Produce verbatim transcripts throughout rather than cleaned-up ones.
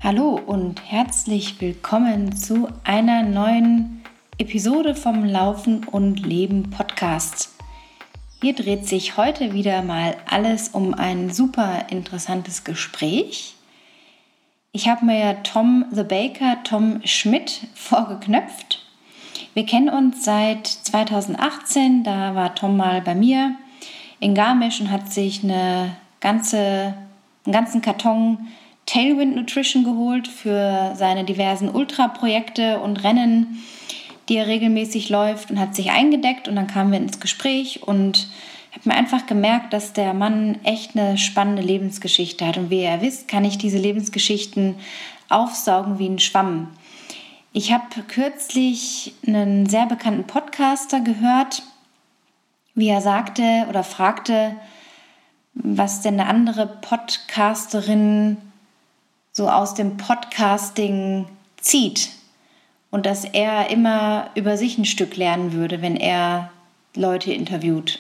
Hallo und herzlich willkommen zu einer neuen Episode vom Laufen und Leben Podcast. Hier dreht sich heute wieder mal alles um ein super interessantes Gespräch. Ich habe mir ja Tom the Baker, Tom Schmidt, vorgeknöpft. Wir kennen uns seit zweitausendachtzehn, da war Tom mal bei mir in Garmisch und hat sich eine ganze, einen ganzen Karton Tailwind Nutrition geholt für seine diversen Ultraprojekte und Rennen, die er regelmäßig läuft, und hat sich eingedeckt, und dann kamen wir ins Gespräch und ich habe mir einfach gemerkt, dass der Mann echt eine spannende Lebensgeschichte hat, und wie ihr wisst, kann ich diese Lebensgeschichten aufsaugen wie ein Schwamm. Ich habe kürzlich einen sehr bekannten Podcaster gehört, wie er sagte oder fragte, was denn eine andere Podcasterin so aus dem Podcasting zieht, und dass er immer über sich ein Stück lernen würde, wenn er Leute interviewt.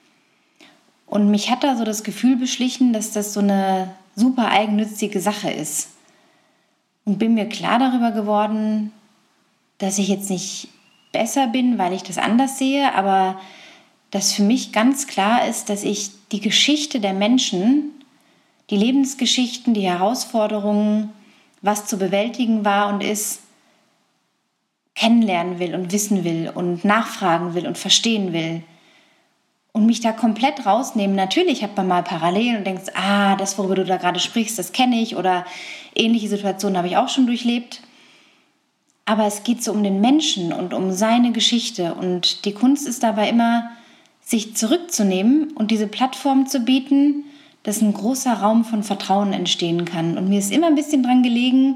Und mich hat da so das Gefühl beschlichen, dass das so eine super eigennützige Sache ist. Und bin mir klar darüber geworden, dass ich jetzt nicht besser bin, weil ich das anders sehe, aber dass für mich ganz klar ist, dass ich die Geschichte der Menschen, die Lebensgeschichten, die Herausforderungen, was zu bewältigen war und ist, kennenlernen will und wissen will und nachfragen will und verstehen will. Und mich da komplett rausnehmen. Natürlich hat man mal Parallelen und denkst, ah, das, worüber du da gerade sprichst, das kenne ich, oder ähnliche Situationen habe ich auch schon durchlebt. Aber es geht so um den Menschen und um seine Geschichte. Und die Kunst ist dabei immer, sich zurückzunehmen und diese Plattform zu bieten, dass ein großer Raum von Vertrauen entstehen kann. Und mir ist immer ein bisschen dran gelegen,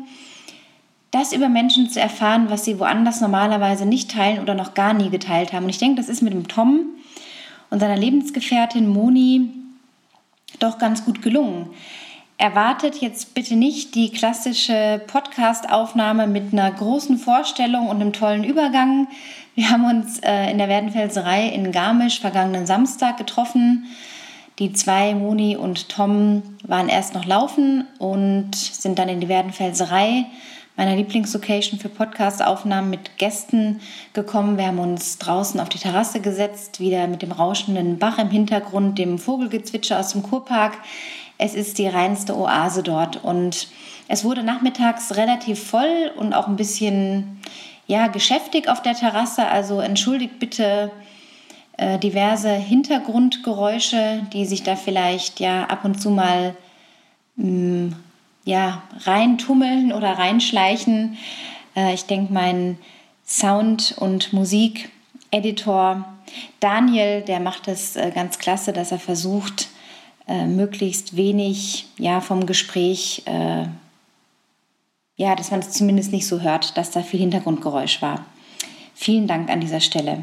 das über Menschen zu erfahren, was sie woanders normalerweise nicht teilen oder noch gar nie geteilt haben. Und ich denke, das ist mit dem Tom und seiner Lebensgefährtin Moni doch ganz gut gelungen. Erwartet jetzt bitte nicht die klassische Podcast-Aufnahme mit einer großen Vorstellung und einem tollen Übergang. Wir haben uns äh, in der Werdenfelserei in Garmisch vergangenen Samstag getroffen. Die zwei, Moni und Tom, waren erst noch laufen und sind dann in die Werdenfelserei, meiner Lieblingslocation für Podcast-Aufnahmen mit Gästen, gekommen. Wir haben uns draußen auf die Terrasse gesetzt, wieder mit dem rauschenden Bach im Hintergrund, dem Vogelgezwitscher aus dem Kurpark. Es ist die reinste Oase dort, und es wurde nachmittags relativ voll und auch ein bisschen ja, geschäftig auf der Terrasse. Also entschuldigt bitte äh, diverse Hintergrundgeräusche, die sich da vielleicht ja ab und zu mal mh, ja, reintummeln oder reinschleichen. Äh, ich denke, mein Sound- und Musikeditor Daniel, der macht es äh, ganz klasse, dass er versucht, äh, möglichst wenig ja, vom Gespräch, äh, ja, dass man es zumindest nicht so hört, dass da viel Hintergrundgeräusch war. Vielen Dank an dieser Stelle.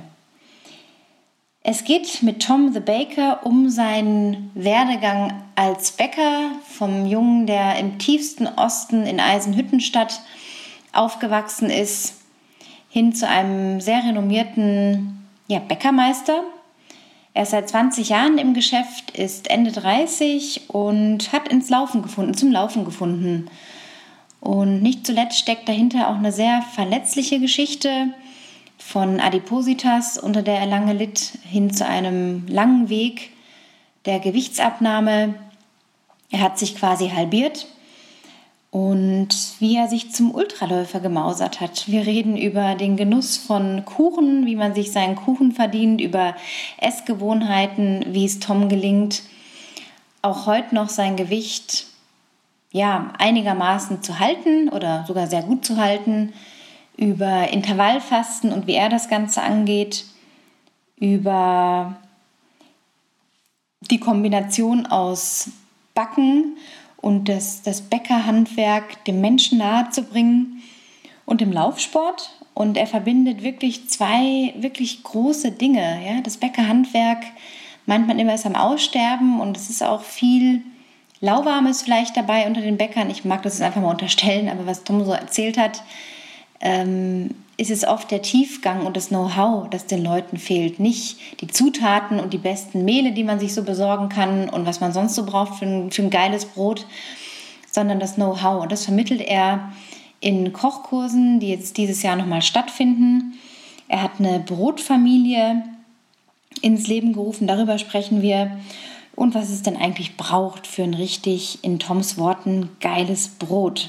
Es geht mit Tom the Baker um seinen Werdegang als Bäcker, vom Jungen, der im tiefsten Osten in Eisenhüttenstadt aufgewachsen ist, hin zu einem sehr renommierten ja, Bäckermeister. Er ist seit zwanzig Jahren im Geschäft, ist Ende dreißig und hat ins Laufen gefunden, zum Laufen gefunden. Und nicht zuletzt steckt dahinter auch eine sehr verletzliche Geschichte von Adipositas, unter der er lange litt, hin zu einem langen Weg der Gewichtsabnahme. Er hat sich quasi halbiert, und wie er sich zum Ultraläufer gemausert hat. Wir reden über den Genuss von Kuchen, wie man sich seinen Kuchen verdient, über Essgewohnheiten, wie es Tom gelingt, auch heute noch sein Gewicht ja, einigermaßen zu halten oder sogar sehr gut zu halten, über Intervallfasten und wie er das Ganze angeht, über die Kombination aus Backen und das, das Bäckerhandwerk dem Menschen nahezubringen und dem Laufsport. Und er verbindet wirklich zwei wirklich große Dinge. Ja? Das Bäckerhandwerk meint man immer, ist am Aussterben, und es ist auch viel Lauwarmes vielleicht dabei unter den Bäckern. Ich mag das jetzt einfach mal unterstellen, aber was Tom so erzählt hat, ähm, ist es oft der Tiefgang und das Know-how, das den Leuten fehlt. Nicht die Zutaten und die besten Mehle, die man sich so besorgen kann und was man sonst so braucht für ein, für ein geiles Brot, sondern das Know-how. Und das vermittelt er in Kochkursen, die jetzt dieses Jahr nochmal stattfinden. Er hat eine Brotfamilie ins Leben gerufen, darüber sprechen wir. Und was es denn eigentlich braucht für ein richtig, in Toms Worten, geiles Brot.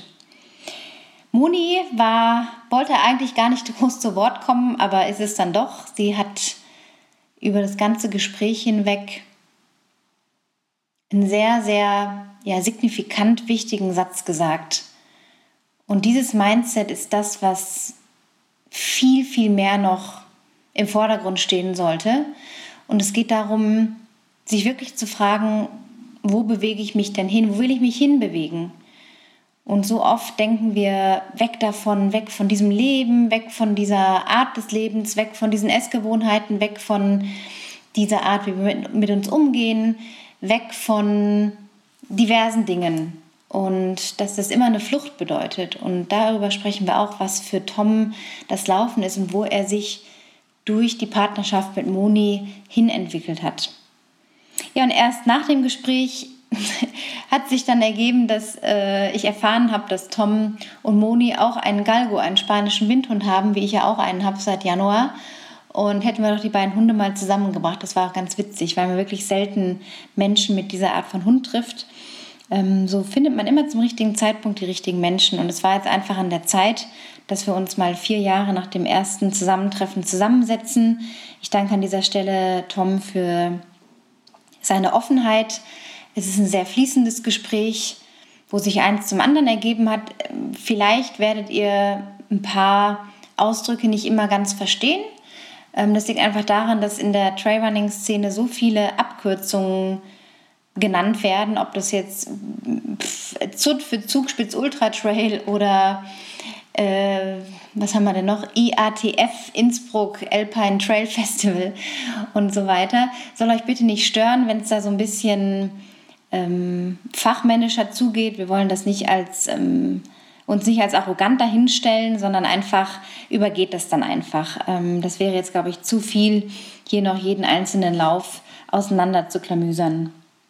Moni war, wollte eigentlich gar nicht groß zu Wort kommen, aber ist es dann doch. Sie hat über das ganze Gespräch hinweg einen sehr, sehr ja, signifikant wichtigen Satz gesagt. Und dieses Mindset ist das, was viel, viel mehr noch im Vordergrund stehen sollte. Und es geht darum, sich wirklich zu fragen, wo bewege ich mich denn hin? Wo will ich mich hinbewegen? Und so oft denken wir weg davon, weg von diesem Leben, weg von dieser Art des Lebens, weg von diesen Essgewohnheiten, weg von dieser Art, wie wir mit, mit uns umgehen, weg von diversen Dingen. Und dass das immer eine Flucht bedeutet. Und darüber sprechen wir auch, was für Tom das Laufen ist und wo er sich durch die Partnerschaft mit Moni hinentwickelt hat. Ja, und erst nach dem Gespräch hat sich dann ergeben, dass äh, ich erfahren habe, dass Tom und Moni auch einen Galgo, einen spanischen Windhund haben, wie ich ja auch einen habe seit Januar. Und hätten wir doch die beiden Hunde mal zusammengebracht. Das war auch ganz witzig, weil man wirklich selten Menschen mit dieser Art von Hund trifft. Ähm, so findet man immer zum richtigen Zeitpunkt die richtigen Menschen. Und es war jetzt einfach an der Zeit, dass wir uns mal vier Jahre nach dem ersten Zusammentreffen zusammensetzen. Ich danke an dieser Stelle Tom für seine Offenheit. Es ist ein sehr fließendes Gespräch, wo sich eins zum anderen ergeben hat. Vielleicht werdet ihr ein paar Ausdrücke nicht immer ganz verstehen. Das liegt einfach daran, dass in der Trailrunning-Szene so viele Abkürzungen genannt werden, ob das jetzt Z U T für Zugspitz Ultra Trail oder äh, was haben wir denn noch? I A T F, Innsbruck Alpine Trail Festival und so weiter. Soll euch bitte nicht stören, wenn es da so ein bisschen ähm, fachmännischer zugeht. Wir wollen das nicht als ähm, uns nicht als arrogant dahinstellen, sondern einfach übergeht das dann einfach. Ähm, das wäre jetzt, glaube ich, zu viel, hier noch jeden einzelnen Lauf auseinander zu klamüsern.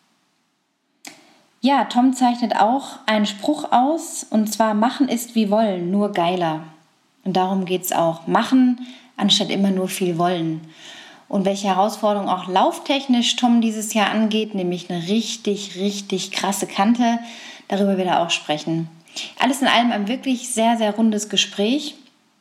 Ja, Tom zeichnet auch einen Spruch aus, und zwar: Machen ist wie wollen, nur geiler. Und darum geht es auch. Machen, anstatt immer nur viel wollen. Und welche Herausforderung auch lauftechnisch Tom dieses Jahr angeht, nämlich eine richtig, richtig krasse Kante, darüber wird er auch sprechen. Alles in allem ein wirklich sehr, sehr rundes Gespräch.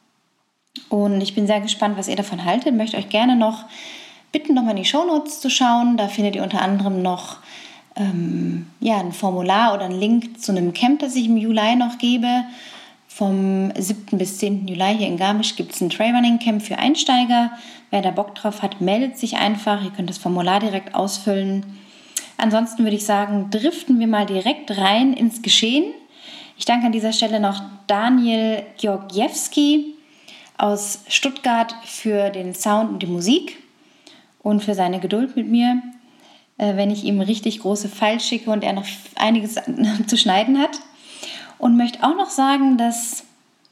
Und ich bin sehr gespannt, was ihr davon haltet. Ich möchte euch gerne noch bitten, nochmal in die Shownotes zu schauen. Da findet ihr unter anderem noch ähm, ja, ein Formular oder einen Link zu einem Camp, das ich im Juli noch gebe. Vom siebten bis zehnten Juli hier in Garmisch gibt es ein Trailrunning-Camp für Einsteiger. Wer da Bock drauf hat, meldet sich einfach. Ihr könnt das Formular direkt ausfüllen. Ansonsten würde ich sagen, driften wir mal direkt rein ins Geschehen. Ich danke an dieser Stelle noch Daniel Georgiewski aus Stuttgart für den Sound und die Musik und für seine Geduld mit mir, wenn ich ihm richtig große Files schicke und er noch einiges zu schneiden hat. Und möchte auch noch sagen, dass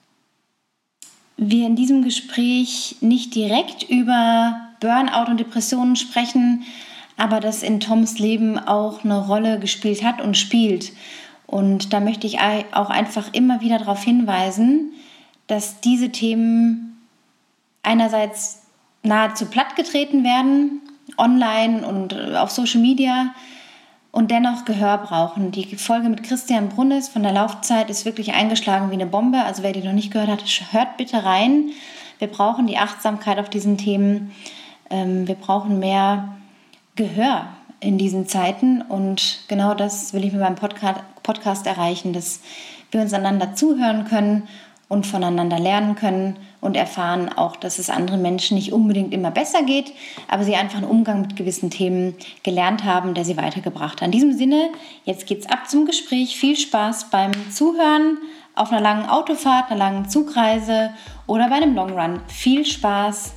wir in diesem Gespräch nicht direkt über Burnout und Depressionen sprechen, aber das in Toms Leben auch eine Rolle gespielt hat und spielt. Und da möchte ich auch einfach immer wieder darauf hinweisen, dass diese Themen einerseits nahezu plattgetreten werden, online und auf Social Media, und dennoch Gehör brauchen. Die Folge mit Christian Brunnes von der Laufzeit ist wirklich eingeschlagen wie eine Bombe. Also wer die noch nicht gehört hat, hört bitte rein. Wir brauchen die Achtsamkeit auf diesen Themen. Wir brauchen mehr Gehör in diesen Zeiten, und genau das will ich mit meinem Podcast erreichen, dass wir uns einander zuhören können und voneinander lernen können und erfahren auch, dass es anderen Menschen nicht unbedingt immer besser geht, aber sie einfach einen Umgang mit gewissen Themen gelernt haben, der sie weitergebracht hat. In diesem Sinne, jetzt geht's ab zum Gespräch. Viel Spaß beim Zuhören auf einer langen Autofahrt, einer langen Zugreise oder bei einem Long Run. Viel Spaß!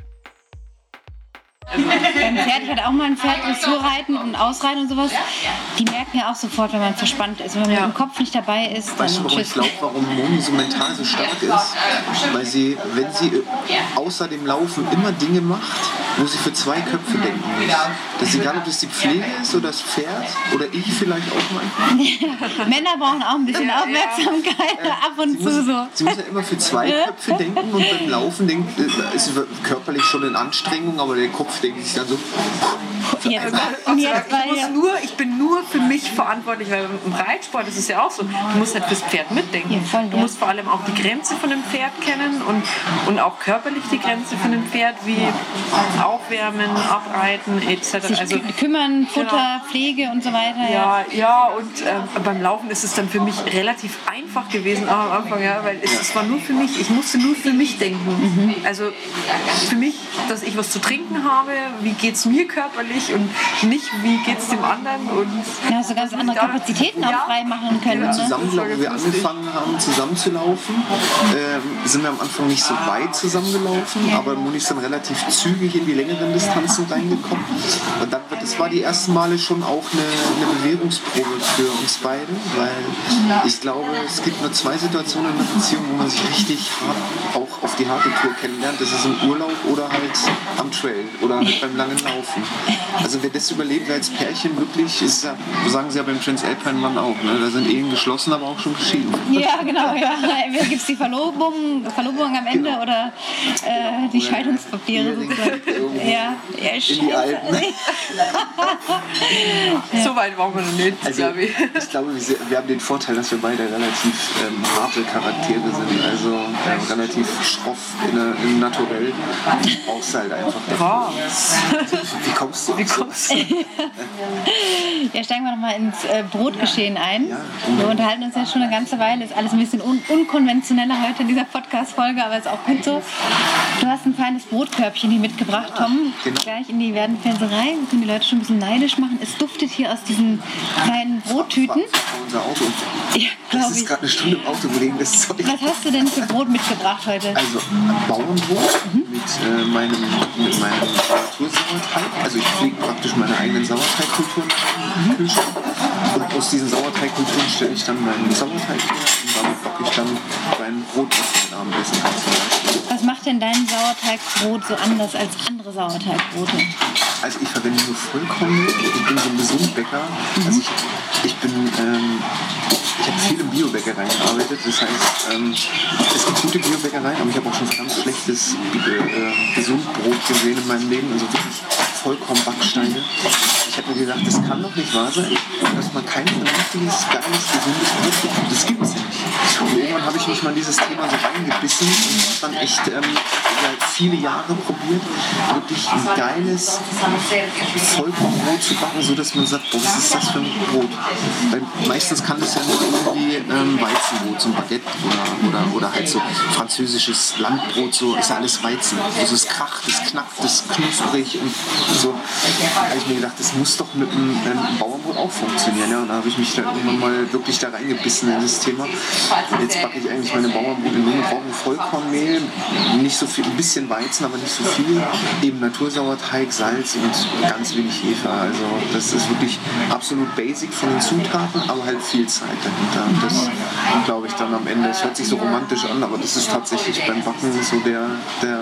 Beim Pferd, ich hatte auch mal ein Pferd Dressurreiten und Ausreiten und sowas. Die merken ja auch sofort, wenn man verspannt ist. Wenn man ja. mit dem Kopf nicht dabei ist, dann weißt du, warum ich glaube, warum Moni so mental so stark ist? Weil sie, wenn sie außer dem Laufen immer Dinge macht, wo sie für zwei Köpfe denken muss. Das ist egal, ob das die Pflege ist oder das Pferd oder ich vielleicht auch manchmal. Männer brauchen auch ein bisschen ja, Aufmerksamkeit ja. ab und sie zu muss, so. Sie muss ja immer für zwei Köpfe denken und beim Laufen denkt, ist sie körperlich schon in Anstrengung, aber der Kopf denkt sich dann so... Jetzt, und jetzt, ich, muss nur, ich bin nur für mich verantwortlich, weil im Reitsport ist es ja auch so, du musst halt fürs Pferd mitdenken. Ja, voll, du ja. musst vor allem auch die Grenze von dem Pferd kennen und, und auch körperlich die Grenze von dem Pferd, wie Aufwärmen, Abreiten et cetera. Sich also, kümmern, Futter, genau. Pflege und so weiter. Ja, ja, ja und äh, beim Laufen ist es dann für mich relativ einfach gewesen auch am Anfang, ja, weil es, es war nur für mich, ich musste nur für mich denken. Mhm. Also für mich, dass ich was zu trinken habe, wie geht es mir körperlich und nicht, wie geht es dem anderen. Und ja, so ganz andere Kapazitäten auch frei machen können. Ja, zusammen, ne? Wo wir angefangen haben, zusammen zu laufen, ähm, sind wir am Anfang nicht so weit zusammengelaufen, ja. aber Moni ist dann relativ zügig in die längeren Distanzen reingekommen. Und dann, das war die ersten Male schon auch eine, eine Bewährungsprobe für uns beide, weil ich glaube, es gibt nur zwei Situationen in der Beziehung, wo man sich richtig hart auch auf die harte Tour kennenlernt. Das ist im Urlaub oder halt am Trail oder halt beim langen Laufen. Also wer das überlebt, wer als Pärchen wirklich ist, sagen sie ja beim Transalpine Mann auch, ne? Da sind Ehen geschlossen, aber auch schon geschieden. Ja, genau, ja. Entweder gibt es die Verlobung, Verlobung am Ende genau. oder äh, die oder Scheidungspapiere sozusagen. Ja, ja, in die Alpen. ja. So weit waren wir noch nicht, also, glaube ich. Ich glaube, wir, wir haben den Vorteil, dass wir beide relativ ähm, harte Charaktere sind, also ähm, relativ schroff in, in Naturell. Brauchst du halt einfach. Was? Wie kommst du? Wie kommst du? Ja, steigen wir nochmal ins äh, Brotgeschehen ein. Ja. Wir unterhalten uns ja schon eine ganze Weile. Ist alles ein bisschen un- unkonventioneller heute in dieser Podcast-Folge, aber ist auch gut so. Du hast ein feines Brotkörbchen hier mitgebracht, Tom. Genau. Gleich in die Werdenfelserei. Wir können die Leute schon ein bisschen neidisch machen. Es duftet hier aus diesen kleinen Brottüten. Unser Auto. Ja, das ist gerade eine Stunde im Auto, wo liegen das Zeug. Was hast du denn für Brot mitgebracht heute? Also Bauernbrot mhm. mit, äh, meinem, mit meinem Natursauerteig. Also ich pflege praktisch meine eigenen Sauerteigkulturen im Kühlschrank. Und aus diesen Sauerteigkulturen stelle ich dann meinen Sauerteig her und damit backe ich dann mein Brot, was ich mit Abendessen kann zum Beispiel. Was macht denn dein Sauerteigbrot so anders als andere Sauerteigbrote? Also ich verwende nur Vollkornmilch. Ich bin so ein Gesundbäcker. Mhm. Also ich, ich bin... Ähm, Ich habe viel in Biobäckereien gearbeitet, das heißt, ähm, es gibt gute Biobäckereien, aber ich habe auch schon ganz schlechtes äh, Gesundbrot gesehen in meinem Leben, also wirklich vollkommen Backsteine. Ich habe mir gedacht, das kann doch nicht wahr sein, dass man kein vernünftiges, geiles, gesundes Brot bekommt. Das gibt es nicht. Und irgendwann habe ich mich mal in dieses Thema so reingebissen und habe dann echt ähm, viele Jahre probiert, wirklich ein geiles Vollkornbrot zu backen, sodass man sagt, boah, was ist das für ein Brot? Weil meistens kann das ja nur irgendwie ähm, Weizenbrot, so ein Baguette oder, oder, oder halt so französisches Landbrot, so ist ja alles Weizen. Also es kracht, es knackt, es knusprig und so. Da habe ich mir gedacht, das muss doch mit einem, einem Bauernbrot auch funktionieren. Ja? Und da habe ich mich dann irgendwann mal wirklich da reingebissen in das Thema. Und jetzt backe ich eigentlich meine Bauernbrote nur mit brauchen Vollkornmehl, nicht so viel, ein bisschen Weizen, aber nicht so viel. Eben Natursauerteig, Salz und ganz wenig Hefe. Also das ist wirklich absolut basic von den Zutaten, aber halt viel Zeit dahinter. Und das glaube ich dann am Ende. Es hört sich so romantisch an, aber das ist tatsächlich beim Backen so der, der,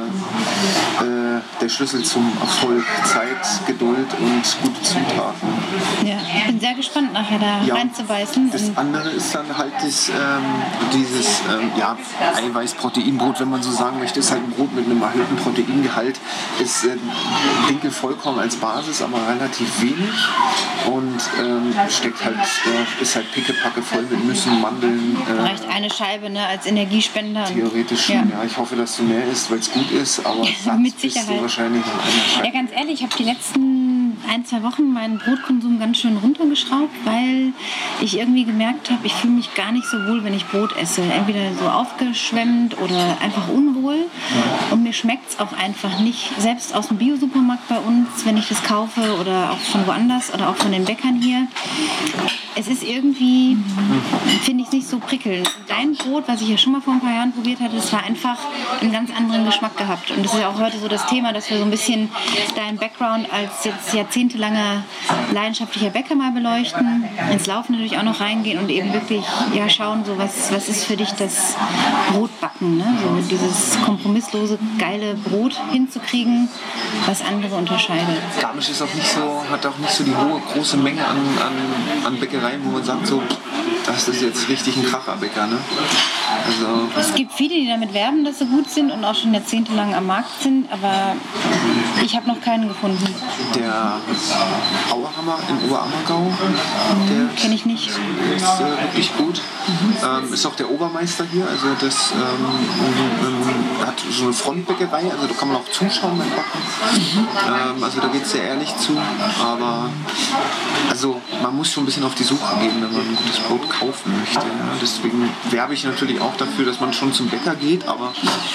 äh, der Schlüssel zum Erfolg. Zeit, Geduld und gute Zutaten. Ja, ich bin sehr gespannt nachher da ja, reinzubeißen. Das andere ist dann halt das, ähm, dieses ähm, ja, Eiweiß-Proteinbrot, wenn man so sagen möchte, ist halt ein Brot mit einem erhöhten Proteingehalt. Ist äh, Dinkel vollkommen als Basis, aber relativ wenig und ähm, steckt halt, äh, ist halt pickepacke voll mit Nüssen, Mandeln. Äh, Reicht eine Scheibe, ne, als Energiespender. Theoretisch schon, ja. ja. Ich hoffe, dass du mehr isst, weil es gut ist, aber mit Sicherheit. Bist du wahrscheinlich an einer Scheibe. Ja, ganz ehrlich, ich habe die letzten ein, zwei Wochen meinen Brotkonsum ganz schön runtergeschraubt, weil ich irgendwie gemerkt habe, ich fühle mich gar nicht so wohl, wenn ich Brot esse. Entweder so aufgeschwemmt oder einfach unwohl. Und mir schmeckt es auch einfach nicht. Selbst aus dem Bio-Supermarkt bei uns, wenn ich das kaufe oder auch von woanders oder auch von den Bäckern hier, es ist irgendwie, finde ich, nicht so prickelnd. Dein Brot, was ich ja schon mal vor ein paar Jahren probiert hatte, das war einfach einen ganz anderen Geschmack gehabt. Und das ist ja auch heute so das Thema, dass wir so ein bisschen deinen Background als jetzt jahrzehntelanger leidenschaftlicher Bäcker mal beleuchten, ins Laufen natürlich auch noch reingehen und eben wirklich ja, schauen, so was, was ist für dich das Brotbacken, ne? So dieses kompromisslose, geile Brot hinzukriegen, was andere unterscheidet. Garmisch ist auch nicht so, hat auch nicht so die hohe, große Menge an, an, an Bäckereien, wo man sagt, so, das ist jetzt richtig ein Kracherbäcker. Ne? Also es gibt viele, die damit werben, dass sie gut sind und auch schon jahrzehntelang am Markt sind, aber ich habe noch keinen gefunden. Der Auerhammer in Oberammergau, der kenne ich nicht. Ist äh, wirklich gut. Mhm. Ähm, ist auch der Obermeister hier, also das ähm, ähm, hat so eine Frontbäckerei, also da kann man auch zuschauen beim Backen. Mhm. Ähm, also da geht es sehr ehrlich zu, aber also man muss schon ein bisschen auf die Suche gehen, wenn man ein gutes Brot kaufen möchte. Ja. Deswegen werbe ich natürlich auch dafür, dass man schon zum Bäcker geht, aber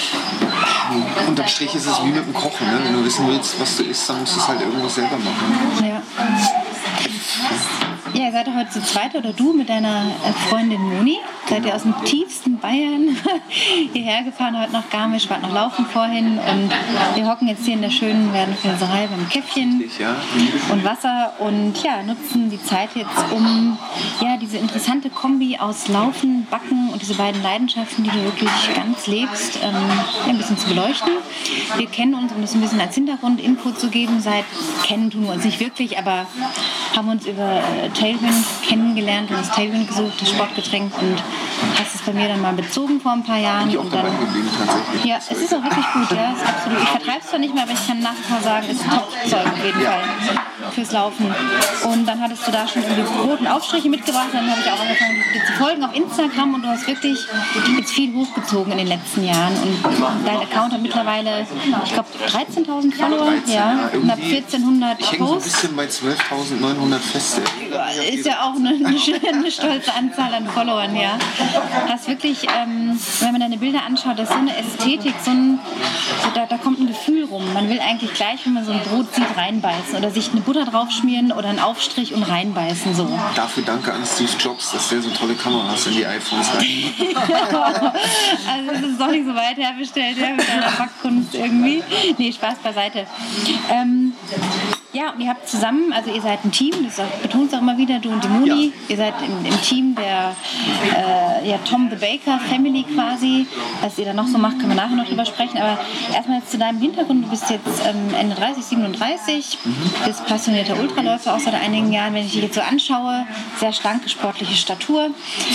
unterm Strich ist es wie mit dem Kochen. Ne? Wenn du wissen willst, was du isst, dann musst du es halt irgendwo selber machen. Ja. Ja, ihr seid heute zu zweit oder du mit deiner Freundin Moni. Seid ihr aus dem tiefsten Bayern hierher gefahren, heute nach Garmisch, wart noch laufen vorhin und wir hocken jetzt hier in der schönen Werdenfelserei beim Käffchen und Wasser und ja, nutzen die Zeit jetzt, um ja, diese interessante Kombi aus Laufen, Backen und diese beiden Leidenschaften, die du wirklich ganz lebst, ähm, ein bisschen zu beleuchten. Wir kennen uns, um das ein bisschen als Hintergrundinfo zu geben, seit, kennen tun wir uns nicht wirklich, aber haben uns über äh, Tailwind kennengelernt und das Tailwind gesucht, das Sportgetränk und hast es bei mir dann mal bezogen vor ein paar Jahren. Ich auch und dabei dann, geblieben, tatsächlich. Ja, es ist auch wirklich gut, ja, es ist absolut. Ich vertreibe es zwar nicht mehr, aber ich kann nach wie vor sagen, es ist Top-Zeug auf jeden ja. Fall fürs Laufen. Und dann hattest du da schon irgendwie Brot und Aufstriche mitgebracht, dann habe ich auch angefangen, dir zu folgen auf Instagram und du hast wirklich jetzt viel hochgezogen in den letzten Jahren und dein Account hat mittlerweile, ich glaube, dreizehntausend Follower, dreizehn, ja, knapp vierzehnhundert ich hänge so ein Posts. bisschen bei zwölftausendneunhundert fest. Ist ja auch eine, eine, eine stolze Anzahl an Followern, ja. Das wirklich, ähm, wenn man deine Bilder anschaut, das ist so eine Ästhetik, so ein, so da, da kommt ein Gefühl rum. Man will eigentlich gleich, wenn man so ein Brot sieht, reinbeißen oder sich eine Butter draufschmieren oder einen Aufstrich und reinbeißen, so. Dafür danke an Steve Jobs, dass der so tolle Kameras in die iPhones rein. Also es ist doch nicht so weit herbestellt, ja, mit deiner Backkunst irgendwie. Nee, Spaß beiseite. Ähm, Ja, und ihr habt zusammen, also ihr seid ein Team, das betont es auch immer wieder, du und die Moni, ja. Ihr seid im, im Team der äh, ja, Tom the Baker Family quasi. Was ihr da noch so macht, können wir nachher noch drüber sprechen. Aber erstmal jetzt zu deinem Hintergrund, du bist jetzt ähm, Ende dreißig, siebenunddreißig, mhm. bist passionierter Ultraläufer auch seit einigen Jahren. Wenn ich dich jetzt so anschaue, sehr schlanke, sportliche Statur,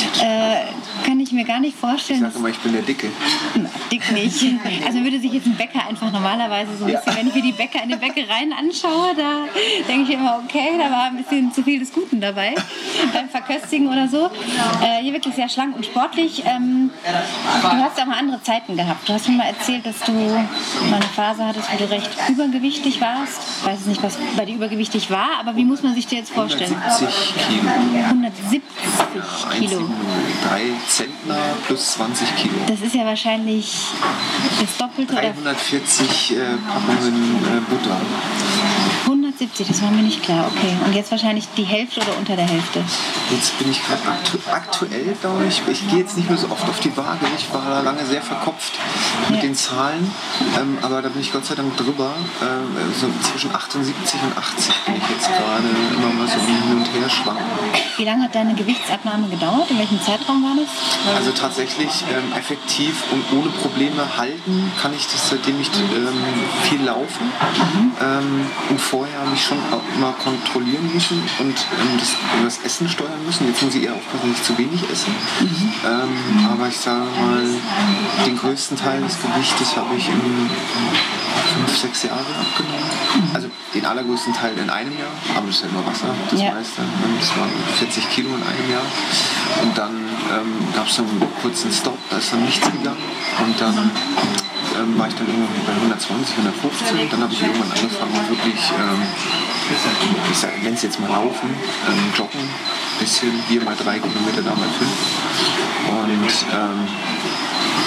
äh, kann ich mir gar nicht vorstellen. Ich sage immer, ich bin der Dicke. Na, dick nicht. Also würde sich jetzt ein Bäcker einfach normalerweise so ein bisschen, ja. wenn ich mir die Bäcker in den Bäckereien anschaue, da denke ich immer, okay, da war ein bisschen zu viel des Guten dabei beim Verköstigen oder so. Äh, hier wirklich sehr schlank und sportlich. Ähm, du hast ja auch mal andere Zeiten gehabt. Du hast mir mal erzählt, dass du mal eine Phase hattest, wo du recht übergewichtig warst. Ich weiß nicht, was bei dir übergewichtig war, aber wie muss man sich dir jetzt vorstellen? hundertsiebzig Kilo. hundertsiebzig Kilo. drei Zentner plus zwanzig Kilo. Das ist ja wahrscheinlich das Doppelte. dreihundertvierzig äh, Packungen äh, Butter. hundertsiebzig, das war mir nicht klar, okay. Und jetzt wahrscheinlich die Hälfte oder unter der Hälfte? Jetzt bin ich gerade aktu aktuell, glaube ich, ich gehe jetzt nicht mehr so oft auf die Waage, ich war da lange sehr verkopft mit ja. den Zahlen, ähm, aber da bin ich Gott sei Dank drüber, äh, so zwischen achtundsiebzig und achtzig bin ich jetzt gerade immer mal so hin und her schwanken. Wie lange hat deine Gewichtsabnahme gedauert? In welchem Zeitraum war das? Also tatsächlich ähm, effektiv und ohne Probleme halten kann ich das, seitdem ich ähm, viel laufe mhm. ähm, und vorher habe ich schon auch immer kontrollieren müssen und ähm, das, das Essen steuern müssen. Jetzt muss ich eher aufpassen, dass ich zu wenig esse. Mhm. Ähm, aber ich sage mal, den größten Teil des Gewichtes habe ich in fünf, sechs Jahren abgenommen. Mhm. Also den allergrößten Teil in einem Jahr, aber das ist ja immer Wasser, das ja. meiste. Das waren vierzig Kilo in einem Jahr. Und dann ähm, gab es einen kurzen Stop, da ist dann nichts gegangen. Und dann ähm, war ich dann irgendwann bei hundertzwanzig, hundertfünfzehn. Dann habe ich irgendwann angefangen, wirklich, ähm, ich nenne es jetzt mal laufen, ähm, joggen, bisschen, hier mal drei Kilometer, da mal fünf. Und ähm,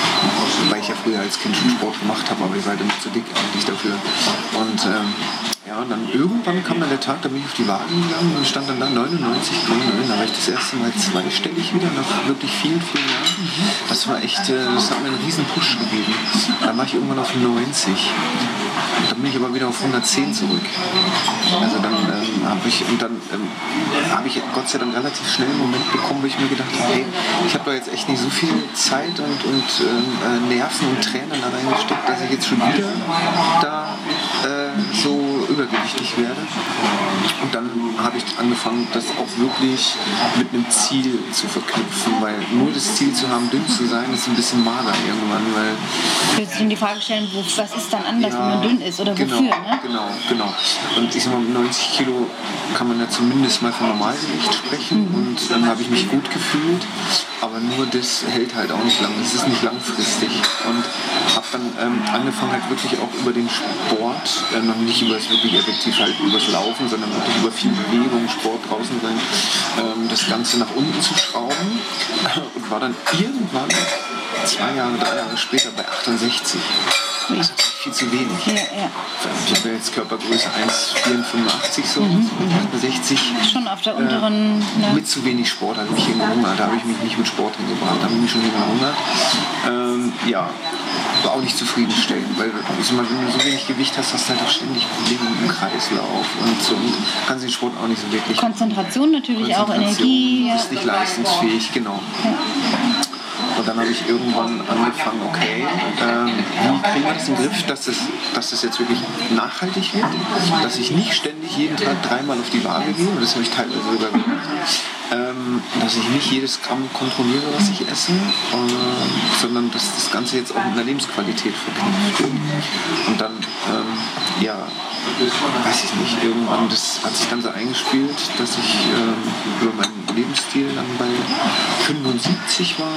weil ich ja früher als Kind schon Sport gemacht habe, aber ich war halt immer zu dick eigentlich dafür. Und ähm, ja, Ja, und dann irgendwann kam dann der Tag, da bin ich auf die Waage gegangen und stand dann da neunundneunzig Komma neun. Da war ich das erste Mal zweistellig wieder, nach wirklich vielen, vielen Jahren. Das war echt, das hat mir einen riesen Push gegeben. Dann war ich irgendwann auf neunzig. Und dann bin ich aber wieder auf hundertzehn zurück. Also dann ähm, habe ich, und dann ähm, habe ich Gott sei Dank relativ schnell einen Moment bekommen, wo ich mir gedacht habe, hey, ich habe da jetzt echt nicht so viel Zeit und, und ähm, äh, Nerven und Tränen da reingesteckt, dass ich jetzt schon wieder da äh, so übergewichtig werde. Und dann habe ich angefangen, das auch wirklich mit einem Ziel zu verknüpfen, weil nur das Ziel zu haben, dünn zu sein, ist ein bisschen mager irgendwann, weil... Willst du dir die Frage stellen, wo, was ist dann anders, ja, wenn man dünn ist oder genau, wofür? Ne? Genau, genau. Und ich sag mal, mit neunzig Kilo kann man ja zumindest mal von Normalgewicht sprechen, mhm, und dann habe ich mich gut gefühlt, aber nur das hält halt auch nicht lang, das ist nicht langfristig. Und habe dann ähm, angefangen halt wirklich auch über den Sport, äh, noch nicht über das wirklich effektiv halt übers Laufen, sondern wirklich über viel Bewegung, Sport, draußen sein, ähm, das Ganze nach unten zu schrauben und war dann irgendwann zwei Jahre, drei Jahre später bei achtundsechzig. Das ist viel zu wenig. Ja, ja. Ich habe jetzt Körpergröße eins Komma vierundfünfzig, so, mhm, achtundsechzig. Schon auf der unteren... Äh, ne? Mit zu wenig Sport habe ich hingehungert. Da habe ich mich nicht mit Sport hingebracht, da habe ich mich schon hingehungert. Ähm, ja, war auch nicht zufriedenstellend, weil ich sag mal, wenn du so wenig Gewicht hast, hast du halt auch ständig Probleme im Kreislauf und so. Und kannst den Sport auch nicht so wirklich... Konzentration natürlich, Konzentration, auch Energie. Du bist nicht leistungsfähig, genau. Ja. Und dann habe ich irgendwann angefangen, okay, ähm, wie kriegen wir das in den Griff, dass das, dass das jetzt wirklich nachhaltig wird, dass ich nicht ständig jeden Tag dreimal auf die Waage gehe, und das habe ich teilweise sogar gemacht, ähm, dass ich nicht jedes Gramm kontrolliere, was ich esse, äh, sondern dass das Ganze jetzt auch mit einer Lebensqualität verknüpft wird. Und dann, ähm, ja, weiß ich nicht, irgendwann, das hat sich dann so eingespielt, dass ich ähm, über meinen Lebensstil dann bei fünfundsiebzig war,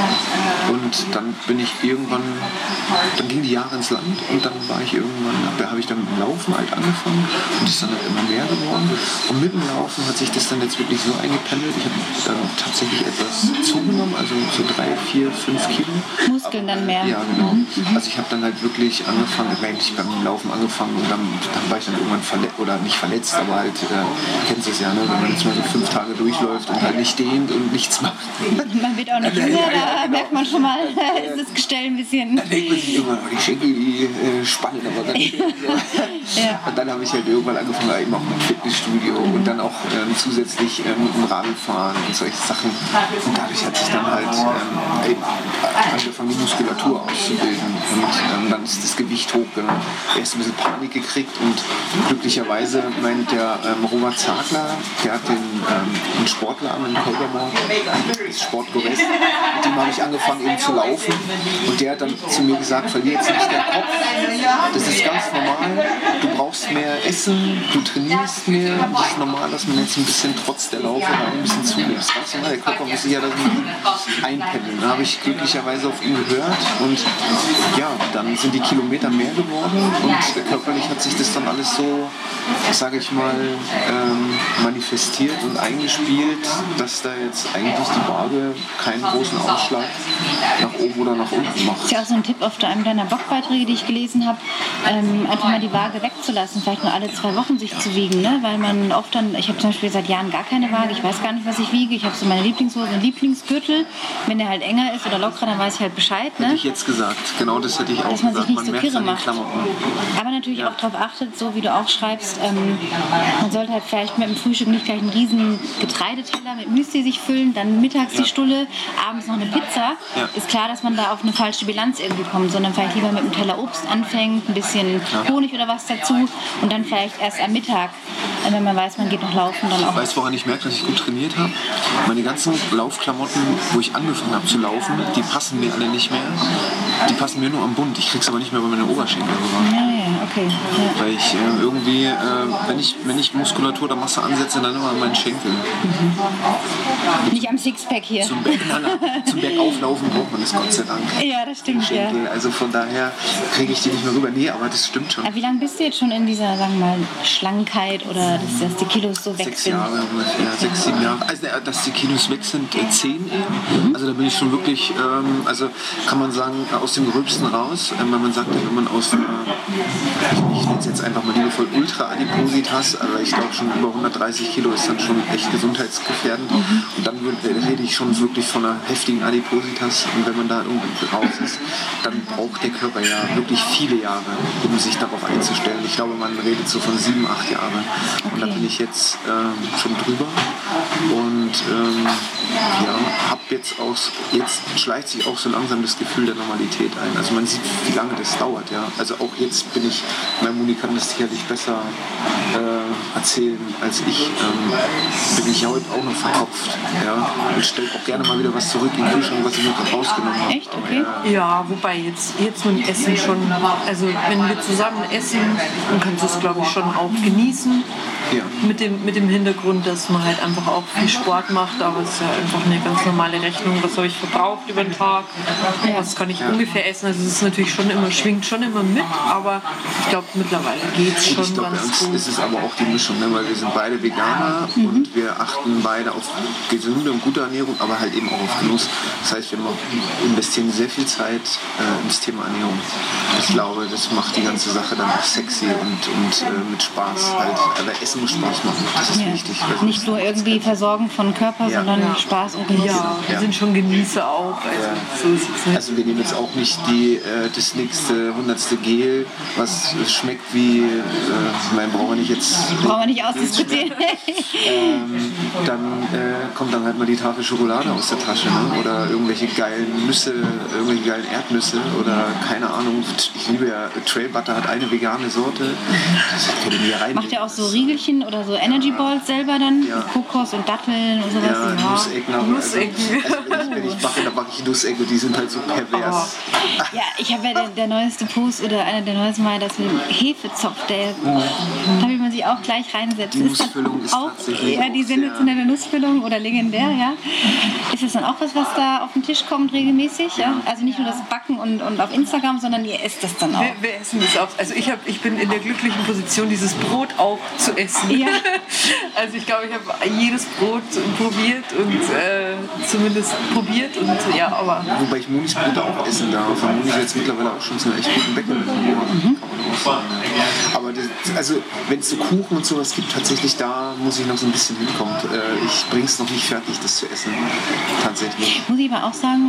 und dann bin ich irgendwann, dann ging die Jahre ins Land und dann war ich irgendwann, da habe ich dann mit dem Laufen halt angefangen und ist dann halt immer mehr geworden, und mit dem Laufen hat sich das dann jetzt wirklich so eingependelt, ich habe dann tatsächlich etwas zugenommen, also so drei, vier, fünf Kilo. Muskeln dann mehr. Ja, genau. Mhm. Also ich habe dann halt wirklich angefangen, ich habe beim Laufen angefangen und dann, dann war ich dann irgendwann verletzt, oder nicht verletzt, aber halt, äh, kennst du es ja, ne? Wenn man jetzt mal so fünf Tage durchläuft und halt nicht dehnt und nichts macht. Man wird auch nicht jünger, ja, ja, da genau. merkt man schon mal, ja, ist das Gestell ein bisschen... Dann denkt man sich irgendwann, die Schenkel, die äh, spannen aber ganz schön. So. Ja. Und dann habe ich halt irgendwann angefangen, eben auch mit Fitnessstudio, mhm, und dann auch ähm, zusätzlich ähm, mit dem Radfahren und solche Sachen. Und dadurch hat sich dann halt ähm, eben angefangen, die Muskulatur auszubilden. Und ähm, dann ist das Gewicht hochgegangen. Erst ein bisschen Panik gekriegt, und glücklicherweise meint der ähm, Robert Zagler, der hat den, ähm, einen Sportladen in Kolbermoor, das Sportgorest, mit dem habe ich angefangen eben zu laufen, und der hat dann zu mir gesagt, verlier jetzt nicht deinen Kopf, das ist ganz normal, du brauchst mehr Essen, du trainierst mehr, das ist normal, dass man jetzt ein bisschen trotz der Laufe ein bisschen zulässt. Ganz normal, der Körper muss sich ja dann einpendeln. Da habe ich glücklicherweise auf ihn gehört, und ja, dann sind die Kilometer mehr geworden, und körperlich hat sich das dann alles so, sage ich mal, ähm, manifestiert und eingespielt, dass da jetzt eigentlich die Waage keinen großen Ausschlag nach oben oder nach unten macht. Das ist ja auch so ein Tipp auf einem deiner Blogbeiträge, die ich gelesen habe, ähm, einfach mal die Waage wegzulassen, vielleicht nur alle zwei Wochen sich zu wiegen, ne? Weil man oft dann, ich habe zum Beispiel seit Jahren gar keine Waage, ich weiß gar nicht, was ich wiege, ich habe so meine Lieblingshose und Lieblingsgürtel, wenn der halt enger ist oder lockerer, dann weiß ich halt Bescheid. Ne? Hätte ich jetzt gesagt, genau das hätte ich auch Dass man gesagt, sich nicht man so kirre macht. Aber natürlich ja. auch darauf achtet, so wie du auch schreibst, ähm, man sollte halt vielleicht mit dem Frühstück nicht gleich einen riesen Getreideteller mit Müsli sich füllen, dann mittags ja. die Stulle, abends noch eine Pizza. Ja. Ist klar, dass man da auf eine falsche Bilanz irgendwie kommt, sondern vielleicht lieber mit einem Teller Obst anfängt, ein bisschen ja. Honig oder was dazu, und dann vielleicht erst am Mittag, wenn man weiß, man geht noch laufen, dann auch. Weißt du, woran ich merke, dass ich gut trainiert habe? Meine ganzen Laufklamotten, wo ich angefangen habe zu laufen, die passen mir alle nicht mehr. Die passen mir nur am Bund. Ich krieg's aber nicht mehr über meine Oberschenkel rüber. Ja, ja, okay. Ja. Weil ich äh, irgendwie, äh, wenn, ich, wenn ich Muskulatur oder Masse ansetze, dann immer an meinen Schenkeln. Mhm. Nicht am Sixpack hier. Zum, Berg, na, na, zum Bergauflaufen braucht man das Gott sei Dank. Ja, das stimmt, ja. Also von daher kriege ich die nicht mehr rüber. Nee, aber das stimmt schon. Aber wie lange bist du jetzt schon in dieser, sagen wir mal, Schlankheit oder dass, dass die Kilos so weg Sechs sind? Jahre ungefähr, sechs, sieben Jahre. Also, dass die Kilos weg sind, äh, zehn eher. Also da bin ich schon wirklich, ähm, also kann man sagen, aus dem Gröbsten raus. Ähm, wenn man sagt, wenn man aus einer, ich, ich nenne es jetzt einfach mal liebevoll Ultra-Adipositas, aber ich glaube schon über hundertdreißig Kilo ist dann schon echt gesundheitsgefährdend. Mhm. Und dann würd, rede ich schon wirklich von einer heftigen Adipositas. Und wenn man da irgendwie raus ist, dann braucht der Körper ja wirklich viele Jahre, um sich darauf einzustellen. Ich glaube, man redet so von sieben, acht Jahre. Und okay. Da bin ich jetzt ähm, schon drüber. Und ähm, ja, habe jetzt auch, jetzt schleicht sich auch so langsam das Gefühl der Normalität ein. Also man sieht, wie lange das dauert. Ja. Also auch jetzt bin ich, mein Moni kann das sicherlich besser äh, erzählen als ich, ähm, bin ich ja heute auch noch verkopft. Ja. Und stelle auch gerne mal wieder was zurück in den Kühlschrank, was ich mir gerade rausgenommen habe. Echt? Okay. Aber, ja, ja, wobei jetzt, jetzt mit dem Essen schon, also wenn wir zusammen essen, dann kannst du es glaube ich schon auch genießen. Ja. Mit dem, mit dem Hintergrund, dass man halt einfach auch viel Sport macht, aber es ist ja einfach eine ganz normale Rechnung, was habe ich verbraucht über den Tag, was kann ich ja. ungefähr essen, also es ist natürlich schon immer, schwingt schon immer mit, aber ich glaube mittlerweile geht es schon ich glaub, ganz bei uns gut. ist es aber auch die Mischung, ne? Weil wir sind beide Veganer mhm. und wir achten beide auf gesunde und gute Ernährung, aber halt eben auch auf Genuss. Das heißt, wir investieren sehr viel Zeit äh, ins Thema Ernährung. Ich glaube, das macht die ganze Sache dann auch sexy und, und äh, mit Spaß halt. Aber Essen muss Spaß machen, das ist ja. wichtig. Nicht nur irgendwie Versorgen von Körper, ja. sondern ja. Spaß und Genuss. Ja, wir ja. sind schon Genießer auch. Also, ja. so ist es nicht. Also wir nehmen jetzt auch nicht die, äh, das nächste hundertste Gel, was schmeckt wie, äh, mein brauchen wir nicht jetzt... Brauchen wir nicht ausdiskutieren. ähm, dann äh, kommt dann halt mal die Tafel Schokolade aus der Tasche, ne? Oder irgendwelche geilen Nüsse, irgendwelche geilen Erdnüsse oder keine Ahnung. Ich liebe ja, Trail Butter hat eine vegane Sorte. Das kann ich nie rein. Macht ihr auch so Riegelchen oder so Energy Balls selber dann? Ja. Mit Kokos und Datteln und sowas? Ja, ja. Nussecken. Also, Nussecken. Also, wenn, ich, wenn ich backe, dann backe ich Nussecken und die sind halt so pervers. Oh. Ja, ich habe ja der, der neueste Post oder einer der neuesten Mal das mit dem Hefezopf, der, oh. da will man sich auch gleich reinsetzen. Die Nussfüllung ist auch, tatsächlich ja, die sensationelle Nussfüllung oder legendär, ja. Ist das dann auch was, was da auf den Tisch kommt regelmäßig? Ja? Ja? Also nicht nur das Backen und, und auf Instagram, sondern ihr esst das dann auch? Wir, wir essen das auch. Also ich, hab, ich bin in der glücklichen Position, dieses Brot auch zu essen. Ja. Also ich glaube, ich habe jedes Brot probiert und äh, zumindest probiert und ja, aber... Wobei ich Monis Brot auch essen darf. Moni ist jetzt mittlerweile auch schon zu einer echt guten Bäckerin geworden. Mhm. Aber das, also wenn es so Kuchen und sowas gibt, tatsächlich da muss ich noch so ein bisschen hinkommen. Äh, ich bringe es noch nicht fertig, das zu essen. Tatsächlich. Muss ich aber auch sagen,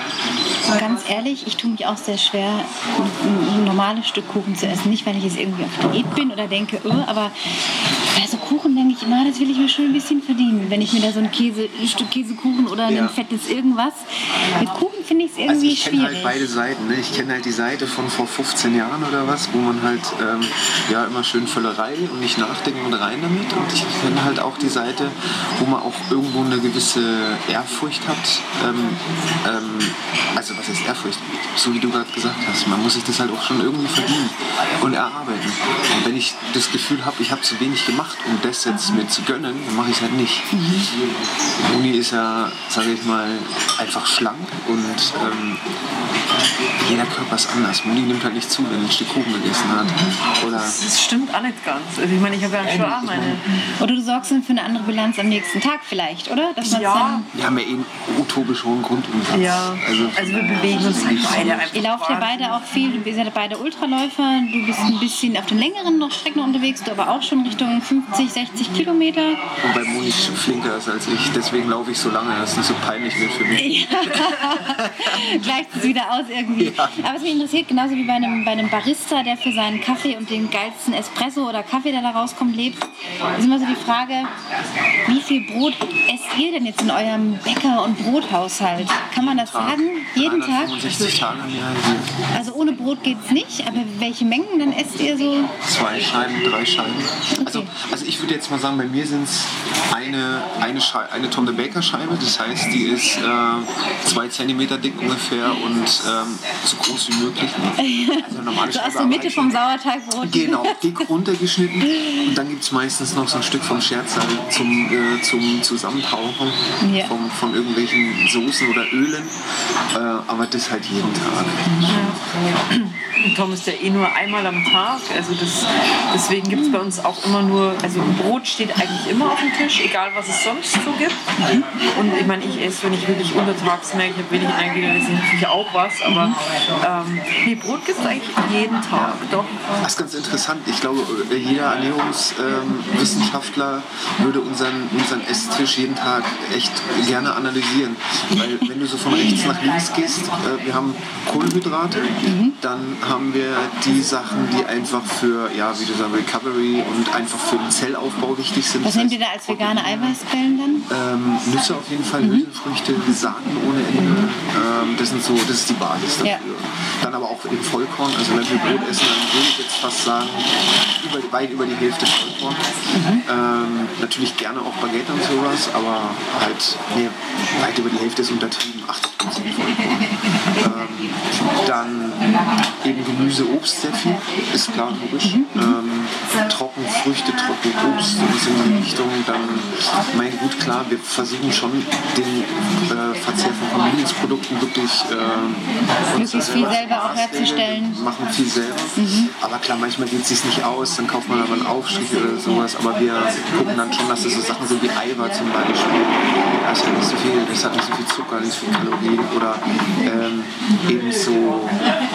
äh, ganz ehrlich, ich tue mich auch sehr schwer, ein, ein normales Stück Kuchen zu essen. Nicht, weil ich jetzt irgendwie auf Diät bin oder denke, oh, aber bei so Kuchen denke ich immer, das will ich mir schon ein bisschen verdienen. Wenn ich mir da so ein, Käse, ein Stück Käsekuchen oder ja. ein fettes irgendwas. Mit Kuchen finde ich es irgendwie also ich schwierig. Ich kenne halt beide Seiten. Ne? Ich kenne halt die Seite von vor fünfzehn Jahren oder was, wo man halt ähm, ja immer schön Völlerei und nicht nachdenken und rein damit. Und ich kenne halt auch die Seite, wo man auch irgendwo eine gewisse Ehrfurcht hat. Ähm, ähm, also was heißt Ehrfurcht? So wie du gerade gesagt hast, man muss sich das halt auch schon irgendwie verdienen und erarbeiten. Und wenn ich das Gefühl habe, ich habe zu wenig gemacht, um das jetzt mir zu gönnen, dann mache ich es halt nicht. Mhm. Moni ist ja, sage ich mal, einfach schlank und ähm, jeder Körper ist anders. Moni nimmt halt nicht zu, wenn er ein Stück Kuchen gegessen hat. Oder das, das stimmt auch nicht ganz. Also ich meine, ich habe ja schon auch meine... Oder du sorgst dann für eine andere Bilanz am nächsten Tag vielleicht, oder? Dass ja. Dann wir haben ja eh einen utopisch hohen Grundumsatz. Ja, also, also wir bewegen uns halt beide einfach. Ihr lauft ja beide auch viel, ihr seid beide Ultraläufer, du bist ein bisschen auf den längeren noch Strecken unterwegs, du aber auch schon Richtung fünfzig, sechzig Kilometer. Und bei Moni flinker ist als ich, deswegen laufe ich so lange, dass es nicht so peinlich wird für mich. Ja. Gleicht es wieder aus irgendwie. Ja. Aber was mich interessiert, genauso wie bei einem, bei einem Barista, der für seinen Kaffee und den geilsten Espresso oder Kaffee, der da rauskommt, lebt, ist immer so die Frage, wie viel Brot esst ihr denn jetzt in eurem Bäcker- und Brothaushalt? Kann man das Tag. sagen? Jeden Tag? dreihundertfünfundsechzig Tage im Jahr hier. Also ohne Brot geht es nicht, aber welche Mengen dann esst ihr so? Zwei Scheiben, drei Scheiben. Okay. Also, also ich würde jetzt mal sagen, bei mir sind es eine, eine, eine Tom de Baker Scheibe, das heißt, die ist äh, zwei Zentimeter dick ungefähr und ähm, so groß wie möglich. Also normale so aus der Mitte vom Sauerteigbrot. Genau, dick runtergeschnitten und dann gibt es meistens noch so ein Stück vom Scherzal zum, äh, zum Zusammentauchen ja. von, von irgendwelchen Soßen oder Ölen, äh, aber das halt jeden Tag. Ja. Tom ist ja eh nur einmal am Tag. Also das, deswegen gibt es bei uns auch immer nur, also Brot steht eigentlich immer auf dem Tisch, egal was es sonst so gibt. Und ich meine, ich esse, wenn ich wirklich untertags merke, ich habe wenig Energie, dann esse ich natürlich auch was. Aber ähm, nee, Brot gibt es eigentlich jeden Tag, doch. Das ist ganz interessant. Ich glaube, jeder Ernährungswissenschaftler ähm, würde unseren, unseren Esstisch jeden Tag echt gerne analysieren. Weil wenn du so von rechts nach links gehst, äh, wir haben Kohlenhydrate, mhm. dann haben wir die Sachen, die einfach für, ja, wie du sagst, Recovery und einfach für den Zellaufbau wichtig sind. Was nehmt ihr da als vegane Eiweißquellen dann? Ähm, Nüsse auf jeden Fall, mhm. Hülsenfrüchte, Saaten ohne Ende. Mhm. Ähm, das sind so, das ist die Basis dafür. Ja. Dann aber auch eben Vollkorn. Also wenn wir Brot essen, dann würde ich jetzt fast sagen, über, weit über die Hälfte Vollkorn. Mhm. Ähm, natürlich gerne auch Baguette und sowas, aber halt, nee, weit über die Hälfte ist untertrieben, achtzig Prozent Vollkorn. Ähm, dann eben Gemüse, Obst sehr viel, ist klar, logisch. Mhm. Ähm, Trockenfrüchte, Trockenobst, sowas in die Richtung. Dann, mein gut, klar, wir versuchen schon den äh, Verzehr von Familienprodukten wirklich äh, möglichst viel selber auch herzustellen. Wir machen viel selber. Mhm. Aber klar, manchmal geht es sich nicht aus, dann kauft man aber einen Aufstrich oder sowas. Aber wir gucken dann schon, dass das so Sachen sind wie Eiweiß zum Beispiel. Das hat nicht so viel, das hat nicht so viel Zucker, nicht so viel Kalorien. Oder ähm, eben so,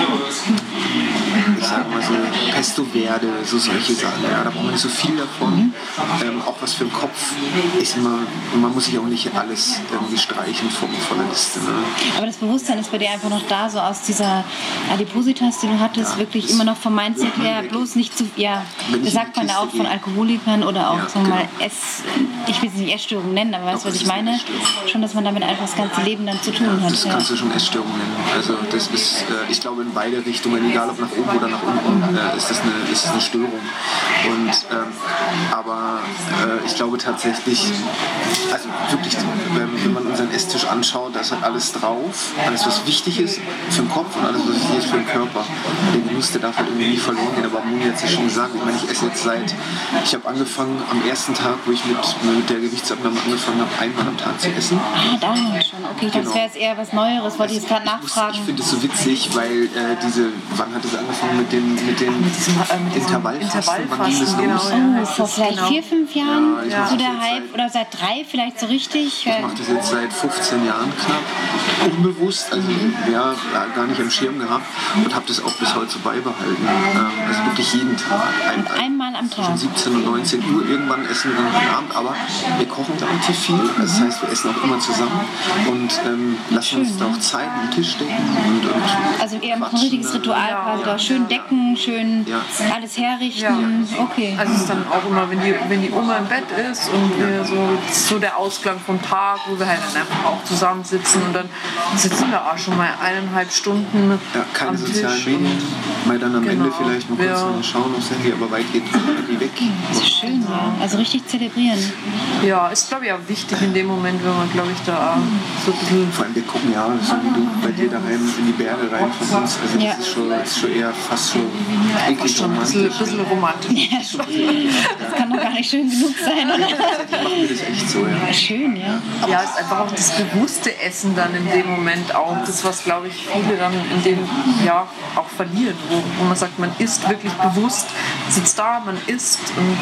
ich sag mal so, Pesto Verde, so solche Sachen. Ja, da braucht man nicht so viel davon. Mhm. Ähm, auch was für den Kopf ist immer, man muss sich auch nicht alles irgendwie streichen von, von der Liste. Ne? Aber das Bewusstsein ist bei dir einfach noch da, so aus dieser Adipositas, die du hattest, ja, wirklich immer noch vom Mindset her, bloß nicht zu, ja, das sagt man ja auch von Alkoholikern oder auch, ja, sagen wir mal, genau. Ess, ich will es nicht Essstörung nennen, aber weißt du, was ich meine? Schon, dass man damit einfach das ganze Leben dann zu tun ja, hat. Das kannst ja. du schon Essstörung nennen. Also das ist, äh, ich glaube, in beide Richtungen, egal ob nach oben oder nach unten, äh, ist, das eine, ist das eine Störung. Und, ähm, aber äh, ich glaube tatsächlich, also wirklich, wenn, wenn man unseren Esstisch anschaut, da ist halt alles drauf, alles was wichtig ist für den Kopf und alles was wichtig ist für den Körper. Der Genuss, der darf halt irgendwie nie verloren gehen, aber Moni hat es ja schon gesagt, ich meine, ich esse jetzt seit, ich habe angefangen am ersten Tag, wo ich mit, mit der Gewichtsabnahme angefangen habe, einmal am Tag zu essen. Ah, damals schon, okay, genau. Das wäre jetzt eher was Neueres, wollte ich jetzt gerade nachfragen. Ich finde es so witzig, weil äh, diese, wann hat es angefangen mit dem, mit dem mit diesem, äh, mit Intervallfasten, Intervallfasten, wann ging das genau, los? Ja, oh, vor vielleicht genau. vier, fünf Jahren, ja, so der Hype, seit, oder seit drei vielleicht so richtig. Ich mache das jetzt seit fünfzehn Jahren knapp, unbewusst, also mhm. ja, gar nicht am Schirm gehabt und habe das auch bis heute so beibehalten. Ähm, also wirklich jeden Tag. Ein, und einmal am Tag? Zwischen siebzehn und neunzehn Uhr irgendwann essen wir dann am Abend, aber wir kochen relativ viel, das heißt, wir essen auch immer zusammen und ähm, lassen schön, uns da auch Zeit am Tisch decken. Und, und also ihr macht ein richtiges Ritual ja, quasi, ja, schön decken, schön ja. alles herrichten. Ja. Okay. Also es ist dann auch immer, wenn die, wenn die Oma im Bett ist und wir so, so der Ausklang vom Tag, wo wir halt dann einfach auch zusammensitzen und dann sitzen wir auch schon mal eineinhalb Stunden ja, keine am sozialen Tisch Medien, mal dann am genau. Ende vielleicht mal kurz ja. schauen aufs Handy, aber weit geht die weg. Das ist schön, ja. Also richtig zelebrieren. Ja, ist glaube ich auch wichtig in dem Moment, wenn man glaube ich da so ein bisschen... Vor allem wir gucken ja, so wie du bei dir daheim in die Berge rein von uns, also das ja. ist, schon, ist schon eher fast so eklig schon romantisch. Ein bisschen, bisschen romantisch. Ja, schon. Das kann doch gar nicht schön genug sein, oder? Tatsächlich machen wir das echt so, ja. Schön, ja. Ja, es ist einfach auch das bewusste Essen dann in dem Moment auch, das was glaube ich viele dann in dem Jahr auch verlieren, wo, wo man sagt, man isst wirklich bewusst, sitzt da, man isst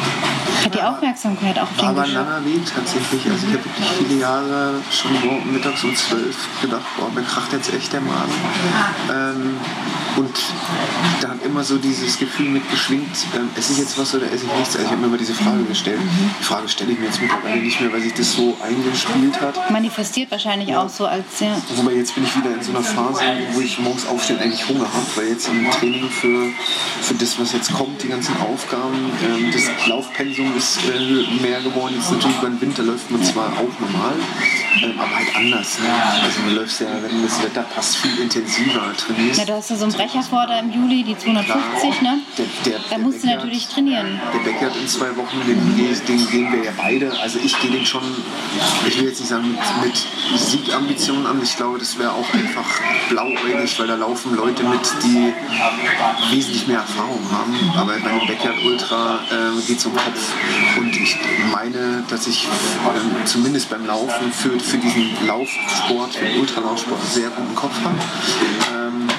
und hat die Aufmerksamkeit auch war aber ein langer Weg tatsächlich. Also ich habe wirklich viele Jahre schon mittags um zwölf gedacht, boah, mir kracht jetzt echt der Magen. Ähm, und da hat immer so dieses Gefühl mitgeschwingt, ähm, esse ich jetzt was oder esse ich nichts? Also ich habe mir immer diese Frage gestellt. Die Frage stelle ich mir jetzt mittlerweile nicht mehr, weil sich das so eingespielt hat. Manifestiert wahrscheinlich ja. auch so als, ja. Wobei jetzt bin ich wieder in so einer Phase, wo ich morgens aufstehe und eigentlich Hunger habe, weil jetzt im Training für, für das, was jetzt kommt, die ganzen Aufgaben, ähm, das Laufpensum ist äh, mehr geworden. Jetzt natürlich über den Winter läuft man zwar auch normal, ähm, aber halt anders. Ne? Also man läuft ja, wenn das Wetter passt, viel intensiver trainierst. Ja, du hast ja so einen Brecher vor da im Juli, die zweihundertfünfzig, Klar, ne? Der, der, da musst du natürlich trainieren. Der Beckert in zwei Wochen, den, den gehen wir ja beide. Also ich gehe den schon, ich will jetzt nicht sagen mit, mit Siegambitionen an. Ich glaube, das wäre auch einfach blauäugig, weil da laufen Leute mit, die wesentlich mehr Erfahrung haben. Aber bei dem Backyard Ultra äh, geht es um Kopf. Und ich meine, dass ich äh, zumindest beim Laufen für, für diesen Laufsport, für den Ultralaufsport, einen sehr guten Kopf habe. Ähm, und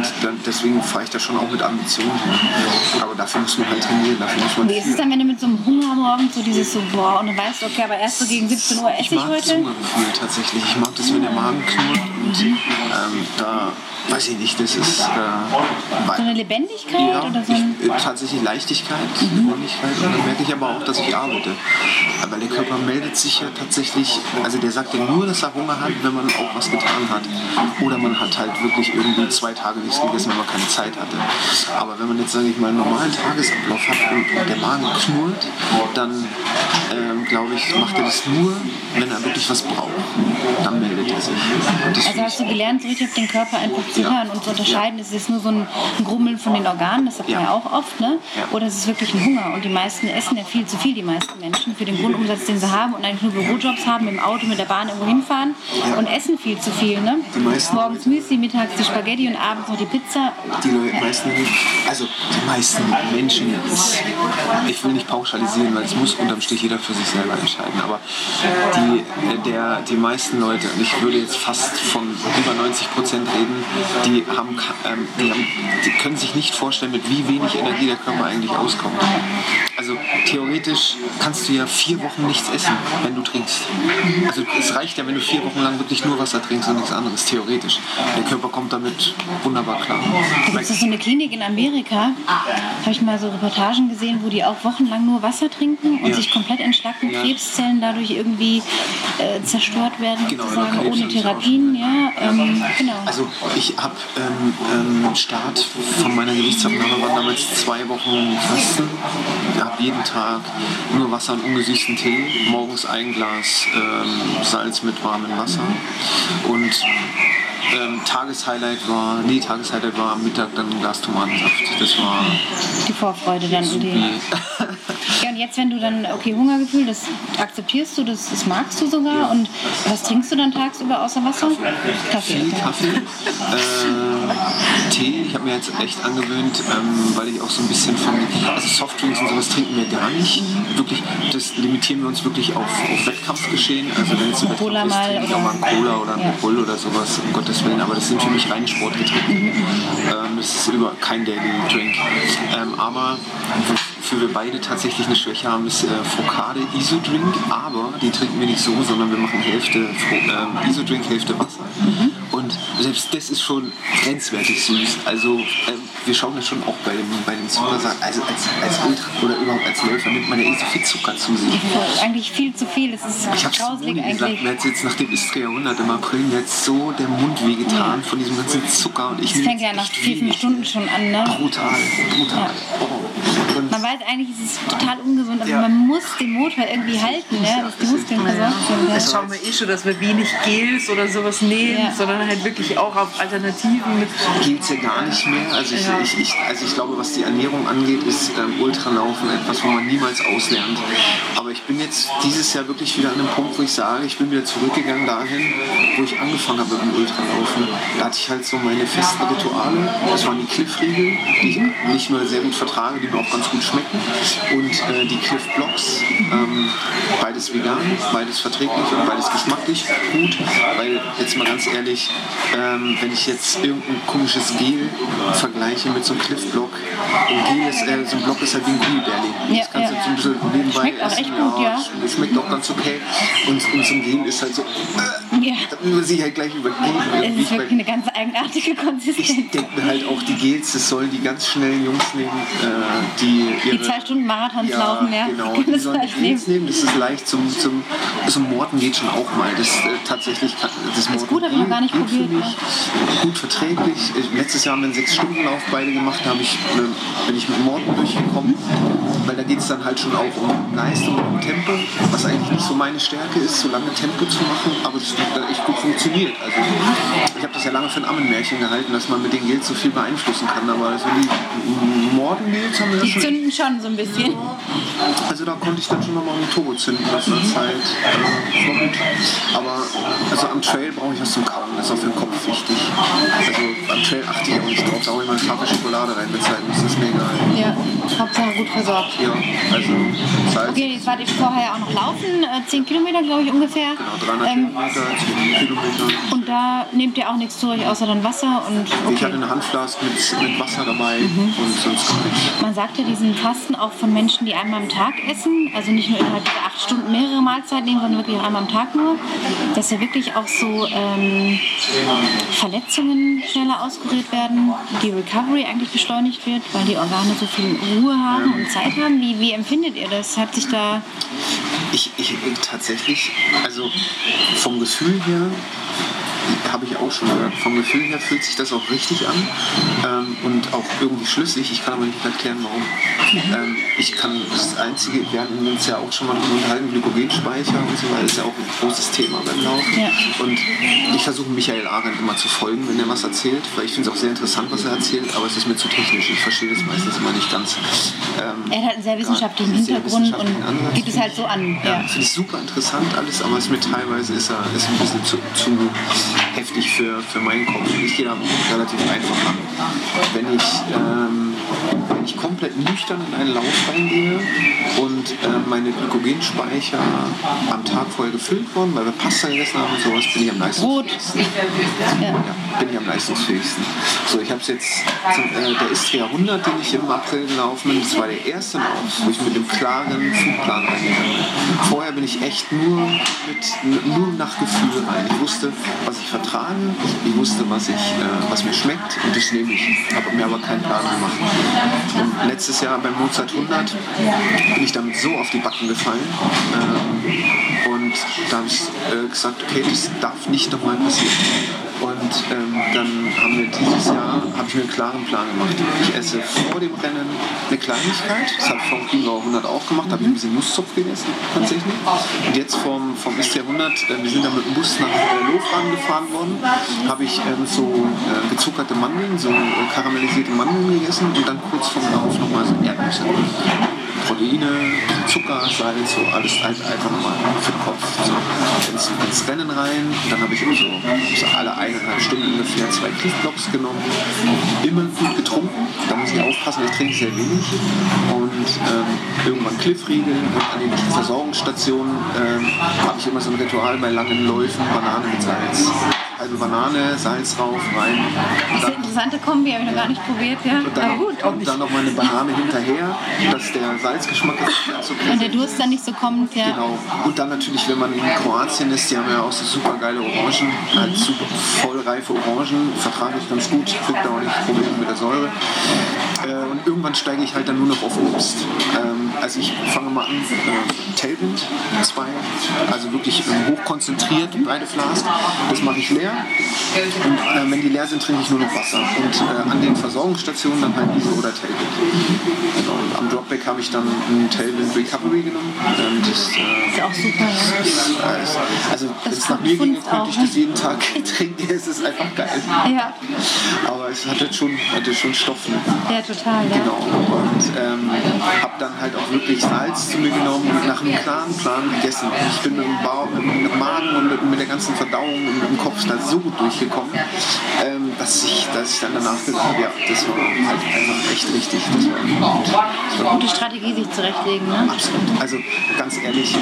und dann, deswegen fahre ich da schon auch mit Ambitionen hin. Aber dafür muss man halt trainieren, dafür muss man Wie ist es dann, wenn du mit so einem Hunger morgens so dieses so, boah, und du weißt, okay, aber erst so gegen siebzehn Uhr esse ich, ich mag heute? das Hungergefühl tatsächlich. Ich mag das, wenn der Magen knurrt und ähm, da, weiß ich nicht, das ist... Äh, so eine Lebendigkeit ja, oder so? Ich, äh, tatsächlich Leichtigkeit, mhm. Fröhlichkeit und dann merke ich aber auch, dass ich arbeite. Weil der Körper meldet sich ja tatsächlich, also der sagt ja nur, dass er Hunger hat, wenn man auch was getan hat. Oder man hat halt wirklich irgendwie zwei Tage nichts gegessen, wenn man keine Zeit hatte. Aber wenn man jetzt, sage ich mal, einen normalen Tagesablauf hat und, und der Magen knurrt, dann ähm, glaube ich, macht er das nur, wenn er wirklich was braucht. Dann meldet er sich. Also hast du gelernt, so richtig auf den Körper einfach zu hören ja. und zu unterscheiden, ja. ist es nur so ein Grummeln von den Organen, das hat man ja, ja auch oft, ne? Ja. Oder ist es wirklich ein Hunger? Und die meisten essen ja viel zu viel, die meisten Menschen, für den Grundumsatz, den sie haben und eigentlich nur Bürojobs haben, mit dem Auto, mit der Bahn irgendwo hinfahren ja. und essen viel zu viel, ne? Morgens Müsli, mittags die Spaghetti und abends noch die Pizza. Die Leute, ja. meisten, also die meisten Menschen, ist, ich will nicht pauschalisieren, weil es muss unterm Strich jeder für sich selber entscheiden, aber die, der, die meisten Leute, und ich würde jetzt fast von über neunzig Prozent reden, die, haben, ähm, die, haben, die können sich nicht vorstellen, mit wie wenig Energie der Körper eigentlich auskommt. Also theoretisch kannst du ja vier Wochen nichts essen, wenn du trinkst. Also es reicht ja, wenn du vier Wochen lang wirklich nur Wasser trinkst und nichts anderes, theoretisch. Der Körper kommt damit wunderbar klar. Da gibt es so eine Klinik in Amerika, habe ich mal so Reportagen gesehen, wo die auch wochenlang nur Wasser trinken und ja. sich komplett entschlacken, ja. Krebszellen dadurch irgendwie äh, zerstört werden, genau, sozusagen, ohne Therapien. Ja, ähm, genau. Also ich habe ähm, ähm, Start von meiner Gewichtsabnahme waren damals zwei Wochen Fasten. Ich habe jeden Tag nur Wasser und ungesüßten Tee, morgens ein Glas ähm, Salz mit warmem Wasser und Ähm, Tageshighlight war, nee, Tageshighlight war am Mittag dann ein Glas Tomatensaft. Das war die Vorfreude dann. Und die ja, und jetzt, wenn du dann, okay, Hungergefühl, das akzeptierst du, das, das magst du sogar. Ja. Und was trinkst du dann tagsüber außer Wasser? Kaffee. Viel Kaffee. äh, Tee, ich habe mir jetzt echt angewöhnt, ähm, weil ich auch so ein bisschen von, also Softdrinks und sowas trinken wir gar nicht. Mhm. Wirklich, das limitieren wir uns wirklich auf, auf Wettkampfgeschehen. Also wenn es ein Wettkampf ist, trinke ich auch mal einen Cola oder einen ja. Bull oder sowas, um Gottes Willen, aber das sind für mich reine Sportgetränke. Mhm. Ähm, das ist über kein Daily Drink. Ähm, aber wofür wir beide tatsächlich eine Schwäche haben, ist äh, Focade Isodrink, aber die trinken wir nicht so, sondern wir machen Hälfte äh, Isodrink, Hälfte Wasser. Mhm. Und selbst das ist schon grenzwertig süß. Also äh, wir schauen das schon auch bei dem, bei dem Zucker, also als, als Ultra oder überhaupt als Läufer nimmt man ja eh so viel Zucker zu sich. Ja, eigentlich viel zu viel, das ist ich grauslig eigentlich. Gesagt, mir hat jetzt nach dem Istria hundert im April mir jetzt so der Mund wehgetan ja. von diesem ganzen Zucker. Und ich das fängt ja nach vier, fünf Stunden schon an, ne? Brutal, brutal. Ja. Oh. Man weiß eigentlich, es ist total ungesund, aber ja. man muss den Motor irgendwie halten, ja, dass die Muskeln versorgt sind. Ja. Das schauen wir eh schon, dass wir wenig Gels oder sowas nehmen, ja. sondern halt wirklich auch auf Alternativen mit. Gels ja gar nicht mehr. Also ich, ja. ich, ich, also ich glaube, was die Ernährung angeht, ist ähm, Ultralaufen etwas, wo man niemals auslernt. Aber ich bin jetzt dieses Jahr wirklich wieder an einem Punkt, wo ich sage, ich bin wieder zurückgegangen dahin, wo ich angefangen habe mit dem Ultralaufen. Da hatte ich halt so meine festen Rituale. Das waren die Cliff-Riegel, die ich nicht nur sehr gut vertrage, die mir auch ganz gut schmecken. Und äh, die Cliff Blocks, ähm, beides vegan, beides verträglich und beides geschmacklich gut. Weil, jetzt mal ganz ehrlich, ähm, wenn ich jetzt irgendein komisches Gel vergleiche mit so einem Cliff Block, ein Gel ist, äh, so ein Block ist halt wie ein Gummibärli. Ja, das kannst ja. du so ein bisschen nebenbei schmeckt auch essen. echt gut, ja. ja. Schmeckt auch ganz okay. Und, und so ein Gel ist halt so, äh, ja. da will man sich halt gleich übergeben. Es ist wirklich eine ganz eigenartige Konsistenz. Ich denke mir halt auch, die Gels, das sollen die ganz schnellen Jungs nehmen, äh, die ihre, die zwei Stunden Marathons ja, laufen, ja. Genau, die sollen die Gels nehmen, das ist leicht zum, zum, zum Morten geht schon auch mal. Das äh, tatsächlich kann, das ist gut, habe ich noch gar nicht probiert. Mich, ja. Gut verträglich. Ich, letztes Jahr haben wir einen sechs Stunden Lauf beide gemacht, da ich, äh, bin ich mit Morten durchgekommen, weil da geht es dann halt schon auch um Leistung und um Tempo, was eigentlich nicht so meine Stärke ist, so lange Tempo zu machen, aber das hat echt gut funktioniert. Also ich habe das ja lange für ein Ammenmärchen gehalten, dass man mit den Gels so viel beeinflussen kann, aber also die Morten-Gels haben wir die schon... zünden schon so ein bisschen. Also da konnte ich dann schon nochmal einen Turbo zünden, das war halt, äh, war gut. Aber also am Trail brauche ich was zum Kauen, das ist auch für den Kopf wichtig. Also am Trail achte ich auch nicht drauf, da hole ich mal eine Tafel Schokolade rein mit Zeit, das ist mir egal. Ja, Hauptsache Wasser gut versorgt. Ja, also Salz. Okay, jetzt wart ihr vorher auch noch laufen, äh, zehn Kilometer glaube ich ungefähr. Genau, dreihundert ähm, Kilometer, zehn Kilometer. Und da nehmt ihr auch nichts zu euch, außer dann Wasser und okay. Ich hatte eine Handflasche mit, mit Wasser dabei mhm. und sonst gar nichts. Man sagt ja diesen Fasten auch von Menschen, die einmal am Tag essen, also nicht nur innerhalb dieser acht Stunden mehrere Mahlzeiten nehmen, sondern wirklich auch einmal am Tag nur, dass ja wirklich auch so ähm, Verletzungen schneller ausgerührt werden, die Recovery eigentlich beschleunigt wird, weil die Organe so viel Ruhe haben ähm. und Zeit haben. Wie, wie empfindet ihr das? Hat sich da... Ich, ich tatsächlich, also vom Gefühl her, habe ich auch schon gehört. Vom Gefühl her fühlt sich das auch richtig an ähm, und auch irgendwie schlüssig. Ich kann aber nicht erklären, warum. Mhm. Ähm, ich kann das Einzige, wir hatten uns ja auch schon mal drüber unterhalten, Glykogenspeicher und so weiter, ist ja auch ein großes Thema beim Laufen. Ja. Und ich versuche Michael Arendt immer zu folgen, wenn er was erzählt, weil ich finde es auch sehr interessant, was er erzählt, aber es ist mir zu technisch. Ich verstehe das meistens immer nicht ganz. Ähm, er hat einen sehr wissenschaftlichen Hintergrund sehr und Ansatz. Gibt es halt so an. Ja, ja. Finde ich super interessant alles, aber es mit teilweise ist er ist ein bisschen zu, zu heftig für, für meinen Kopf. Ich gehe da relativ einfach an. Wenn ich, ähm, wenn ich komplett nüchtern in einen Lauf reingehe und äh, meine Glykogenspeicher am Tag vorher gefüllt wurden, weil wir Pasta gegessen haben und sowas, bin ich am leistungsfähigsten. Ja. Ja, bin ich am leistungsfähigsten. So, ich habe es jetzt, zum, äh, der Istria hundert, den ich im April gelaufen bin, das war der erste Lauf, wo ich mit dem klaren Flugplan reingegangen bin. Vorher bin ich echt nur, mit, nur nach Gefühl rein. Ich wusste, was ich vertrage, ich wusste, was, ich, äh, was mir schmeckt und das nehme ich. Ich habe mir aber keinen Plan gemacht. Und letztes Jahr beim Mozart hundert bin ich damit so auf die Backen gefallen ähm, und da habe ich äh, gesagt, okay, das darf nicht nochmal passieren. Und ähm, dann haben wir dieses Jahr, habe ich mir einen klaren Plan gemacht. Ich esse vor dem Rennen eine Kleinigkeit, das habe ich vom Chiemgauer hundert auch gemacht, da habe ich ein bisschen Nusszupf gegessen tatsächlich. Und jetzt vom, vom Istria hundert, äh, wir sind dann mit dem Bus nach äh, Lofran gefahren worden, habe ich ähm, so äh, gezuckerte Mandeln, so äh, karamellisierte Mandeln gegessen und dann kurz vorm Lauf nochmal so Erdnüsse. Proteine, Zucker, Salz, so alles einfach nochmal für den Kopf. So ins, ins Rennen rein. Und dann habe ich so, so alle eineinhalb Stunden ungefähr zwei Cliff-Blocks genommen. Immer gut getrunken. Da muss ich aufpassen, ich trinke sehr wenig. Und ähm, irgendwann Cliff-Riegel. Und an den Versorgungsstationen ähm, habe ich immer so ein Ritual bei langen Läufen, Banane mit Salz. Halbe Banane, Salz rauf, rein. Das ist eine interessante Kombi, habe ich noch gar nicht probiert. Ja. Und dann, gut, und dann noch mal eine Banane hinterher, dass der Salzgeschmack ist so und der Durst dann nicht so kommt. Ja. Genau. Und dann natürlich, wenn man in Kroatien ist, die haben ja auch so super geile Orangen, halt super vollreife Orangen, vertrage ich ganz gut, kriege da auch nicht Probleme mit der Säure. Äh, und irgendwann steige ich halt dann nur noch auf Obst. Ähm, also ich fange mal an, äh, Tailwind zwei, also wirklich äh, hochkonzentriert, beide Flask. Das mache ich leer. Und äh, wenn die leer sind, trinke ich nur noch Wasser. Und äh, an den Versorgungsstationen dann halt Iso oder Tailwind. Genau. Und am Dropback habe ich dann einen Tailwind Recovery genommen. Und das äh, ist auch super, ja. Ist, also wenn es nach mir ginge, könnte ich das jeden Tag trinken. Es ist einfach geil. Ja. Aber es hatte schon, hatte schon Stoff. Ne? Ja, total. Ja. Genau. Und ähm, habe dann halt auch wirklich Salz zu mir genommen und nach einem klaren Plan gegessen. Ich bin mit dem, Bauch, mit dem Magen und mit, mit der ganzen Verdauung und mit dem Kopf da so gut durchgekommen, ähm, dass, ich, dass ich dann danach gesagt habe, ja, das war halt einfach echt richtig. Das war gut. Das war gute Strategie, sich zurechtlegen, ne? Absolut. Also ganz ehrlich, äh,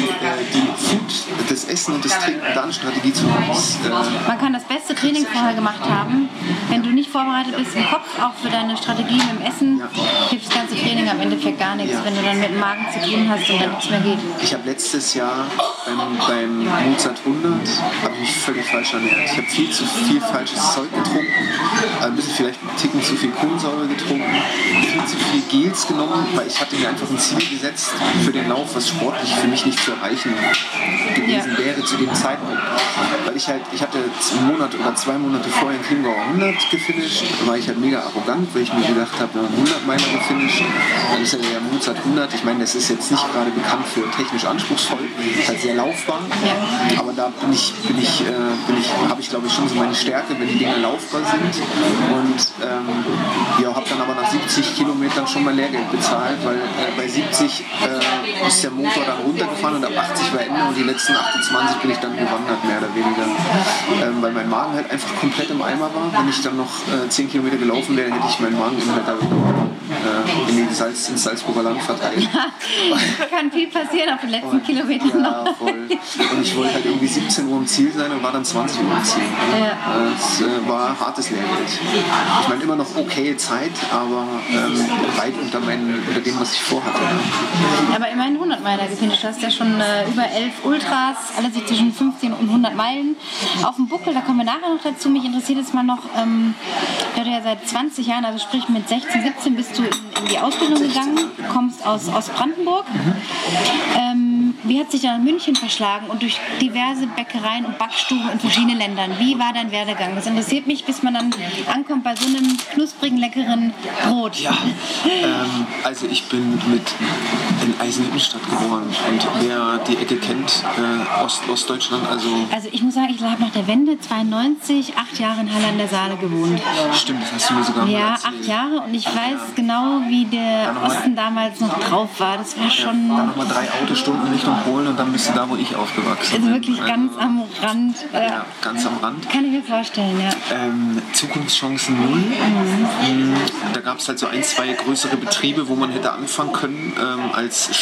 die Food, das Essen und das Trinken, da eine Strategie zu haben, ist, äh, man kann das beste Training vorher gemacht haben. Wenn du nicht vorbereitet bist im Kopf, auch für deine Strategie mit dem Essen, ja. hilft das ganze Training am Endeffekt gar nichts, ja. wenn du dann mit dem Magen zu tun hast und dann nichts mehr geht. Ich habe letztes Jahr beim, beim Mozart hundert habe ich mich völlig falsch ernährt. Ich habe viel zu viel falsches Zeug getrunken, ein bisschen vielleicht einen Ticken zu viel Kohlensäure getrunken, viel zu viel Gels genommen, weil ich hatte mir einfach ein Ziel gesetzt für den Lauf, was sportlich für mich nicht zu erreichen gewesen ja. wäre zu dem Zeitpunkt. Weil ich halt, ich hatte einen Monat oder zwei Monate vorher in Chiemgauer hundert gefinisht, war ich halt mega arrogant, weil ich mir gedacht habe, hundert Meiler gefinisht, dann ist ja der Mozart hundert, ich meine, das ist jetzt nicht gerade bekannt für technisch anspruchsvoll, ist halt sehr laufbar, ja. aber da bin ich, bin ich, äh, bin ich, habe ich glaube ich schon so meine Stärke, wenn die Dinge laufbar sind und ähm, ja, habe dann aber nach siebzig Kilometern schon mein Lehrgeld bezahlt, weil äh, bei siebzig äh, ist der Motor dann runtergefahren und ab achtzig war Ende und die letzten achtundzwanzig bin ich dann gewandert, mehr oder weniger, ähm, weil mein Magen halt einfach komplett im Eimer war. Wenn ich dann noch äh, zehn Kilometer gelaufen wäre, hätte ich meinen Magen in, äh, in die Salz ins Salzburger Land verteilt. Kann viel passieren auf den letzten und, Kilometern ja, noch. Voll. Und ich wollte halt irgendwie siebzehn Uhr im Ziel sein und war dann zwanzig Uhr im Ziel. Ja. Das äh, war hartes Lehrgeld. Ich meine, immer noch okay Zeit, aber ähm, weit unter, meinen, unter dem, was ich vorhatte. Aber immerhin hundert Meiler gefinisht. Du hast ja schon äh, über elf Ultras, alle so zwischen fünfzehn und hundert Meilen auf dem Buckel. Da kommen wir nachher noch dazu. Mich interessiert jetzt mal noch, ähm, du ja seit zwanzig Jahren, also sprich mit sechzehn, siebzehn bist du in, in die Ausbildung gegangen, kommst aus Ostbrandenburg. Mhm. Ähm, wie hat sich dann nach München verschlagen und durch diverse Bäckereien und Backstuben in verschiedenen Ländern? Wie war dein Werdegang? Das interessiert mich, bis man dann ankommt bei so einem knusprigen, leckeren Brot. Ja, ähm, also ich bin mit in Eisenhüttenstadt geboren und wer die Ecke kennt, äh, Ost, Ostdeutschland, also... Also ich muss sagen, ich habe nach der Wende zweiundneunzig acht Jahre in Halle an der Saale gewohnt. Stimmt, das hast du mir sogar mal Ja, erzählt. acht Jahre und ich weiß ja. genau, wie der Osten damals noch drauf war. Das war schon... Ja, dann nochmal drei Autostunden Richtung Polen und dann bist du da, wo ich aufgewachsen bin. Also wirklich also, ganz am Rand. Äh, ja, ganz am Rand. Kann ich mir vorstellen, ja. Ähm, Zukunftschancen null. Mhm. Da gab es halt so ein, zwei größere Betriebe, wo man hätte anfangen können ähm, als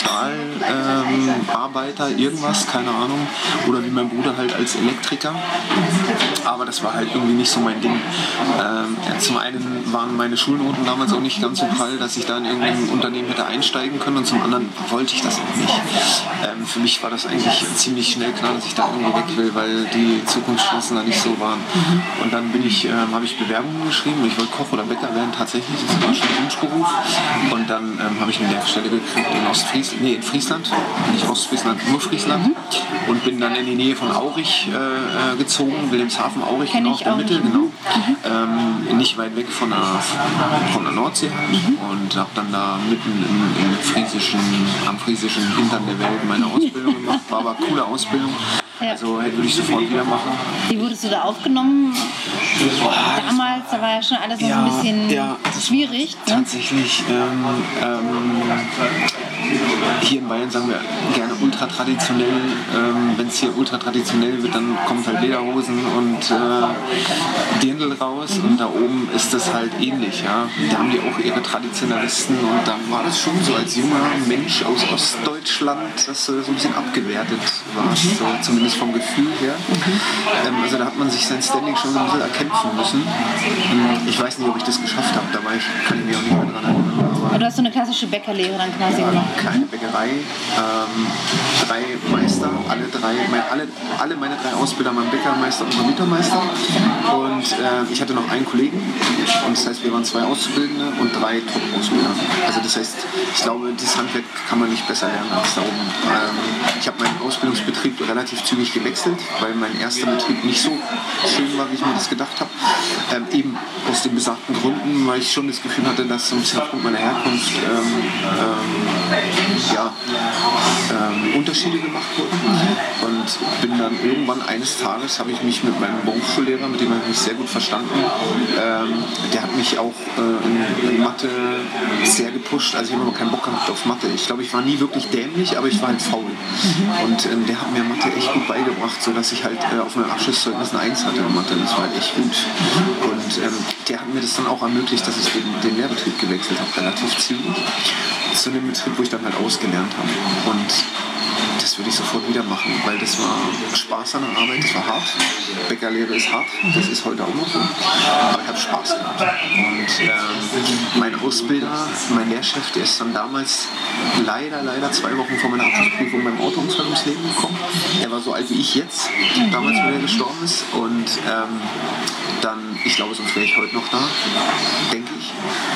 Stahlarbeiter, ähm, irgendwas, keine Ahnung. Oder wie mein Bruder halt als Elektriker. Aber das war halt irgendwie nicht so mein Ding. Ähm, ja, zum einen waren meine Schulnoten damals auch nicht ganz so prall, dass ich da in irgendein Unternehmen hätte einsteigen können und zum anderen wollte ich das auch nicht. Ähm, für mich war das eigentlich ziemlich schnell klar, dass ich da irgendwie weg will, weil die Zukunftschancen da nicht so waren. Und dann bin ich, ähm, habe ich Bewerbungen geschrieben. Ich wollte Koch oder Bäcker werden tatsächlich. Das war schon ein Wunschberuf. Und dann ähm, habe ich eine Lehrstelle gekriegt in Ostfriesland, nee, in Friesland, nicht Ostfriesland, nur Friesland. Und bin dann in die Nähe von Aurich äh, gezogen, Wilhelmshaven, Aurich, genau auf der Mitte, genau. Mhm. Ähm, nicht weit weg von der, von der Nordsee halt. Mhm. Und habe dann da mitten im, im friesischen, am friesischen Hintern der Welt meine Ausbildung gemacht. War aber eine coole Ausbildung. Ja. Also würde ich sofort wieder machen. Wie wurdest du da aufgenommen? Boah, damals, da war ja schon alles noch ja, ein bisschen ja, schwierig. Ne? Tatsächlich. Ähm, ähm, hier in Bayern sagen wir gerne ultra traditionell. Ähm, Wenn es hier ultra traditionell wird, dann kommt halt Lederhosen und äh, Dirndl raus. Mhm. Und da oben ist das halt ähnlich. Ja? Da haben die auch ihre Traditionalisten. Und dann war das schon so als junger Mensch aus Ostdeutschland, dass du so ein bisschen abgewertet warst. Mhm. So, zumindest vom Gefühl her. Mhm. Ähm, also da hat man sich sein Standing schon so ein bisschen erkämpfen müssen. Ich weiß nicht, ob ich das geschafft habe. Da war ich, kann ich mich auch nicht mehr dran erinnern. Aber du hast so eine klassische Bäckerlehre dann quasi ja, gemacht. Keine Bäckerei, ähm, drei Meister, alle drei, mein, alle, alle meine drei Ausbilder waren Bäckermeister und Konditormeister. Und äh, ich hatte noch einen Kollegen. Und das heißt, wir waren zwei Auszubildende und drei Top-Ausbilder. Also das heißt, ich glaube, das Handwerk kann man nicht besser lernen als da oben. Ähm, ich habe meinen Ausbildungsbetrieb relativ zügig gewechselt, weil mein erster Betrieb nicht so schön war, wie ich mir das gedacht habe. Ähm, eben aus den besagten Gründen, weil ich schon das Gefühl hatte, dass so ein bisschen aufgrund meiner Herkunft ähm, ähm, ja, ähm, Unterschiede gemacht wurden. Und bin dann irgendwann eines Tages, habe ich mich mit meinem Berufsschullehrer, mit dem habe ich mich sehr gut verstanden, ähm, der hat mich auch äh, in, in Mathe sehr gepusht. Also ich habe aber keinen Bock gehabt auf Mathe. Ich glaube, ich war nie wirklich dämlich, aber ich war halt faul. Und ähm, der hat mir Mathe echt gut beigebracht, sodass ich halt äh, auf meinem Abschlusszeugnis eine eins hatte in Mathe. Das war halt echt gut. Und ähm, der hat mir das dann auch ermöglicht, dass ich den, den Lehrbetrieb gewechselt habe, relativ zügig, zu einem Betrieb, wo ich dann halt ausgelernt habe. Und das würde ich sofort wieder machen, weil das war Spaß an der Arbeit, das war hart. Bäckerlehre ist hart, das ist heute auch noch so. Aber ich habe Spaß gehabt. Und ähm, mein Ausbilder, mein Lehrchef, der ist dann damals leider, leider zwei Wochen vor meiner Abschlussprüfung beim Autounfall ums Leben gekommen. Er war so alt wie ich jetzt, damals, wo er gestorben ist. Und ähm, dann, ich glaube, sonst wäre ich heute noch da, denke ich.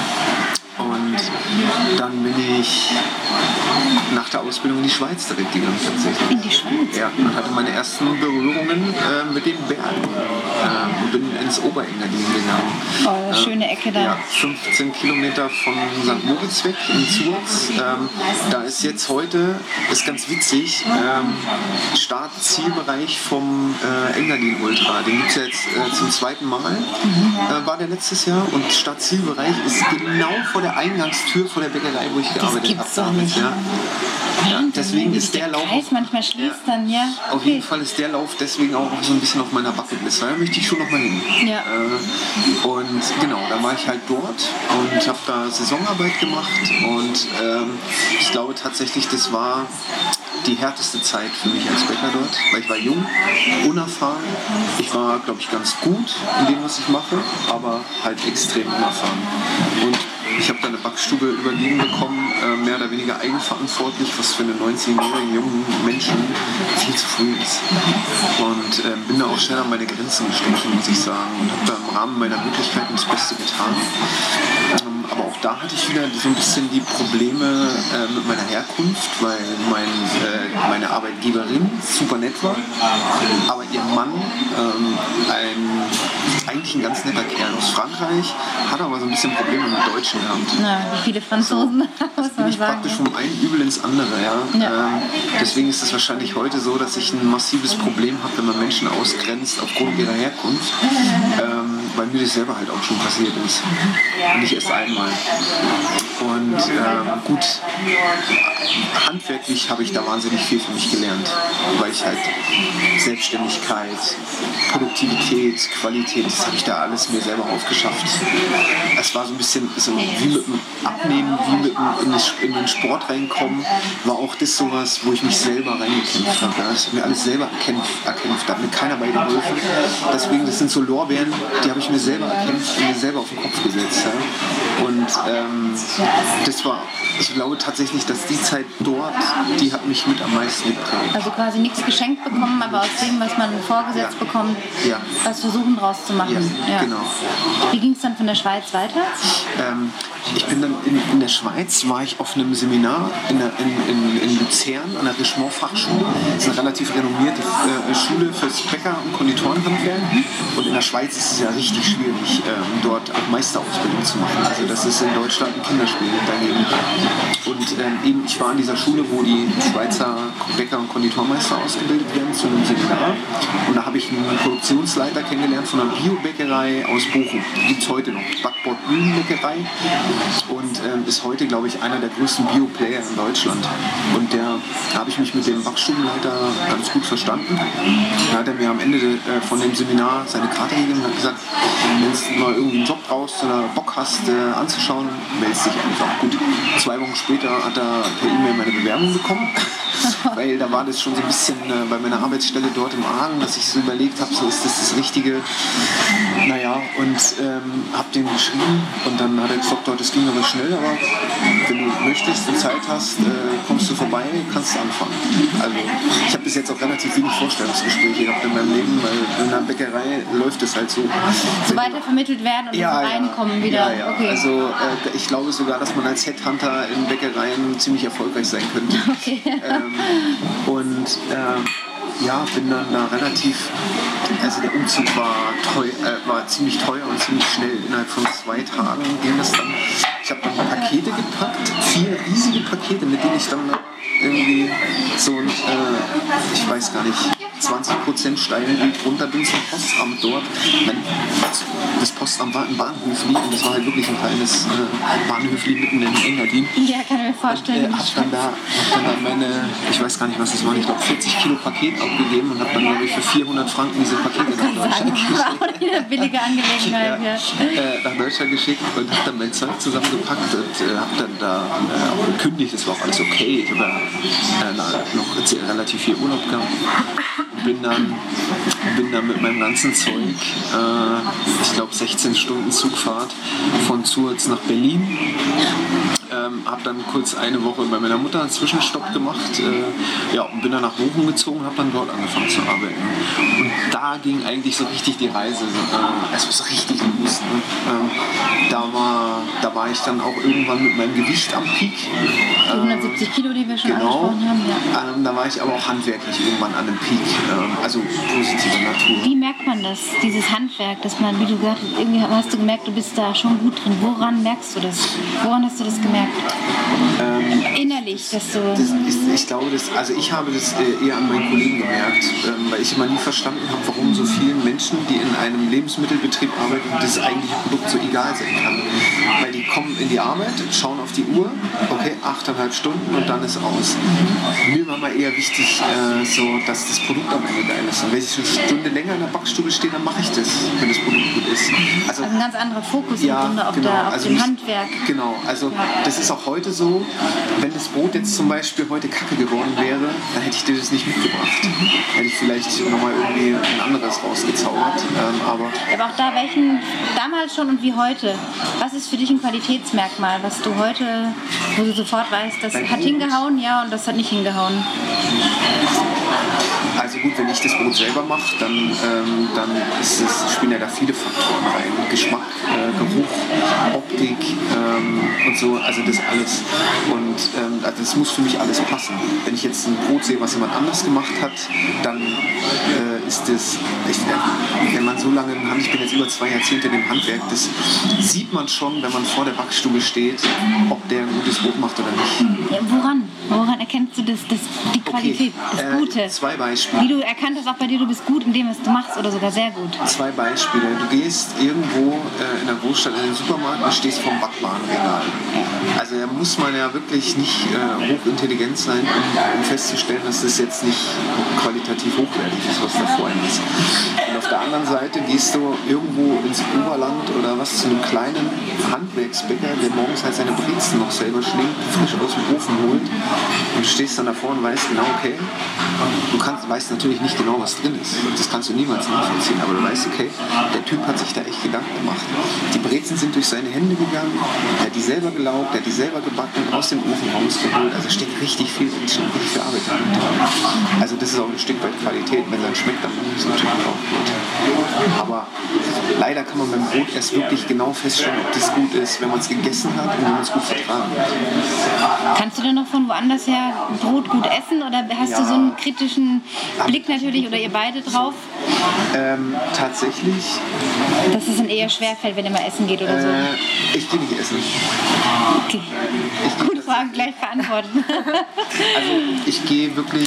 Und dann bin ich nach der Ausbildung in die Schweiz direkt gegangen, tatsächlich. In die Schweiz? Ja, und hatte meine ersten Berührungen äh, mit den Bergen. Äh, und bin ins Oberengadin gegangen. Oh, äh, schöne Ecke da. Ja, fünfzehn Kilometer von Sankt Moritz weg in Zurz. Ähm, da ist jetzt heute, ist ganz witzig, ähm, Start-Zielbereich vom äh, Engadin Ultra. Den gibt es ja jetzt äh, zum zweiten Mal. Mhm. Äh, war der letztes Jahr. Und Start-Zielbereich ist genau vor der Eingangstür, vor der Bäckerei, wo ich Das gearbeitet habe. gibt's doch nicht. Ja. Ja, deswegen Wie ist der, der Lauf. Kreis manchmal schließt ja, dann, ja. Auf Okay. jeden Fall ist der Lauf deswegen auch so ein bisschen auf meiner Bucketlist, weil da möchte ich schon noch mal hin. Ja. Äh, und genau, da war ich halt dort und habe da Saisonarbeit gemacht und ähm, ich glaube tatsächlich, das war die härteste Zeit für mich als Bäcker dort, weil ich war jung, unerfahren. Ich war, glaube ich, ganz gut in dem, was ich mache, aber halt extrem unerfahren. Und ich habe da eine Backstube übergeben bekommen, äh, mehr oder weniger eigenverantwortlich, was für einen neunzehnjährigen jungen Menschen viel zu früh ist. Und äh, bin da auch schnell an meine Grenzen gestoßen, muss ich sagen. Und habe da im Rahmen meiner Möglichkeiten das Beste getan. Ähm, aber auch da hatte ich wieder so ein bisschen die Probleme äh, mit meiner Herkunft, weil mein, äh, meine Arbeitgeberin super nett war, aber ihr Mann, ähm, ein, eigentlich ein ganz netter Kerl aus Frankreich, hat aber so ein bisschen Probleme mit Deutschen gehabt. Na, wie viele Franzosen, so, muss bin man ich sagen. praktisch vom einen Übel ins andere. Ja? Ja. Ähm, deswegen ist es wahrscheinlich heute so, dass ich ein massives Problem habe, wenn man Menschen ausgrenzt aufgrund ihrer Herkunft, ähm, weil mir das selber halt auch schon passiert ist. Und nicht erst einmal. Und ähm, gut, handwerklich habe ich da wahnsinnig viel für mich gelernt, weil ich halt Selbstständigkeit, Produktivität, Qualität, das habe ich da alles mir selber aufgeschafft. Es war so ein bisschen so wie mit dem Abnehmen, wie mit dem in, das, in den Sport reinkommen, war auch das sowas, wo ich mich selber reingekämpft habe. Ja. Das habe mir alles selber erkämpft, erkämpft, da hat mir keiner bei geholfen. Deswegen, das sind so Lorbeeren, die habe ich mir selber erkämpft und mir selber auf den Kopf gesetzt. Ja. Und ähm, das war, ich glaube tatsächlich, dass die Zeit dort, die hat mich mit am meisten geprägt. Also quasi nichts geschenkt bekommen, aber aus dem, was man vorgesetzt Ja. bekommt, Ja. was versuchen draus zu machen. Ja, genau. Wie ging es dann von der Schweiz weiter? Ähm, ich bin dann in, in der Schweiz, war ich auf einem Seminar in, der, in, in, in Luzern an der Richemont-Fachschule. Das ist eine relativ renommierte äh, Schule fürs Bäcker- und Konditorenhandwerk. Und in der Schweiz ist es ja richtig schwierig, ähm, dort auch Meisterausbildung zu machen. Also das ist in Deutschland ein Kinderspiel dagegen. Und ähm, eben, ich war an dieser Schule, wo die Schweizer Bäcker- und Konditormeister ausgebildet werden, zu einem Seminar. Und da habe ich einen Produktionsleiter kennengelernt von einer Biobäckerei aus Bochum. Die gibt es heute noch, Backbord Mühlenbäckerei. Und ähm, ist heute, glaube ich, einer der größten Bio-Player in Deutschland. Und der, da habe ich mich mit dem Backstubenleiter ganz gut verstanden. Da hat er mir am Ende äh, von dem Seminar seine Karte gegeben und hat gesagt, wenn du mal irgendwie einen Job brauchst oder Bock hast äh, anzuschauen, meldest dich einfach. Gut, zwei Wochen später hat er per E-Mail meine Bewerbung bekommen. Weil da war das schon so ein bisschen äh, bei meiner Arbeitsstelle dort im Argen, dass ich so überlegt habe, so ist das das Richtige. Naja, und ähm, habe den geschrieben und dann hat er gesagt, oh, das ging aber schnell, aber wenn du möchtest und Zeit hast, äh, kommst du vorbei, kannst du anfangen. Also ich habe bis jetzt auch relativ wenig Vorstellungsgespräche gehabt in meinem Leben, weil in einer Bäckerei läuft es halt so. So weiter vermittelt werden und Ja, so reinkommen wieder. Ja, ja. Okay. Also äh, ich glaube sogar, dass man als Headhunter in Bäckereien ziemlich erfolgreich sein könnte. Okay. Ähm, und äh, ja, bin dann da relativ, also der Umzug war, teuer, äh, war ziemlich teuer und ziemlich schnell. Innerhalb von zwei Tagen ging das dann. Ich habe dann Pakete gepackt, vier riesige Pakete, mit denen ich dann irgendwie so ein, äh, ich weiß gar nicht, zwanzig Prozent steilen Weg runter bin zum Postamt dort. Das Postamt war in Bahnhöfli und das war halt wirklich ein kleines äh, Bahnhöfli mitten in Engadin. Ja, kann ich mir vorstellen. Und äh, hab dann da, hab dann da meine, ich weiß gar nicht, was das waren, ich glaube vierzig Kilo Paket abgegeben und habe dann, glaube ich, für vierhundert Franken diese Pakete nach Deutschland geschickt. War auch eine billige Angelegenheit, ja. Ja, äh, nach Deutschland geschickt und habe dann mein Zeug zusammengepackt und äh, habe dann da äh, auch gekündigt. Das war auch alles okay. Ich habe ja äh, noch relativ viel Urlaub gehabt. Bin dann, bin dann mit meinem ganzen Zeug, äh, ich glaube sechzehn Stunden Zugfahrt von Zurich nach Berlin. Ähm, habe dann kurz eine Woche bei meiner Mutter einen Zwischenstopp gemacht, äh, ja, und bin dann nach Bochum gezogen und habe dann dort angefangen zu arbeiten. Und da ging eigentlich so richtig die Reise, äh, es war so richtig los. Ne? Ähm, da, war, da war ich dann auch irgendwann mit meinem Gewicht am Peak. Die hundertsiebzig Kilo, die wir schon Genau. angesprochen haben. Ja. Ähm, da war ich aber auch handwerklich irgendwann an einem Peak, ähm, also positiver Natur. Wie merkt man das, dieses Handwerk, dass man, wie du gesagt hast, irgendwie hast du gemerkt, du bist da schon gut drin. Woran merkst du das? Woran hast du das gemerkt? Ähm, Innerlich. dich, dass du... Das ist, ich glaube, das, also ich habe das eher an meinen Kollegen gemerkt, ähm, weil ich immer nie verstanden habe, warum so vielen Menschen, die in einem Lebensmittelbetrieb arbeiten, das eigentliche Produkt so egal sein kann. Weil die kommen in die Arbeit, schauen auf die Uhr, okay, achteinhalb Stunden und dann ist aus. Mir war mal eher wichtig, äh, so, dass das Produkt am Ende geil ist. Und wenn ich eine Stunde länger in der Backstube stehe, dann mache ich das, wenn das Produkt gut ist. Also, also ein ganz anderer Fokus ja, im Grunde auf, genau, der, auf also dem nicht, Handwerk. Genau, also ja. Das ist auch heute so, wenn das Brot jetzt zum Beispiel heute kacke geworden wäre, dann hätte ich dir das nicht mitgebracht. Mhm. Hätte ich vielleicht nochmal irgendwie ein anderes rausgezaubert. Ähm, aber, aber auch da, welchen, damals schon und wie heute, was ist für dich ein Qualitätsmerkmal, was du heute, wo du sofort weißt, das hat Brot hingehauen, ja, und das hat nicht hingehauen? Also gut, wenn ich das Brot selber mache, dann, ähm, dann ist es, spielen ja da viele Faktoren rein. Geschmack, äh, Geruch, Optik ähm, und so, also das alles. Und ähm, das muss für mich alles passen. Wenn ich jetzt ein Brot sehe, was jemand anders gemacht hat, dann äh, ist das, ich, wenn man so lange, ich bin jetzt über zwei Jahrzehnte in dem Handwerk, das sieht man schon, wenn man vor der Backstube steht, ob der ein gutes Brot macht oder nicht. Ja, woran? Woran erkennst du das, das die Qualität, okay. das Gute? Äh, zwei Beispiele. Wie du erkannt hast, auch bei dir, du bist gut in dem, was du machst oder sogar sehr gut. Zwei Beispiele. Du gehst irgendwo äh, in der Großstadt in den Supermarkt und stehst vorm Backwarenregal. Also da muss man ja wirklich nicht äh, hochintelligent sein, um, um festzustellen, dass das jetzt nicht qualitativ hochwertig ist, was da vor einem ist. Und auf der anderen Seite gehst du irgendwo ins Oberland oder was zu einem kleinen Handwerksbäcker, der morgens halt seine Brezen noch selber schlingt, frisch aus dem Ofen holt, und du stehst dann davor und weißt genau, okay, du kannst, weißt natürlich nicht genau, was drin ist. Das kannst du niemals nachvollziehen, aber du weißt, okay, der Typ hat sich da echt Gedanken gemacht. Die Brezen sind durch seine Hände gegangen, er hat die selber gelaugt, er hat die selber gebacken, aus dem Ofen rausgeholt, also steckt richtig viel, richtig viel Arbeit dahinter. Also das ist auch ein Stück weit Qualität, wenn es dann schmeckt, dann ist es natürlich auch gut. Aber leider kann man beim Brot erst wirklich genau feststellen, ob das gut ist, wenn man es gegessen hat und wenn man es gut vertragen hat. Kannst du denn noch von woanders her Brot gut essen oder hast ja. du so einen kritischen Blick natürlich oder ihr beide drauf? Ähm, tatsächlich. Dass es dann eher schwerfällt, wenn ihr mal essen geht oder so? Äh, ich gehe nicht essen. Okay. Gute Frage, gleich beantwortet. Also ich gehe wirklich,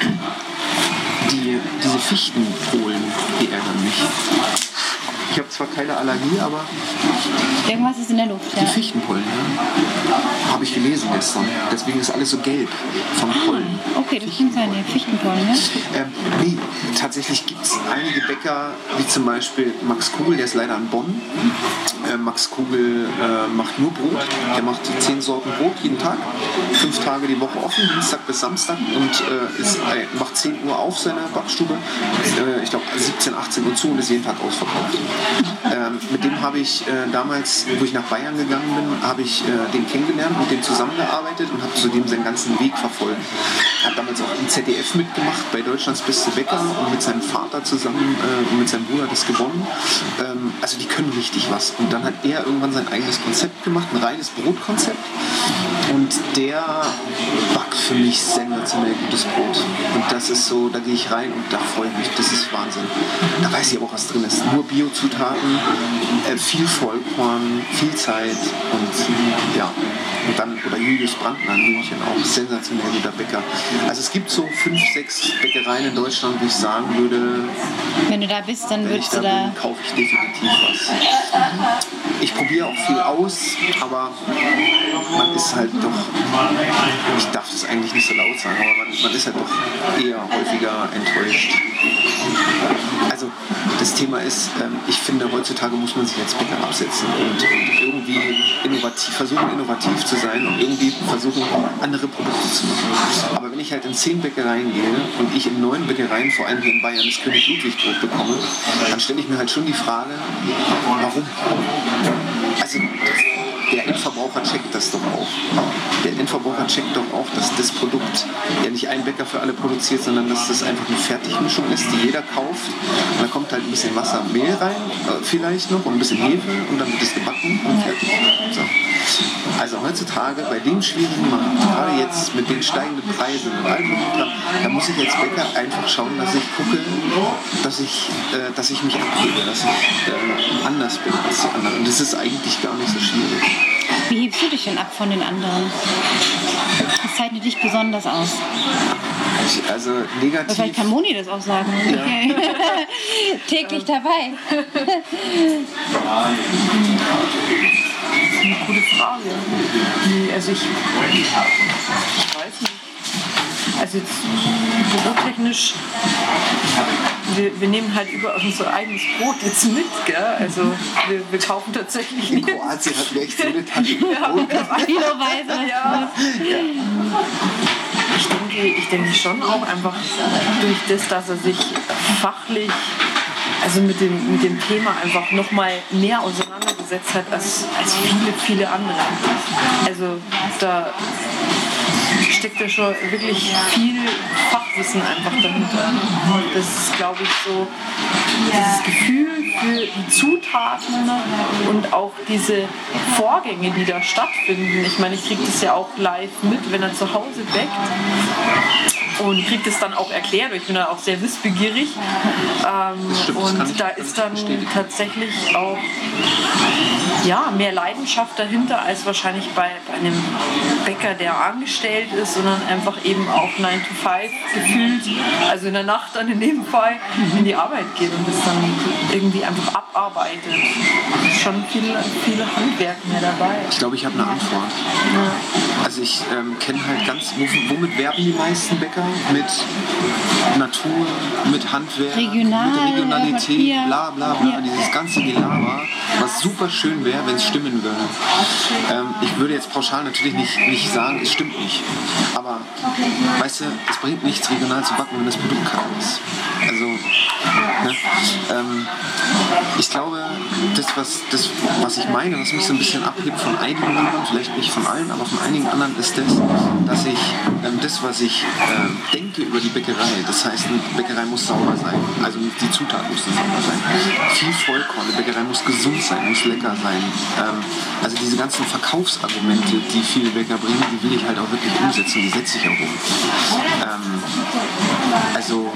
die, diese Fichtenpolen, die ärgern mich. Ich habe zwar keine Allergie, aber... Irgendwas ist in der Luft, ja. Die Fichtenpollen, ja. Habe ich gelesen gestern. Deswegen ist alles so gelb vom Pollen. Okay, das kann sein, die Fichtenpollen, ne? Ähm, nee, tatsächlich gibt es einige Bäcker, wie zum Beispiel Max Kugel, der ist leider in Bonn. Äh, Max Kugel äh, macht nur Brot. Der macht zehn Sorten Brot jeden Tag. Fünf Tage die Woche offen, Dienstag bis Samstag. Und äh, ist, äh, macht zehn Uhr auf seine Backstube. Äh, ich glaube siebzehn, achtzehn Uhr zu und ist jeden Tag ausverkauft. Ähm, mit dem habe ich äh, damals, wo ich nach Bayern gegangen bin, habe ich äh, den kennengelernt, mit dem zusammengearbeitet und habe zudem seinen ganzen Weg verfolgt. Er hat damals auch im Z D F mitgemacht bei Deutschlands Beste Bäcker und mit seinem Vater zusammen äh, und mit seinem Bruder das gewonnen. Ähm, also die können richtig was. Und dann hat er irgendwann sein eigenes Konzept gemacht, ein reines Brotkonzept. Und der backt für mich sensationell gutes Brot. Und das ist so, da gehe ich rein und da freue ich mich. Das ist Wahnsinn. Da weiß ich auch, was drin ist. Nur Biozutaten, äh, viel Vollkorn, viel Zeit und ja. Und dann, oder Julius Brandner in München, auch sensationell guter Bäcker. Also es gibt so fünf, sechs Bäckereien in Deutschland, wo ich sagen würde, wenn du da bist, dann würdest da du da... bin, kaufe ich definitiv was. Ich probiere auch viel aus, aber man ist halt doch, ich darf das eigentlich nicht so laut sagen, aber man, man ist halt doch eher häufiger enttäuscht. Also das Thema ist, ähm, ich finde, heutzutage muss man sich als Bäcker absetzen und, und irgendwie innovativ, versuchen innovativ zu sein und irgendwie versuchen, andere Produkte zu machen. Aber wenn ich halt in zehn Bäckereien gehe und ich in neun Bäckereien, vor allem hier in Bayern, das König Ludwig Brot bekomme, dann stelle ich mir halt schon die Frage, warum? Also der Endverbraucher checkt das doch auch. Der Endverbraucher checkt doch auch, dass das Produkt ja nicht ein Bäcker für alle produziert, sondern dass das einfach eine Fertigmischung ist, die jeder kauft. Und da kommt halt ein bisschen Wasser, Mehl rein, vielleicht noch, und ein bisschen Hefe und dann wird es gebacken und fertig. So. Also heutzutage bei dem schwierigen Markt, gerade jetzt mit den steigenden Preisen und allem, da muss ich als Bäcker einfach schauen, dass ich gucke, dass ich, äh, dass ich mich abhebe, dass ich äh, anders bin als die anderen. Und das ist eigentlich gar nicht so schwierig. Wie hebst du dich denn ab von den anderen? Hast zeichnet dich besonders aus? Also negativ. Vielleicht kann Moni das auch sagen. Ja. Okay. Täglich dabei. Das ist eine coole Frage. Nee, also ich, ich weiß nicht. Also jetzt bürotechnisch, wir, wir nehmen halt über unser eigenes Brot jetzt mit, gell? Also wir, wir kaufen tatsächlich in Kroatien hatten wir echt so eine Tasche Brot. Kiloweise. Ja. Ich denke, ich denke schon auch einfach durch das, dass er sich fachlich also mit dem, mit dem Thema einfach nochmal mehr auseinandergesetzt hat als, als viele, viele andere. Also da steckt ja schon wirklich viel Fachwissen einfach dahinter. Das ist, glaube ich, so dieses Gefühl für die Zutaten und auch diese Vorgänge, die da stattfinden. Ich meine, ich kriege das ja auch live mit, wenn er zu Hause backt und kriege das dann auch erklärt. Ich bin da auch sehr wissbegierig. Ähm, stimmt, und da ist dann tatsächlich auch ja, mehr Leidenschaft dahinter als wahrscheinlich bei, bei einem Bäcker, der angestellt ist, sondern einfach eben auch nine to five gefühlt, also in der Nacht dann in dem Fall, in die Arbeit geht und das dann irgendwie einfach abarbeitet. Es ist schon viel, viel Handwerk mehr dabei. Ich glaube, ich habe eine Antwort. Ja. Also ich ähm, kenne halt ganz, womit werben die meisten Bäcker? Mit Natur, mit Handwerk, Regional, mit Regionalität, Papier. bla bla bla, Ja. dieses ganze Gelaber, was super schön wäre, wenn es stimmen würde. Ähm, ich würde jetzt pauschal natürlich nicht, nicht sagen, es stimmt nicht. Aber, weißt du, es bringt nichts, regional zu backen, wenn das Produkt kacke ist. Also, ne? ähm, ich glaube, das was, das, was ich meine, was mich so ein bisschen abhebt von einigen anderen, vielleicht nicht von allen, aber von einigen anderen, ist das, dass ich ähm, das, was ich ähm, denke über die Bäckerei, das heißt, eine Bäckerei muss sauber sein, also die Zutat muss sauber sein, viel Vollkorn, eine Bäckerei muss gesund sein, muss lecker sein. Ähm, also diese ganzen Verkaufsargumente, die viele Bäcker bringen, die will ich halt auch wirklich umsetzen, die setze ich auch um. Ähm, also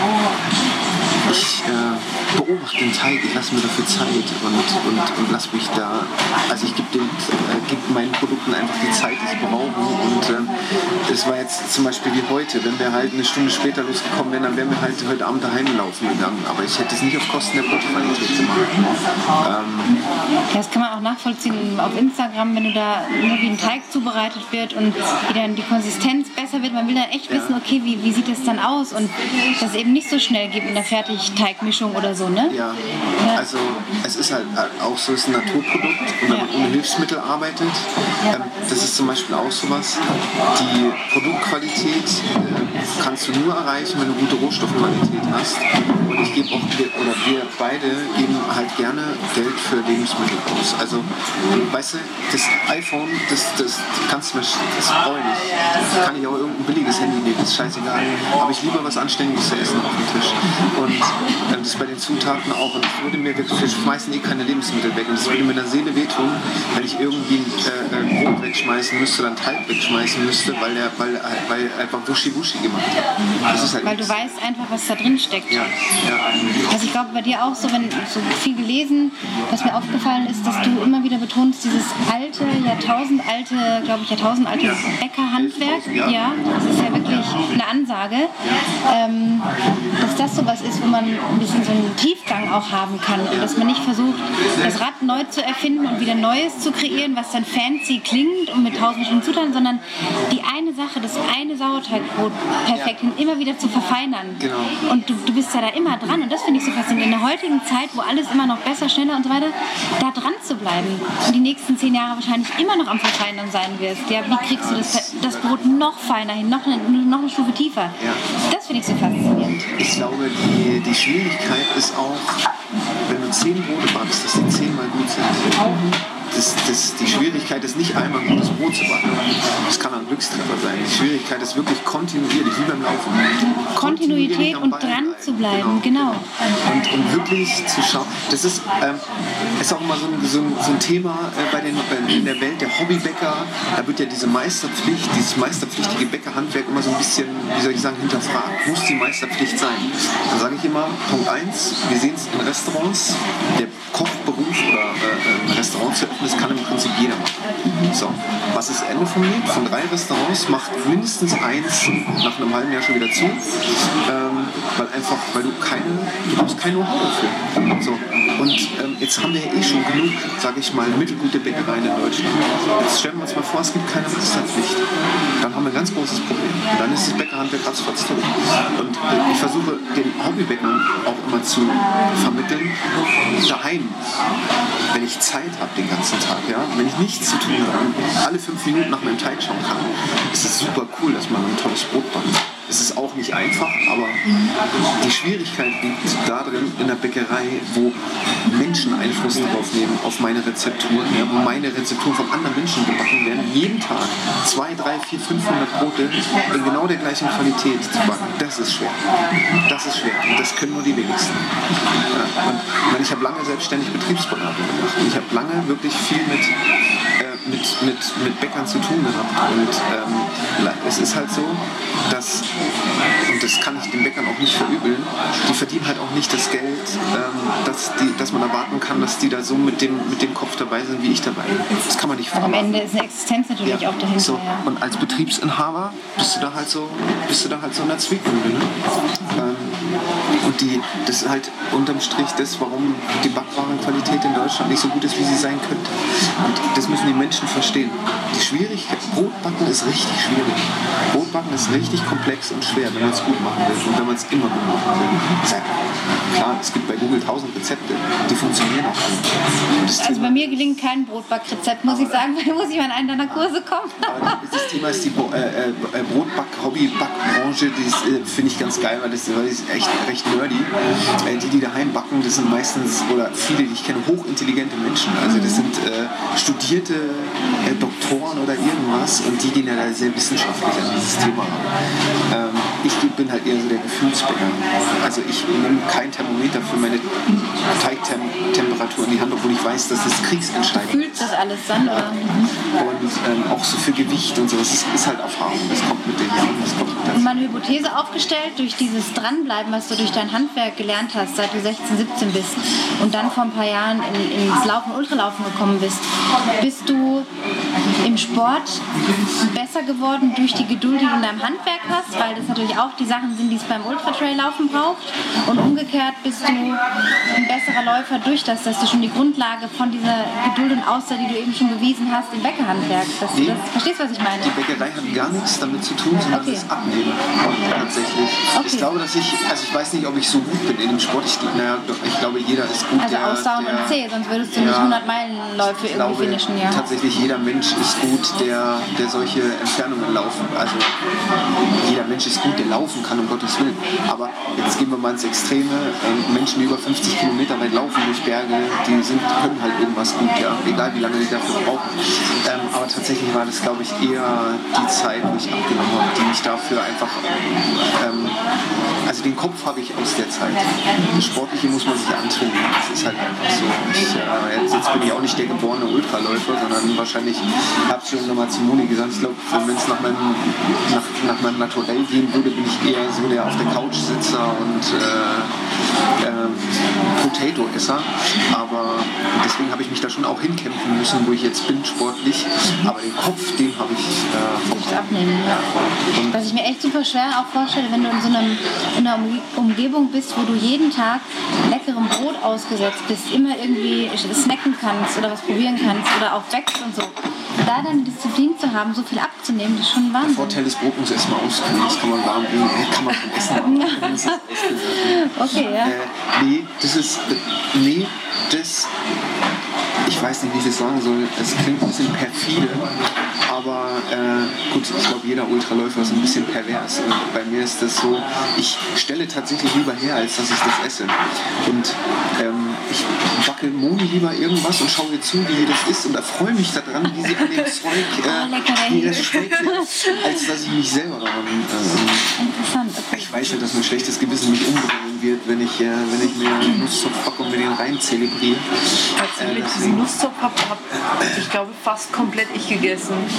ich äh, beobachte den Teig, ich lasse mir dafür Zeit und, und, und lasse mich da, also ich gebe äh, geb meinen Produkten einfach die Zeit, die ich brauche und äh, das war jetzt zum Beispiel wie heute, wenn wir halt eine Stunde später losgekommen wären, dann wären wir halt heute Abend daheim laufen gegangen, aber ich hätte es nicht auf Kosten der Brotqualität gemacht. Ähm, ja, das kann man auch nachvollziehen auf Instagram, wenn du da ne, wie ein Teig zubereitet wird und wie dann die Konsistenz besser wird, man will dann echt wissen, okay, wie, wie sieht das dann aus und dass es eben nicht so schnell geht in der Fertigteigmischung oder so, ne? Ja, also es ist halt auch so, es ist ein Naturprodukt und wenn man ohne Hilfsmittel arbeitet, ähm, das ist zum Beispiel auch sowas, die Produktqualität äh, kannst du nur erreichen, wenn du gute Rohstoffqualität hast und ich gebe auch, oder wir beide geben halt gerne Geld für Lebensmittel aus, also weißt du, das iPhone, das, das kannst du mir, das brauche ich nicht, kann ich auch irgendein billiges Handy nehmen, das ist scheißegal, aber ich liebe was Anständiges zu essen auf dem Tisch und ähm, das ist bei den Zutaten auch und es würde mir, wir schmeißen eh keine Lebensmittel weg und es würde mir in der Seele wehtun, wenn ich irgendwie äh, ein Brot wegschmeißen müsste oder einen Teig wegschmeißen müsste, weil er weil, weil einfach Wuschi-Wuschi gemacht hat. Das ist halt weil nichts. du weißt einfach, was da drin steckt. Ja, ja. Also ich glaube bei dir auch so, wenn so viel gelesen, was mir aufgefallen ist, dass du immer wieder betonst, dieses alte, jahrtausendalte, glaube ich, jahrtausendalte Ja. Bäckerhandwerk. Ja. Ja, das ist ja wirklich eine Ansage. Ähm, dass das sowas ist, wo man ein bisschen so einen Tiefgang auch haben kann und dass man nicht versucht, das Rad neu zu erfinden und wieder Neues zu kreieren, was dann fancy klingt und mit tausend verschiedenen Zutaten, sondern die eine Sache, das eine Sauerteigbrot perfekt hin, immer wieder zu verfeinern. Genau. Und du, du bist ja da immer dran und das finde ich so faszinierend. In der heutigen Zeit, wo alles immer noch besser, schneller und so weiter, da dran zu bleiben und die nächsten zehn Jahre wahrscheinlich immer noch am Verfeinern sein wirst. Ja, wie kriegst du das, das Brot noch feiner hin, noch eine, noch eine Stufe tiefer? Ja. Das finde ich so faszinierend. Ich glaube, die, die Schwierigkeit ist auch, wenn du zehn Brote backst, dass die zehnmal gut sind. Das, das, die Schwierigkeit ist nicht einmal ein gutes Brot zu backen. Das kann ein Glückstreffer sein. Die Schwierigkeit ist wirklich kontinuierlich, wie beim Laufen. Kontinuität und dran zu bleiben, genau. Und, und wirklich zu schauen. Das ist, ähm, ist auch immer so ein, so ein, so ein Thema äh, bei den, bei, in der Welt der Hobbybäcker. Da wird ja diese Meisterpflicht, dieses meisterpflichtige Bäckerhandwerk immer so ein bisschen, wie soll ich sagen, hinterfragt. Muss die Meisterpflicht sein? Da sage ich immer, Punkt eins, wir sehen es in Restaurants, der Kochberuf oder äh, ein Restaurant zu öffnen, das kann im Prinzip jeder machen. So, was ist das Ende vom Lied? Von drei Restaurants macht mindestens eins nach einem halben Jahr schon wieder zu, ähm, weil einfach, weil du keine, du brauchst kein Know-how dafür. So. Und ähm, jetzt haben wir ja eh schon genug, sage ich mal, mittelgute Bäckereien in Deutschland. Jetzt stellen wir uns mal vor, es gibt keine Ministerpflicht. Dann haben wir ein ganz großes Problem. Und dann ist das Bäckerhandwerk ratzfatz tot. Und äh, ich versuche den Hobbybäckern auch immer zu vermitteln, daheim, wenn ich Zeit habe den ganzen Tag, ja, wenn ich nichts zu tun habe und alle fünf Minuten nach meinem Teig schauen kann, ist es super cool, dass man ein tolles Brot backt. Es ist auch nicht einfach, aber die Schwierigkeit liegt darin in der Bäckerei, wo Menschen Einfluss darauf nehmen, auf meine Rezepturen, ja, wo meine Rezepturen von anderen Menschen gebacken werden, jeden Tag zwei, drei, vier, fünfhundert Brote in genau der gleichen Qualität zu backen. Das ist schwer. Das ist schwer und das können nur die wenigsten. Ja, und ich, meine, ich habe lange selbstständig Betriebsberatung gemacht und ich habe lange wirklich viel mit Mit, mit, mit Bäckern zu tun gehabt. Und ähm, es ist halt so, dass, und das kann ich den Bäckern auch nicht verübeln, die verdienen halt auch nicht das Geld, ähm, dass, die, dass man erwarten kann, dass die da so mit dem, mit dem Kopf dabei sind, wie ich dabei bin. Das kann man nicht verraten. Am Ende ist eine Existenz natürlich ja, auch dahinter. So. Ja. Und als Betriebsinhaber bist du da halt so, bist du da halt so in der Zwickmühle. Ne? Ähm, und die, das ist halt unterm Strich das, warum die Backwarenqualität in Deutschland nicht so gut ist, wie sie sein könnte. Und das müssen die Menschen verstehen. Die Schwierigkeit, Brotbacken ist richtig schwierig. Brotbacken ist richtig komplex und schwer, wenn man es gut machen will und wenn man es immer gut machen will. Klar, es gibt bei Google tausend Rezepte, die funktionieren auch gut. Also bei mir gelingt kein Brotbackrezept, muss ich sagen, weil da muss ich mal in einen deiner Kurse kommen. Aber das Thema ist die äh, äh, Brotback-Hobby-Backbranche, die äh, finde ich ganz geil, weil das, weil das ist echt recht nerdy. Äh, die, die daheim backen, das sind meistens, oder viele, die ich kenne, hochintelligente Menschen. Also das sind äh, studierte äh, Doktoren oder irgendwas und die gehen ja da sehr wissenschaftlich an dieses Thema ran. Ähm, ich bin halt eher so der Gefühlsbäcker. Also ich nehme kein Thermometer für meine Teigtemperatur in die Hand, obwohl ich weiß, dass das kriegsentscheidend ist. Du fühlst das alles dann? Ja. Und ähm, auch so für Gewicht und so, das ist, ist halt Erfahrung, das kommt mit den Jahren. Das kommt mit und meine Hypothese aufgestellt, durch dieses Dranbleiben, was du durch dein Handwerk gelernt hast, seit du sechzehn, siebzehn bist und dann vor ein paar Jahren in, ins Laufen, Ultralaufen gekommen bist, bist du im Sport besser geworden durch die Geduld, die du in deinem Handwerk hast, weil das natürlich auch die Sachen sind, die es beim Ultratrail-Laufen braucht, und umgekehrt bist du ein besserer Läufer durch das, dass du schon die Grundlage von dieser Geduld und Ausdauer, die du eben schon bewiesen hast, im Bäckerhandwerk, dass nee, du das verstehst, was ich meine? Die Bäckerei hat gar nichts damit zu tun, sondern okay. das Abnehmen tatsächlich. Okay. Ich glaube, dass ich, also ich weiß nicht, ob ich so gut bin in dem Sport, ich, naja, ich glaube, jeder ist gut. Also Ausdauern und zäh, sonst würdest du ja, nicht hundert Meilenläufe irgendwie glaube, finishen, ja. Tatsächlich jeder Mensch ist gut, der, der solche Entfernungen laufen. Also jeder Mensch ist gut, der laufen kann, um Gottes Willen. Aber jetzt gehen wir mal ins Extreme. Menschen, die über fünfzig Kilometer weit laufen durch Berge, die sind, können halt irgendwas gut, ja. Egal wie lange die dafür brauchen. Ähm, aber tatsächlich war das, glaube ich, eher die Zeit, wo ich abgenommen habe, die mich dafür einfach... Ähm, also den Kopf habe ich aus der Zeit. Das Sportliche muss man sich antrainieren. Das ist halt einfach so. Ich, äh, jetzt, jetzt bin ich auch nicht der geborene Ultraläufer, sondern wahrscheinlich, habe ich schon nochmal zu Moni gesagt, ich glaube, wenn es nach meinem, nach, nach meinem Naturell gehen würde, bin ich eher so der auf der Couch-Sitzer und äh, äh, Potato-Esser. Aber deswegen habe ich mich da schon auch hinkämpfen müssen, wo ich jetzt bin, sportlich. Aber den Kopf, den habe ich äh, abnehmen. Ja. Was ich mir echt super schwer auch vorstelle, wenn du in so einem, in einer Umgebung bist, wo du jeden Tag leckerem Brot ausgesetzt bist, immer irgendwie snacken kannst oder was probieren kannst oder auch wächst und so. Da dann die Disziplin zu haben, so viel abzunehmen, das ist schon Wahnsinn. Der Vorteil des Brotes muss erstmal auskühlen, das kann man warm kann man vom Essen machen. Okay, ja. Äh, nee, das ist, nee, das, ich weiß nicht, wie ich das sagen soll, es klingt ein bisschen perfide, aber äh, gut, ich glaube, jeder Ultraläufer ist ein bisschen pervers und bei mir ist das so, ich stelle tatsächlich lieber her, als dass ich das esse. Und ähm, ich backe Moni lieber irgendwas und schaue ihr zu, wie ihr das isst und erfreue mich daran, wie sie an dem Zeug, äh, wie das schmeckt, als dass ich mich selber daran... Äh, Interessant. Okay. Ich weiß ja, dass mein schlechtes Gewissen mich umbringen wird, wenn ich, äh, wenn ich mir einen Nusszopf backe und mir den rein zelebriere. Tatsächlich, äh, diesen Nusszopf habe hab, ich glaube, fast komplett ich gegessen.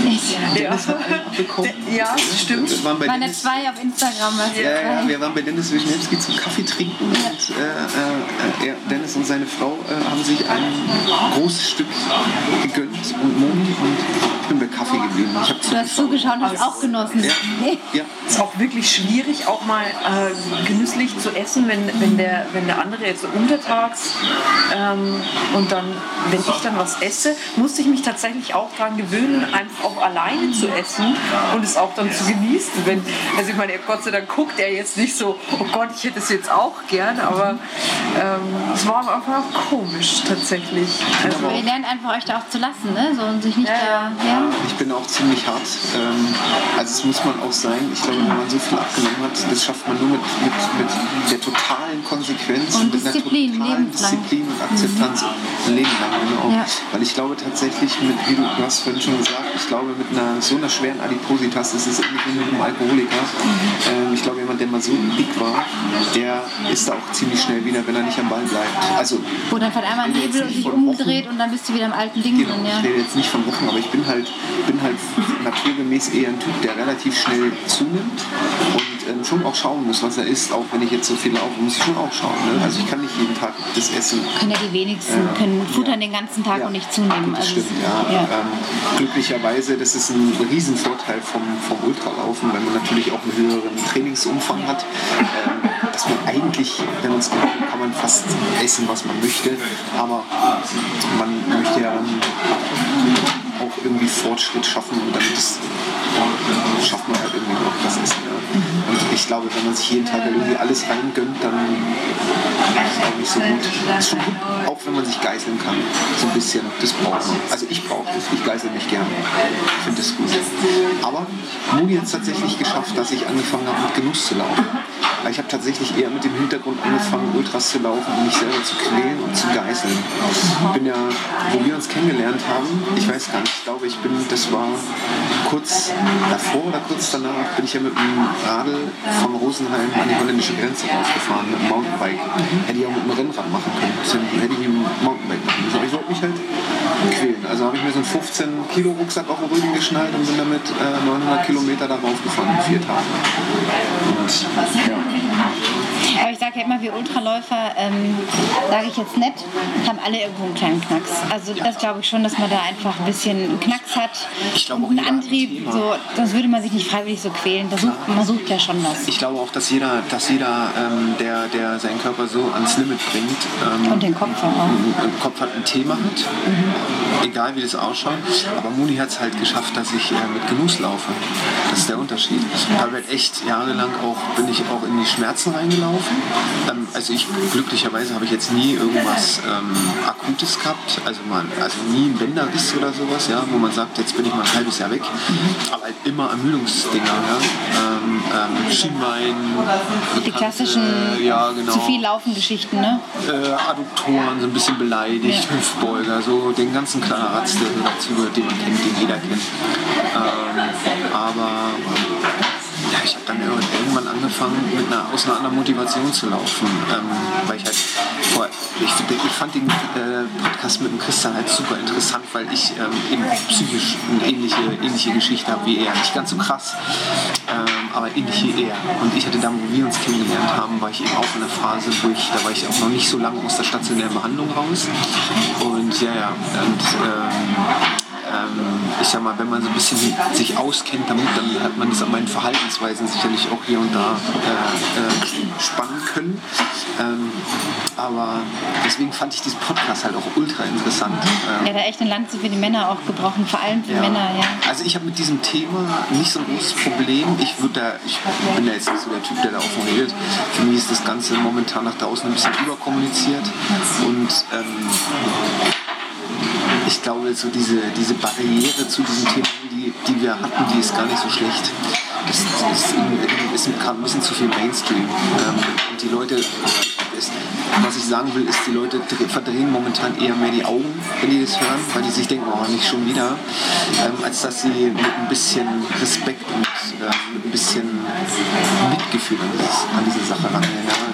Dennis hat einen abbekommen. Ja, stimmt. Wir waren bei Meine Dennis, zwei auf Instagram. Was ja, ja, wir waren bei Dennis Wischniewski zum Kaffee trinken und äh, äh, Dennis und seine Frau äh, haben sich ein großes Stück gegönnt und Moni und ich bin bei Kaffee geblieben. Ich hab du hast zugeschaut und hast auch genossen. Ja, ja. Es ist auch wirklich schwierig, auch mal äh, genüsslich zu essen, wenn, wenn, der, wenn der andere jetzt so untertags ähm, und dann, wenn ich dann was esse, musste ich mich tatsächlich auch daran gewöhnen, einfach auch alleine zu essen und es auch dann zu genießen. Wenn, also ich meine, Gott sei Dank guckt er jetzt nicht so, oh Gott, ich hätte es jetzt auch gern, aber ähm, es war einfach komisch tatsächlich. Also, aber ihr lernt einfach euch da auch zu lassen, ne? So, und sich nicht ja, da... Ja. Ich bin auch ziemlich hart. Ähm, also es muss man auch sein. Ich glaube, wenn man so viel abgenommen hat, das schafft man nur mit, mit, mit der totalen Konsequenz und mit Disziplin, einer totalen Disziplin und Akzeptanz mhm. ein Leben lang. Genau. Ja. Weil ich glaube tatsächlich, mit, wie du hast vorhin schon gesagt, ich glaube mit einer so einer schweren Adipositas, das ist ähnlich wie mit einem Alkoholiker. Mhm. Ähm, ich glaube, jemand, der mal so dick war, der ist da auch ziemlich schnell wieder, wenn er nicht am Ball bleibt. Also, wo dann fällt einmal ein Nebel und sich umdreht Wochen, und dann bist du wieder im alten Ding genau, drin. Ja. Ich rede jetzt nicht von Wochen, aber ich bin halt, bin halt naturgemäß eher ein Typ, der relativ schnell zunimmt und ähm, schon auch schauen muss, was er isst. Auch wenn ich jetzt so viel laufe, muss ich schon auch schauen. Ne? Also ich kann nicht jeden Tag das essen. Können ja die wenigsten, äh, können futtern ja. den ganzen Tag ja. und nicht zunehmen. Das also stimmt, ja. ja. Ähm, glücklicherweise, das ist ein Riesenvorteil vom, vom Ultralaufen, weil man natürlich auch einen höheren Trainingsumfang hat. Ähm, dass man eigentlich, wenn man es kann, kann man fast essen, was man möchte, aber man möchte ja dann auch irgendwie Fortschritt schaffen und damit das, ja, schafft man halt irgendwie noch das Essen. Ja. Und ich glaube, wenn man sich jeden Tag halt irgendwie alles reingönnt, dann ist es auch nicht so gut. Das ist schon gut, auch wenn man sich geißeln kann. So ein bisschen, das braucht man. Also ich brauche das, ich geißel mich gerne. Ich finde das gut. Aber Moni hat es tatsächlich geschafft, dass ich angefangen habe, mit Genuss zu laufen. Weil ich habe tatsächlich eher mit dem Hintergrund angefangen, Ultras zu laufen, um mich selber zu quälen und zu geißeln. Ich bin ja, wo wir uns kennengelernt haben, ich weiß gar nicht, ich glaube, ich bin, das war kurz davor oder kurz danach, bin ich ja mit dem Radl von Rosenheim an die holländische Grenze rausgefahren, mit dem Mountainbike. Hätte ich auch mit dem Rennrad machen können. Dann hätte ich mit dem Mountainbike machen müssen. Aber ich wollte mich halt quälen. Also habe ich mir so einen fünfzehn Kilo Rucksack auf den Rücken geschnallt und bin damit äh, neunhundert Kilometer da raufgefahren in vier Tagen. Und, ja. Aber ich sage ja immer, wir Ultraläufer, ähm, sage ich jetzt nett, haben alle irgendwo einen kleinen Knacks. Also das glaube ich schon, dass man da einfach ein bisschen einen Knacks hat und einen Antrieb. So, das würde man sich nicht freiwillig so quälen. Da sucht, man sucht ja schon was. Ich glaube auch, dass jeder, dass jeder ähm, der, der seinen Körper so ans Limit bringt ähm, und den Kopf auch. Im Kopf hat ein Thema hat, mhm. egal wie das ausschaut. Aber Moni hat es halt geschafft, dass ich äh, mit Genuss laufe. Das ist der Unterschied. Ich habe halt echt jahrelang auch, bin ich auch in die Schmerzen reingelaufen. Ähm, also ich, glücklicherweise habe ich jetzt nie irgendwas ähm, Akutes gehabt, also, man, also nie ein Bänderriss oder sowas, ja, wo man sagt, jetzt bin ich mal ein halbes Jahr weg, mhm. aber halt immer Ermüdungsdinger, ja, ähm, ähm, Schienbein, die klassischen ja, genau. zu viel Laufen-Geschichten, ne? Äh, Adduktoren, so ein bisschen beleidigt, ja. Hüftbeuger, so den ganzen Kladderadatz, der so dazu, den man kennt, den jeder kennt. Ähm, aber ja, ich habe dann irgendwann angefangen, mit einer, aus einer anderen Motivation zu laufen, ähm, weil ich halt vor, ich, ich fand den äh, Podcast mit dem Christian halt super interessant, weil ich ähm, eben psychisch eine ähnliche, ähnliche Geschichte habe wie er, nicht ganz so krass, ähm, aber ähnlich wie er. Und ich hatte dann, wo wir uns kennengelernt haben, war ich eben auch in einer Phase, wo ich, da war ich auch noch nicht so lange aus der stationären Behandlung raus und ja, ja, und ähm, Ähm, ich sag mal, wenn man so ein bisschen sich auskennt damit, dann hat man das an meinen Verhaltensweisen sicherlich auch hier und da äh, äh, spannen können. Ähm, aber deswegen fand ich diesen Podcast halt auch ultra interessant. Ähm, ja, da echt eine Lanze für die Männer auch gebrochen, vor allem für ja. Männer, ja. Also ich habe mit diesem Thema nicht so ein großes Problem. Ich, da, ich bin ja jetzt nicht so der Typ, der da offen redet. Für mich ist das Ganze momentan nach draußen ein bisschen überkommuniziert und ähm, ich glaube, so diese, diese Barriere zu diesen Themen, die, die wir hatten, die ist gar nicht so schlecht. Das ist, ist, ist gerade ein bisschen zu viel Mainstream. Ähm, und die Leute, ist, was ich sagen will, ist, die Leute verdrehen momentan eher mehr die Augen, wenn die das hören, weil die sich denken, oh, nicht schon wieder, ähm, als dass sie mit ein bisschen Respekt und äh, mit ein bisschen Mitgefühl an, dieses, an diese Sache rangehen. Ja.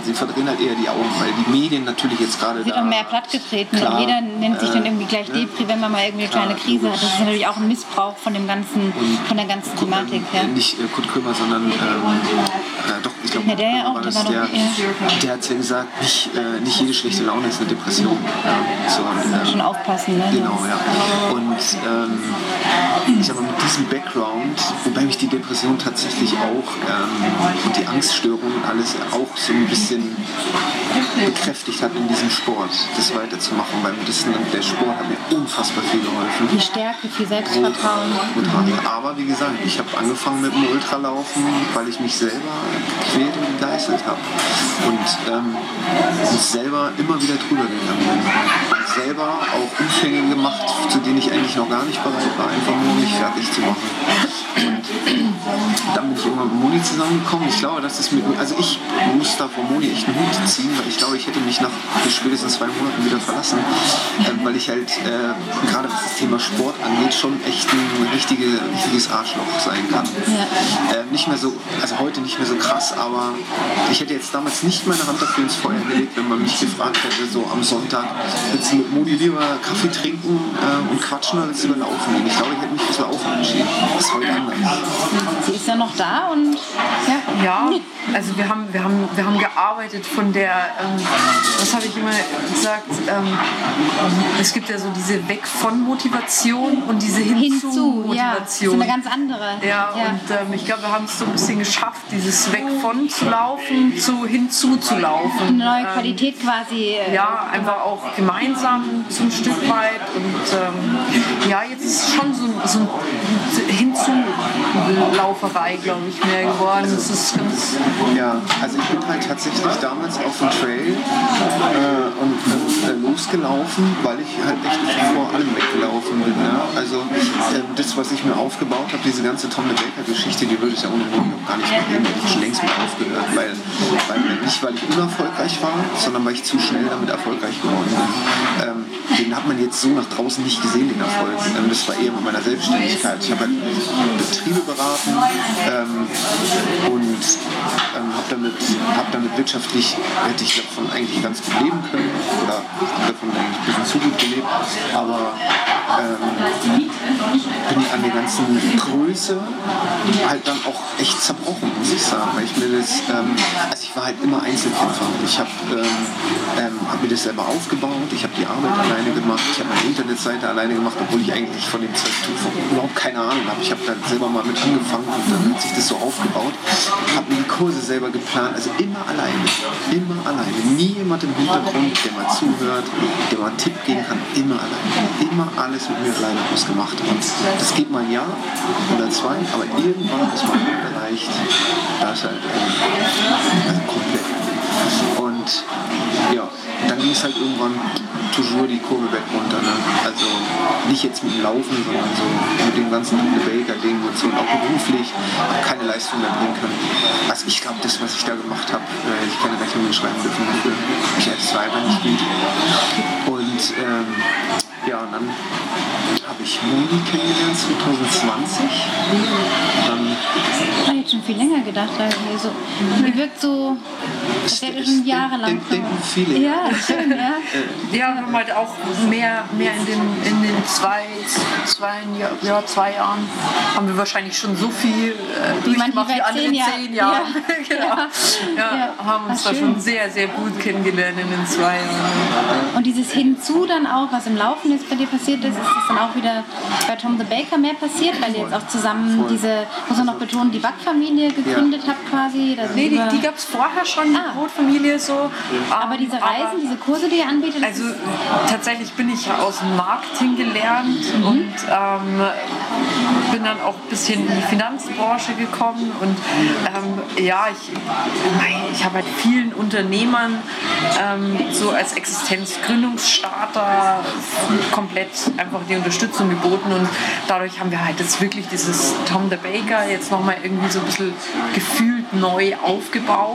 sie verdrehen halt eher die Augen, weil die Medien natürlich jetzt gerade wird da... auch mehr plattgetreten. Klar, Jeder nennt sich äh, dann irgendwie gleich ne? Depri, wenn man mal irgendwie eine Klar, kleine Krise logisch. hat. Das ist natürlich auch ein Missbrauch von dem ganzen, von der ganzen Thematik. Ähm, Ja. Nicht äh, Kurt Krömer, sondern ähm, äh, doch, ich glaube, Ja, der ja auch, war der das, war der, doch, ja. der hat ja gesagt, nicht, äh, nicht jede schlechte Laune ist eine Depression. Ja, so, und, Schon ähm, aufpassen, ne? Genau, ja. Und ähm, ich sag mal, mit diesem Background, wobei mich die Depression tatsächlich auch ähm, und die Angststörung und alles auch so ein bisschen bekräftigt hat in diesem Sport, das weiterzumachen, weil mir das, der Sport hat mir unfassbar viel geholfen. Die Stärke, viel Selbstvertrauen. Total. Aber wie gesagt, ich habe angefangen mit dem Ultralaufen, weil ich mich selber gequält und gegeißelt habe. Und ähm, mich selber immer wieder drüber gegangen bin. Und selber auch Umfänge gemacht, zu denen ich eigentlich noch gar nicht bereit war, einfach nur um mich fertig zu machen. Und dann bin ich irgendwann mit Moni zusammengekommen. Ich glaube, dass das mit also ich muss da vor Moni echt einen Hut ziehen, weil ich glaube, ich hätte mich nach spätestens zwei Monaten wieder verlassen, ähm, weil ich halt äh, gerade was das Thema Sport angeht, schon echt ein richtige, richtiges Arschloch sein kann. Ja. Äh, nicht mehr so, also heute nicht mehr so krass, aber ich hätte jetzt damals nicht meine Hand dafür ins Feuer gelegt, wenn man mich gefragt hätte, so am Sonntag, willst du mit Moni lieber Kaffee trinken äh, und quatschen oder willst du lieber laufen gehen? Ich glaube, ich hätte mich fürs Laufen entschieden. Das ist heute anders. Sie ist ja noch da und ja. Ja, also wir haben, wir haben, wir haben gearbeitet von der, ähm, was habe ich immer gesagt, ähm, es gibt ja so diese Weg von Motivation und diese Hinzu, Hinzu Motivation. Ja, das ist eine ganz andere. Ja, ja. Und ähm, ich glaube, wir haben es so ein bisschen geschafft, dieses Weg von zu laufen zu hinzu zu laufen. Eine neue Qualität ähm, quasi. Äh, ja, einfach auch gemeinsam so ein Stück weit. Und ähm, ja, jetzt ist es schon so, so ein Hinzu-Lauferei, glaube ich, mehr geworden. Das ist ganz ja, also ich bin halt tatsächlich damals auf dem Trail äh, und äh, losgelaufen, weil ich halt echt vor allem weggelaufen bin. Ja? Also äh, das, was ich mir aufgebaut habe, diese ganze Tom de Baker-Geschichte, die würde ich ja ohne Moni noch gar nicht mehr geben, hätte ich schon längst mit aufgehört. Weil, weil, nicht, weil ich unerfolgreich war, sondern weil ich zu schnell damit erfolgreich geworden bin. Ähm, den hat man jetzt so nach draußen nicht gesehen, den Erfolg. Ähm, das war eher mit meiner Selbstständigkeit. Ich habe halt Betriebe beraten ähm, und ähm, habe damit, hab damit wirtschaftlich, hätte ich davon eigentlich ganz gut leben können oder davon eigentlich ein bisschen zu gut gelebt, aber ähm, bin an der ganzen Größe halt dann auch echt zerbrochen, muss ich sagen, weil ich mir das, ähm, also ich war halt immer Einzelkämpfer. Ich habe ähm, ähm, hab mir das selber aufgebaut, ich habe die Arbeit alleine gemacht, ich habe meine Internetseite alleine gemacht, obwohl ich eigentlich von dem Zeug überhaupt keine Ahnung habe. Ich habe dann selber mal mit angefangen und dann hat sich das so aufgebaut, habe mir die Kurse selber geplant, also immer alleine, immer alleine, nie jemand im Hintergrund, der mal zuhört, der mal einen Tipp geben kann, immer alleine, immer alles mit mir alleine ausgemacht. Und das geht mal ein Jahr oder zwei, aber irgendwann ist man erreicht, da ist halt ähm, also komplett. Und ja, dann ging es halt irgendwann toujours die Kurve weg runter. Ne? Also nicht jetzt mit dem Laufen, sondern so mit dem ganzen Tom de Baker-Ding und so und auch beruflich keine Leistung mehr bringen können. Also ich glaube, das, was ich da gemacht habe, äh, hätte ich keine Rechnungen schreiben dürfen dafür. Ich hätte es einfach nicht gut. Und ähm, ja, und dann habe ich Moni kennengelernt zwanzig zwanzig. Dann ich habe jetzt schon viel länger gedacht. Also, die wirkt so, das wäre schon jahrelang. Denken viele. Ja, schön, ja. Ja, wir haben halt auch mehr, mehr in den, in den zwei, zwei, ja, zwei Jahren haben wir wahrscheinlich schon so viel äh, durchgemacht wie andere zehn Jahre. Zehn Jahre. Ja. Genau. Ja. Ja, ja. Haben uns Ach, da schon sehr, sehr gut kennengelernt in den zwei Jahren. Und dieses Hinzu dann auch, was im Laufen jetzt bei dir passiert ist, ist das dann auch wieder bei Tom de Baker mehr passiert, weil ihr jetzt auch zusammen Voll. diese, muss man noch betonen, die Backfamilie gegründet ja. habt quasi? Also nee, die, die gab es vorher schon, die ah. Brotfamilie so. Aber diese Reisen, aber, diese Kurse, die ihr anbietet? Also tatsächlich bin ich ja aus dem Marketing gelernt mhm. und ähm, bin dann auch ein bisschen in die Finanzbranche gekommen und ähm, ja, ich, ich habe halt vielen Unternehmern ähm, so als Existenzgründungsstarter komplett einfach die Unterstützung geboten und dadurch haben wir halt jetzt wirklich dieses Tom de Baker jetzt nochmal irgendwie so ein bisschen gefühlt neu aufgebaut. Mhm.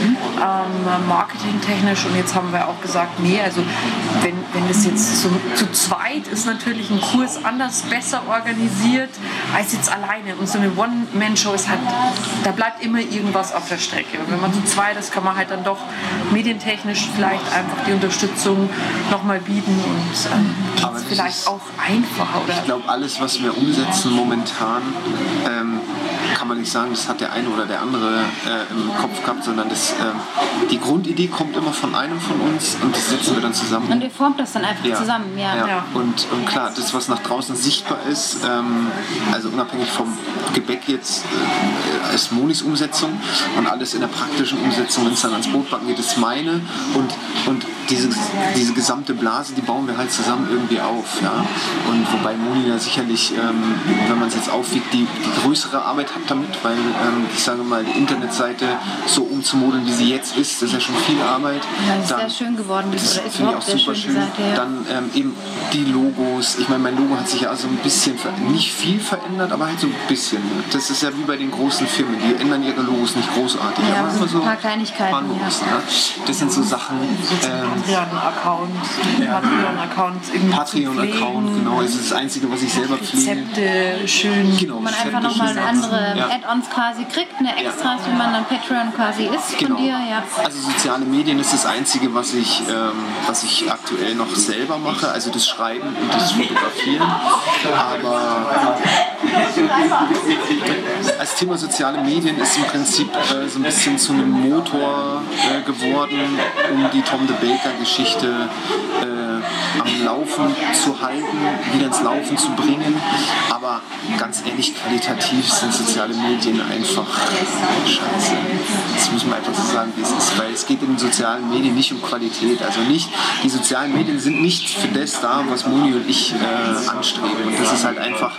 ähm, marketingtechnisch. Und jetzt haben wir auch gesagt, nee, also wenn, wenn das jetzt so zu zweit ist, natürlich ein Kurs anders, besser organisiert als jetzt alleine. Und so eine One-Man-Show ist halt, da bleibt immer irgendwas auf der Strecke. Und wenn man zu zweit ist, kann man halt dann doch medientechnisch vielleicht einfach die Unterstützung nochmal bieten und ähm, geht es vielleicht auch einfacher. Oder? Ich glaube, alles, was wir umsetzen momentan, ähm, kann man nicht sagen, das hat der eine oder der andere äh, im Kopf gehabt, sondern das, äh, die Grundidee kommt immer von einem von uns und das setzen wir dann zusammen. Und ihr formt das dann einfach ja. zusammen, ja. ja. ja. Und, und klar, das, was nach draußen sichtbar ist, ähm, also unabhängig vom Gebäck jetzt, äh, ist Monis Umsetzung und alles in der praktischen Umsetzung, wenn es dann ans Brotbacken geht, ist meine und, und diese, diese gesamte Blase, die bauen wir halt zusammen irgendwie auf. Ja? Und wobei Moni da sicherlich, ähm, wenn man es jetzt aufwiegt, die, die größere Arbeit hat damit, weil ähm, ich sage mal, die Internetseite so umzumodeln, wie sie jetzt ist, das ist ja schon viel Arbeit. Ja, das ist dann, sehr schön geworden. Das oder ist finde ich auch sehr super schön. schön. Seite, ja. Dann ähm, eben die Logos. Ich meine, mein Logo hat sich ja also ein bisschen, nicht viel verändert, aber halt so ein bisschen. Das ist ja wie bei den großen Firmen, die ändern ihre Logos nicht großartig. Ja, aber so immer so ein paar Kleinigkeiten. Paar Logos, Ja. ne? Das sind so Sachen. Ähm, Patreon-Account, Patreon-Account irgendwie Patreon-Account, genau, das ist das Einzige, was ich selber pflege. Rezepte, schön. Genau, Wo man Rezepte einfach nochmal schön andere ja. Add-ons quasi kriegt, eine Extras, wie man dann Patreon quasi ist Genau. von dir. Ja. Also soziale Medien ist das Einzige, was ich, ähm, was ich aktuell noch selber mache, also das Schreiben und das Fotografieren. Aber als Thema soziale Medien ist im Prinzip äh, so ein bisschen zu einem Motor äh, geworden, um die Tom the Baker Geschichte äh, am Laufen zu halten, wieder ins Laufen zu bringen. Aber ganz ehrlich, qualitativ sind soziale Medien einfach scheiße. Das muss man einfach so sagen, wie es ist, weil es geht in den sozialen Medien nicht um Qualität. Also nicht, die sozialen Medien sind nicht für das da, was Moni und ich äh, anstreben. Und das ist halt einfach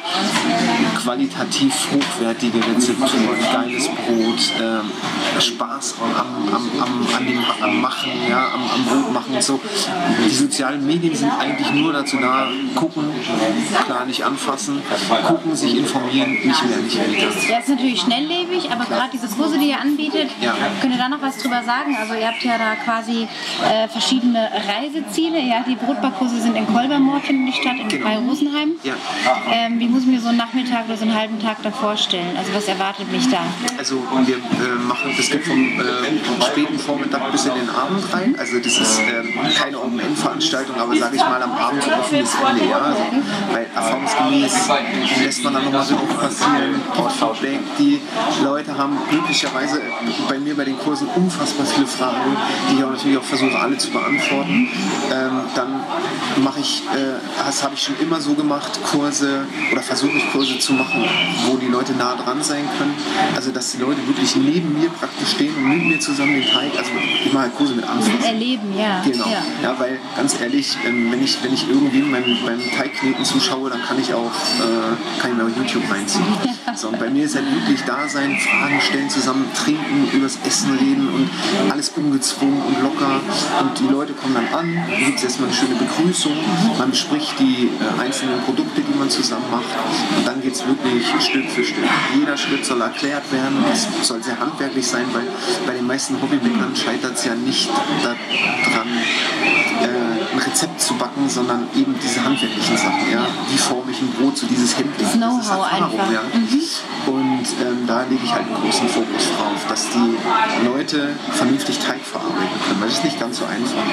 qualitativ hochwertige Rezepturen, geiles Brot, äh, Spaß am, am, am, an dem, am Machen, ja, am, am Brot machen und so. Die sozialen Medien sind eigentlich nur dazu da, gucken, klar nicht anfassen, gucken, sich informieren, nicht mehr, nicht weniger. Ja, ist natürlich schnelllebig, aber gerade diese Kurse, die ihr anbietet, Ja. könnt ihr da noch was drüber sagen? Also ihr habt ja da quasi äh, verschiedene Reiseziele. Ja, die Brotbackkurse sind in Kolbermoor, finden die statt, in Genau. bei Rosenheim. Ja. Ähm, wie muss ich mir so einen Nachmittag oder so einen halben Tag da vorstellen? Also was erwartet mich da? Also wir äh, machen das geht vom, äh, vom späten Vormittag bis in den Abend rein. Also das ist ähm, keine Open-End-Veranstaltung, aber sage ich mal am Abend so offenes Ende. Ja? Also, weil erfahrungsgemäß lässt man dann nochmal so oft passieren, Feedback. Die Leute haben glücklicherweise bei mir bei den Kursen unfassbar viele Fragen, die ich auch natürlich auch versuche alle zu beantworten. Ähm, dann mache ich, äh, das habe ich schon immer so gemacht, Kurse oder versuche ich Kurse zu machen, wo die Leute nah dran sein können. Also dass die Leute wirklich neben mir praktisch stehen und mit mir zusammen den Teig, also ich mache halt Kurse mit Anfassen. Erleben, ja. Genau. Ja. Ja, weil ganz ehrlich, ähm, wenn ich, wenn ich irgendwem beim, beim Teigkneten zuschaue, dann kann ich auch äh, kann ich mir auch YouTube reinziehen. So, und bei mir ist halt wirklich da sein, Fragen stellen, zusammen trinken, übers Essen reden und alles ungezwungen und locker. Und die Leute kommen dann an, dann gibt es erstmal eine schöne Begrüßung, man bespricht die äh, einzelnen Produkte, die man zusammen macht und dann geht es wirklich Stück für Stück. Jeder Schritt soll erklärt werden, es soll sehr handwerklich sein, weil bei den meisten Hobbybäckern scheitert es ja nicht daran, äh, ein Rezept zu backen, sondern eben diese handwerklichen Sachen. Ja? Wie forme ich ein Brot, so dieses Handling. Das Know-how einfach. Ja? Mhm. Und ähm, da lege ich halt einen großen Fokus drauf, dass die Leute vernünftig Teig verarbeiten können, weil das ist nicht ganz so einfach.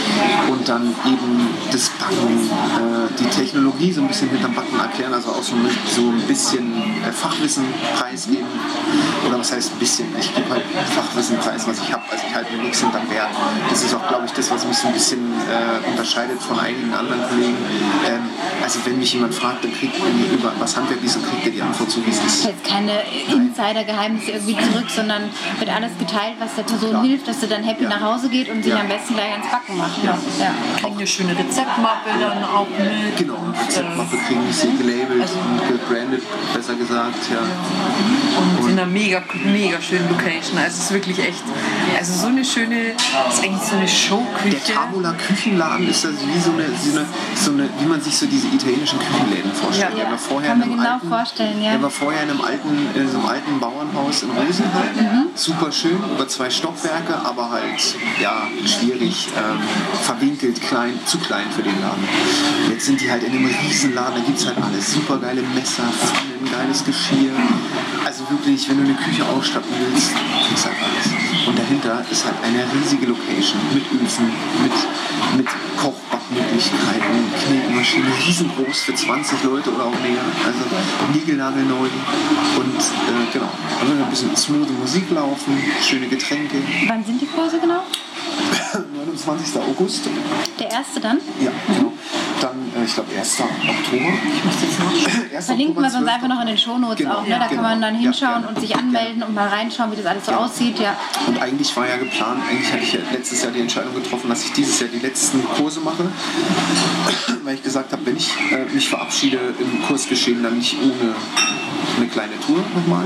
Und dann eben das Backen, äh, die Technologie so ein bisschen hinterm Backen erklären, also auch so, so ein bisschen äh, Fachwissen preisgeben. Oder was heißt ein bisschen? Ich gebe halt Fachwissen preis, was ich habe. Also ich halte mir nichts hinterm Wert. Das ist auch, glaube ich, das, was mich so ein bisschen äh, unterscheidet von einigen anderen Kollegen. Ähm, also wenn mich jemand fragt, dann kriegt er über was handwerklich, dann kriegt er die Antwort so, wie es ist. Jetzt keine Insider-Geheimnisse irgendwie zurück, sondern wird alles geteilt, was der Person Klar. hilft, dass sie dann happy Ja. nach Hause geht und sich Ja. am besten gleich ans Backen macht. Ja. Ja. Kriegen eine schöne Rezeptmappe dann auch mit. Genau, Rezeptmappe kriegen sie gelabelt Also- und gebrandet, besser gesagt. Ja. Und in einer mega, mega schönen Location. Also es ist wirklich echt Also so eine schöne, das ist eigentlich so eine Showküche. Der Tavola Küchenladen ist das wie so eine, so eine, so eine, wie man sich so diese italienischen Küchenläden vorstellt. Ja. Der war vorher Kann in man einem genau alten, vorstellen, ja. Der war vorher in einem alten, in so einem alten Bauernhaus in Rosenheim. Mhm. Super schön, über zwei Stockwerke, aber halt ja schwierig, ähm, verwinkelt, klein, zu klein für den Laden. Jetzt sind die halt in einem Riesenladen, da gibt es halt alles. Super geile Messer, Pfannen, geiles Geschirr. Also wirklich, wenn du eine Küche ausstatten willst, kriegst halt alles. Und dahinter ist halt eine riesige Location mit Öfen, mit, mit Kochbackmöglichkeiten, Knetmaschine, riesengroß für zwanzig Leute oder auch mehr. Also niegelnagelneu. Und äh, genau, also ein bisschen smooth Musik laufen, schöne Getränke. Wann sind die Kurse genau? neunundzwanzigster August. Der erste dann? Ja, genau. Dann, äh, ich glaube, erster Oktober. Ich muss jetzt noch. Verlinken wir sonst einfach noch in den Shownotes genau, auch. Ne? Da genau. kann man dann hinschauen ja, und sich anmelden und mal reinschauen, wie das alles so genau. aussieht. Ja. Und eigentlich war ja geplant, eigentlich hatte ich ja letztes Jahr die Entscheidung getroffen, dass ich dieses Jahr die letzten Kurse mache. Weil ich gesagt habe, wenn ich äh, mich verabschiede im Kursgeschehen, dann nicht ohne eine kleine Tour nochmal.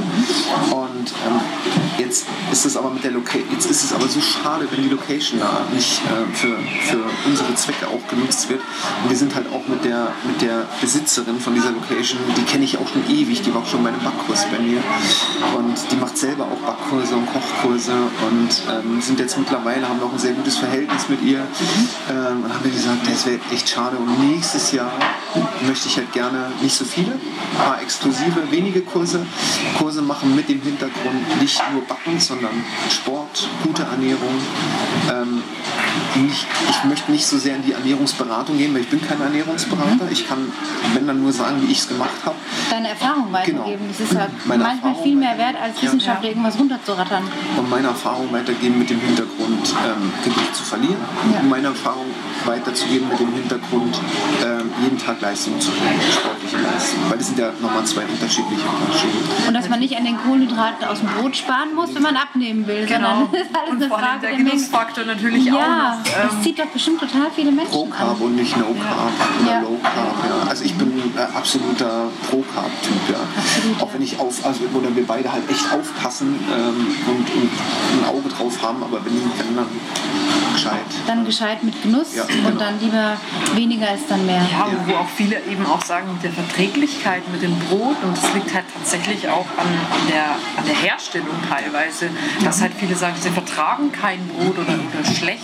Und ähm, jetzt ist es aber mit der Location, jetzt ist es aber so schade, wenn die Location da nicht äh, für, für unsere Zwecke auch genutzt wird. Und wir sind halt auch mit der, mit der Besitzerin von dieser Location, die kenne ich auch schon ewig, die war auch schon bei einem Backkurs bei mir. Und die macht selber auch Backkurse und Kochkurse und ähm, sind jetzt mittlerweile, haben wir auch ein sehr gutes Verhältnis mit ihr. Ähm, und haben wir gesagt, das wäre echt schade. Und nächstes Jahr möchte ich halt gerne nicht so viele, ein paar exklusive, wenige Kurse, Kurse machen mit dem Hintergrund nicht nur Backen, sondern Sport, gute Ernährung. Ähm, nicht, ich möchte nicht so sehr in die Ernährungsberatung gehen, weil ich bin kein Ernährungsberater. Ich kann, wenn dann nur sagen, wie ich es gemacht habe. Deine Erfahrung weitergeben. Genau. Das ist halt Meine manchmal Erfahrung viel mehr wert, als Wissenschaftler ja. irgendwas runterzurattern. Und meine Erfahrung weitergeben mit dem Hintergrund, ähm, Gewicht zu verlieren. Ja. Und meine Erfahrung weiterzugeben mit dem Hintergrund, ähm, jeden Tag Leistung zu bringen, sportliche Leistung. Weil das sind ja nochmal zwei unterschiedliche Unterschiede. Und dass man nicht an den Kohlenhydraten aus dem Brot sparen muss, wenn man abnehmen will, Genau. sondern das ist alles und eine vor allem Frage der der Menge. Genussfaktor natürlich Ja, auch noch. das Ähm, zieht doch bestimmt total viele Menschen Pro Carb an. und nicht No Carb oder Ja. Low Carb. Ja. Also ich bin äh, absoluter Pro Carb Typ. Ja. Absolut, Auch ja. wenn ich auf, also oder wir beide halt echt aufpassen ähm, und, und ein Auge drauf haben, aber wenn wenn dann gescheit. Dann gescheit mit Genuss Ja, und genau. dann lieber weniger ist dann mehr. Ja, wo auch viele eben auch sagen, mit der Verträglichkeit mit dem Brot, und das liegt halt tatsächlich auch an, an, der, an der Herstellung teilweise, dass halt viele sagen, sie vertragen kein Brot oder, oder schlecht,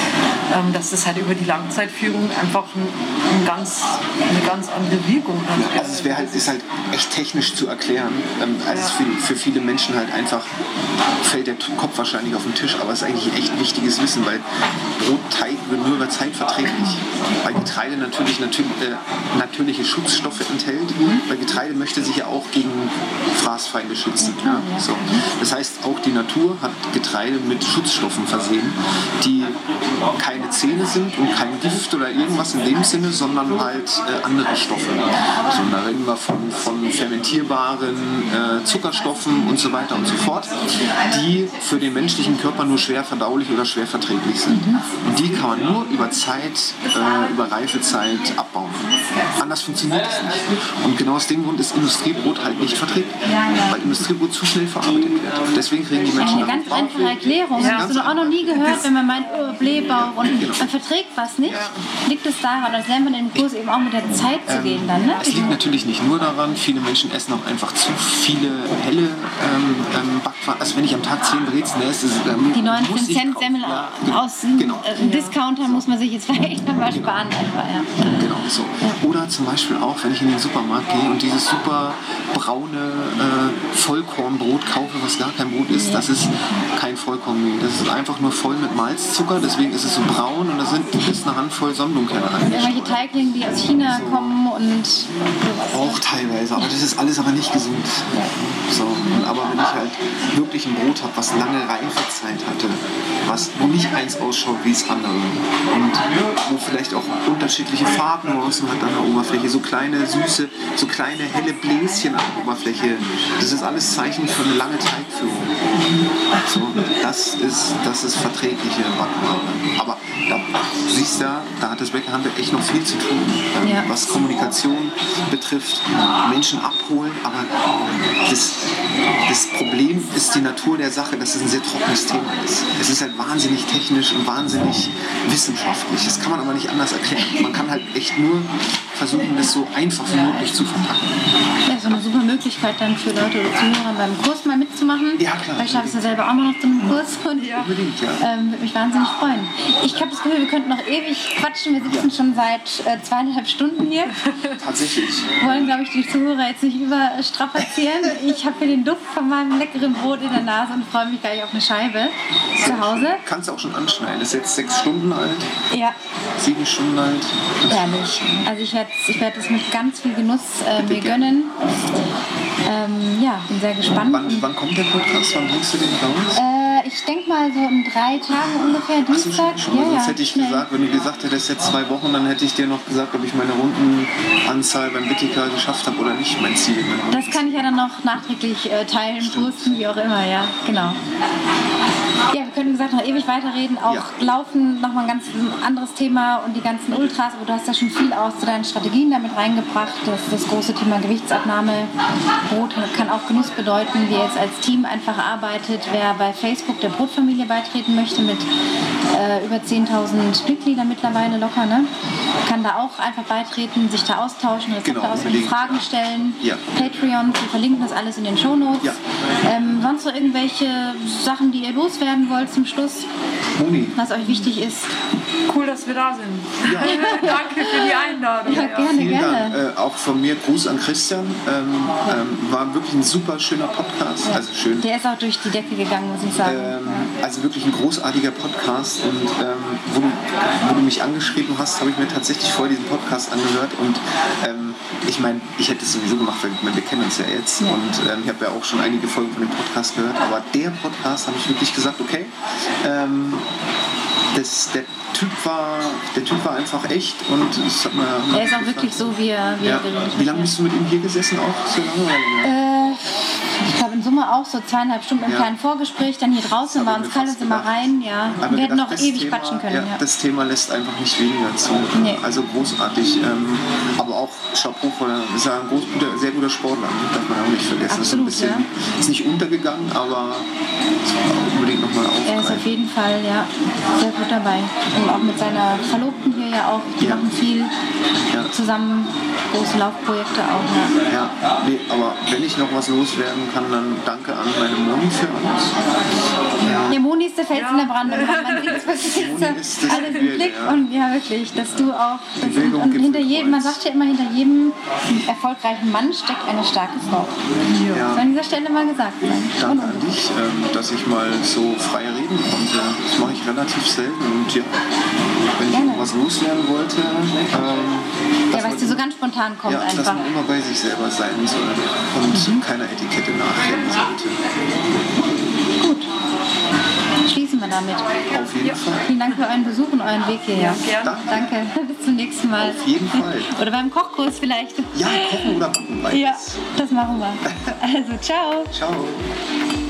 ähm, dass das halt über die Langzeitführung einfach ein, ein ganz, eine ganz andere Wirkung hat. Ja, also es wäre halt, ist halt echt technisch zu erklären. Ähm, also Ja. es für, für viele Menschen halt einfach fällt der Kopf wahrscheinlich auf den Tisch, aber es ist eigentlich echt wichtiges Wissen, weil Brotteig wird nur über Zeit verträglich. Weil Getreide natürlich natür äh, natürliche Schutzstoffe enthält, weil Getreide möchte sich ja auch gegen Fraßfeinde schützen. Ja? So. Das heißt, auch die Natur hat Getreide mit Schutzstoffen versehen, die keine Zähne sind und kein Gift oder irgendwas in dem Sinne, sondern halt äh, andere Stoffe. So, da reden wir von, von fermentierbaren äh, Zuckerstoffen und so weiter und so fort, die für den menschlichen Körper nur schwer verdaulich oder schwer verträglich sind. Und die kann man nur über Zeit, äh, über Reifezeit abbauen. Anders funktioniert es nicht. Und genau aus dem Grund ist Industriebrot halt nicht verträglich, weil Industriebrot zu schnell verarbeitet wird. Deswegen kriegen die Menschen Eine ganz darauf einfache Erklärung. Ja. Hast du auch noch nie gehört, wenn man meint, oh, Blähbauch und Genau. man verträgt was nicht? Liegt es daran, das lernt man im Kurs eben auch mit der Zeit zu gehen dann, ne? Es liegt natürlich nicht nur daran, viele Menschen essen auch einfach zu viele helle ähm, ähm, Backwaren. Also wenn ich am Tag zehn Brezen esse, ist, ähm, Die muss neunzehn ich Cent kaufen. Semmel Ja, genau. aus Genau. äh, Discountern muss man sich jetzt vielleicht mal sparen einfach, ja. Genau, so. Oder zum Beispiel auch, wenn ich in den Supermarkt gehe und dieses super braune äh, Vollkornbrot kaufe, was gar kein Brot ist, das ist kein Vollkornmehl. Das ist einfach nur voll mit Malzzucker, deswegen ist es so braun und da sind bis eine Handvoll Sonnenblumenkerne Irgendwelche reingestreut. Teiglinge, die aus China kommen und sowas. Auch teilweise, aber das ist alles aber nicht gesund. So, und aber wenn ich halt wirklich ein Brot habe, was lange Reifezeit hatte, was, wo nicht eins ausschaut wie das andere und wo vielleicht auch unterschiedliche Farbnuancen hat an der Oberfläche, so kleine, süße, so kleine, helle Bläschen an der Oberfläche, das ist alles Zeichen für eine lange Teigführung. So, das ist, das ist verträgliche Backware. Aber da siehst du ja, da hat das Bäckerhandwerk echt noch viel zu tun, ähm, Ja. was Kommunikation betrifft, Menschen abholen, aber das, das Problem ist die Natur der Sache, dass es ein sehr trockenes Thema ist. Es ist halt wahnsinnig technisch und wahnsinnig wissenschaftlich. Das kann man aber nicht anders erklären. Man kann halt echt nur versuchen, das so einfach wie möglich zu verpacken. Ja, so eine super Möglichkeit dann für Leute oder Zuhörer beim Kurs mal mitzumachen. Ja, klar. Weil ich habe es ja selber auch mal noch zu einem Kurs und ja. Unbedingt, ja. ähm, würde mich wahnsinnig freuen. Ich habe das Gefühl, wir könnten noch ewig quatschen. Wir sitzen ja. schon seit äh, zweieinhalb Stunden hier. Tatsächlich. Wir wollen, glaube ich, die Zuhörer jetzt nicht überstrapazieren. Ich habe hier den Duft von meinem leckeren Brot in der Nase und freue mich gleich auf eine Scheibe zu Hause. Kannst du auch schon anschneiden. Das ist jetzt sechs Stunden alt. Ja. Sieben Stunden alt. Ehrlich. Also ich werde ich werd das mit ganz viel Genuss äh, mir gönnen. Ähm, ja, bin sehr gespannt. Wann, wann kommt der Podcast? Wann bringst du den raus? Äh, ich denke mal so in drei Tagen ungefähr, Dienstag. Ach so, schon, schon. Ja, sonst ja, hätte ich schnell. gesagt, wenn du gesagt hättest, jetzt zwei Wochen, dann hätte ich dir noch gesagt, ob ich meine Rundenanzahl beim Bittika geschafft habe oder nicht, mein Ziel. Das kann ich ja dann noch nachträglich äh, teilen, posten, wie auch immer, ja, genau. Ja, wir können, wie gesagt, noch ewig weiterreden. Auch ja. Laufen, nochmal ein ganz anderes Thema und die ganzen Ultras. Aber du hast ja schon viel aus zu deinen Strategien damit reingebracht. Das, das große Thema Gewichtsabnahme. Brot kann auch Genuss bedeuten, wie ihr jetzt als Team einfach arbeitet. Wer bei Facebook der Brotfamilie beitreten möchte mit äh, über zehntausend Mitgliedern mittlerweile locker, ne? Kann da auch einfach beitreten, sich da austauschen, Rezepte genau, auswählen, Fragen stellen. Ja. Patreon, wir verlinken das alles in den Shownotes. Ja. Ähm, sonst so irgendwelche Sachen, die ihr loswerden wollt zum Schluss, Moni, was euch wichtig ist? Cool, dass wir da sind. Ja. Danke für die Einladung. Ja, gerne, Vielen gerne. Dank. Äh, auch von mir Gruß an Christian. Ähm, ähm, war wirklich ein super schöner Podcast. Ja. Also schön. Der ist auch durch die Decke gegangen, muss ich sagen. Ähm, ja. Also wirklich ein großartiger Podcast. Und ähm, wo, du, wo du mich angeschrieben hast, habe ich mir tatsächlich vorher diesen Podcast angehört. Und ähm, ich meine, ich hätte es sowieso gemacht, weil wir kennen uns ja jetzt. Ja. Und ähm, ich habe ja auch schon einige Folgen von dem Podcast gehört. Aber der Podcast habe ich wirklich gesagt, okay, ähm, das, der Typ war, der Typ war einfach echt und es hat mir. Er ist auch wirklich so, wie er, wie ja. er geredet hat. Wie lange bist du mit ihm hier gesessen? Auch so lange? Äh, ich glaube in Summe auch so zweieinhalb Stunden im ja. kleinen Vorgespräch, dann hier draußen, war uns kalt und sind mal rein, ja. Und wir hätten noch ewig Thema, quatschen können. Ja, ja. Das Thema lässt einfach nicht weniger zu. Nee. Also großartig. Ähm, aber auch Chapeau, das ist ja ein groß, guter, sehr guter Sportler, darf man auch nicht vergessen. Absolut, ist, ein bisschen, ja. ist nicht untergegangen, aber das war auch unbedingt nochmal aufgreifen. Er ist auf jeden Fall ja, sehr gut dabei. Und auch mit seiner Verlobten hier ja auch, die ja. machen viel ja. zusammen, große Laufprojekte auch. Ja, ja nee, aber wenn ich noch was loswerden kann, dann danke an meine Moni für alles. Ja, ja Moni ist der Fels ja. in der Brandung. Man sieht es wirklich alles im Blick ja. und ja wirklich, dass du auch das und, und hinter jedem, man sagt ja immer, hinter jedem erfolgreichen Mann steckt eine starke Frau. Ja. Das soll an dieser Stelle mal gesagt sein. Danke an dich, ähm, dass ich mal so frei reden konnte. Das mache ich relativ selten und ja, wenn ich noch was loslernen wollte, ähm, ja, weil es dir so ganz spontan kommt ja, einfach. Dass man immer bei sich selber sein soll und mhm. keiner Etikette nachrennen sollte. Gut. Schließen wir damit. Auf jeden ja. Fall. Vielen Dank für euren Besuch und euren Weg hierher. Ja, Danke. Danke. Bis zum nächsten Mal. Auf jeden Fall. Oder beim Kochkurs vielleicht. Ja, kochen oder backen beides. Ja, das machen wir. Also, ciao. Ciao.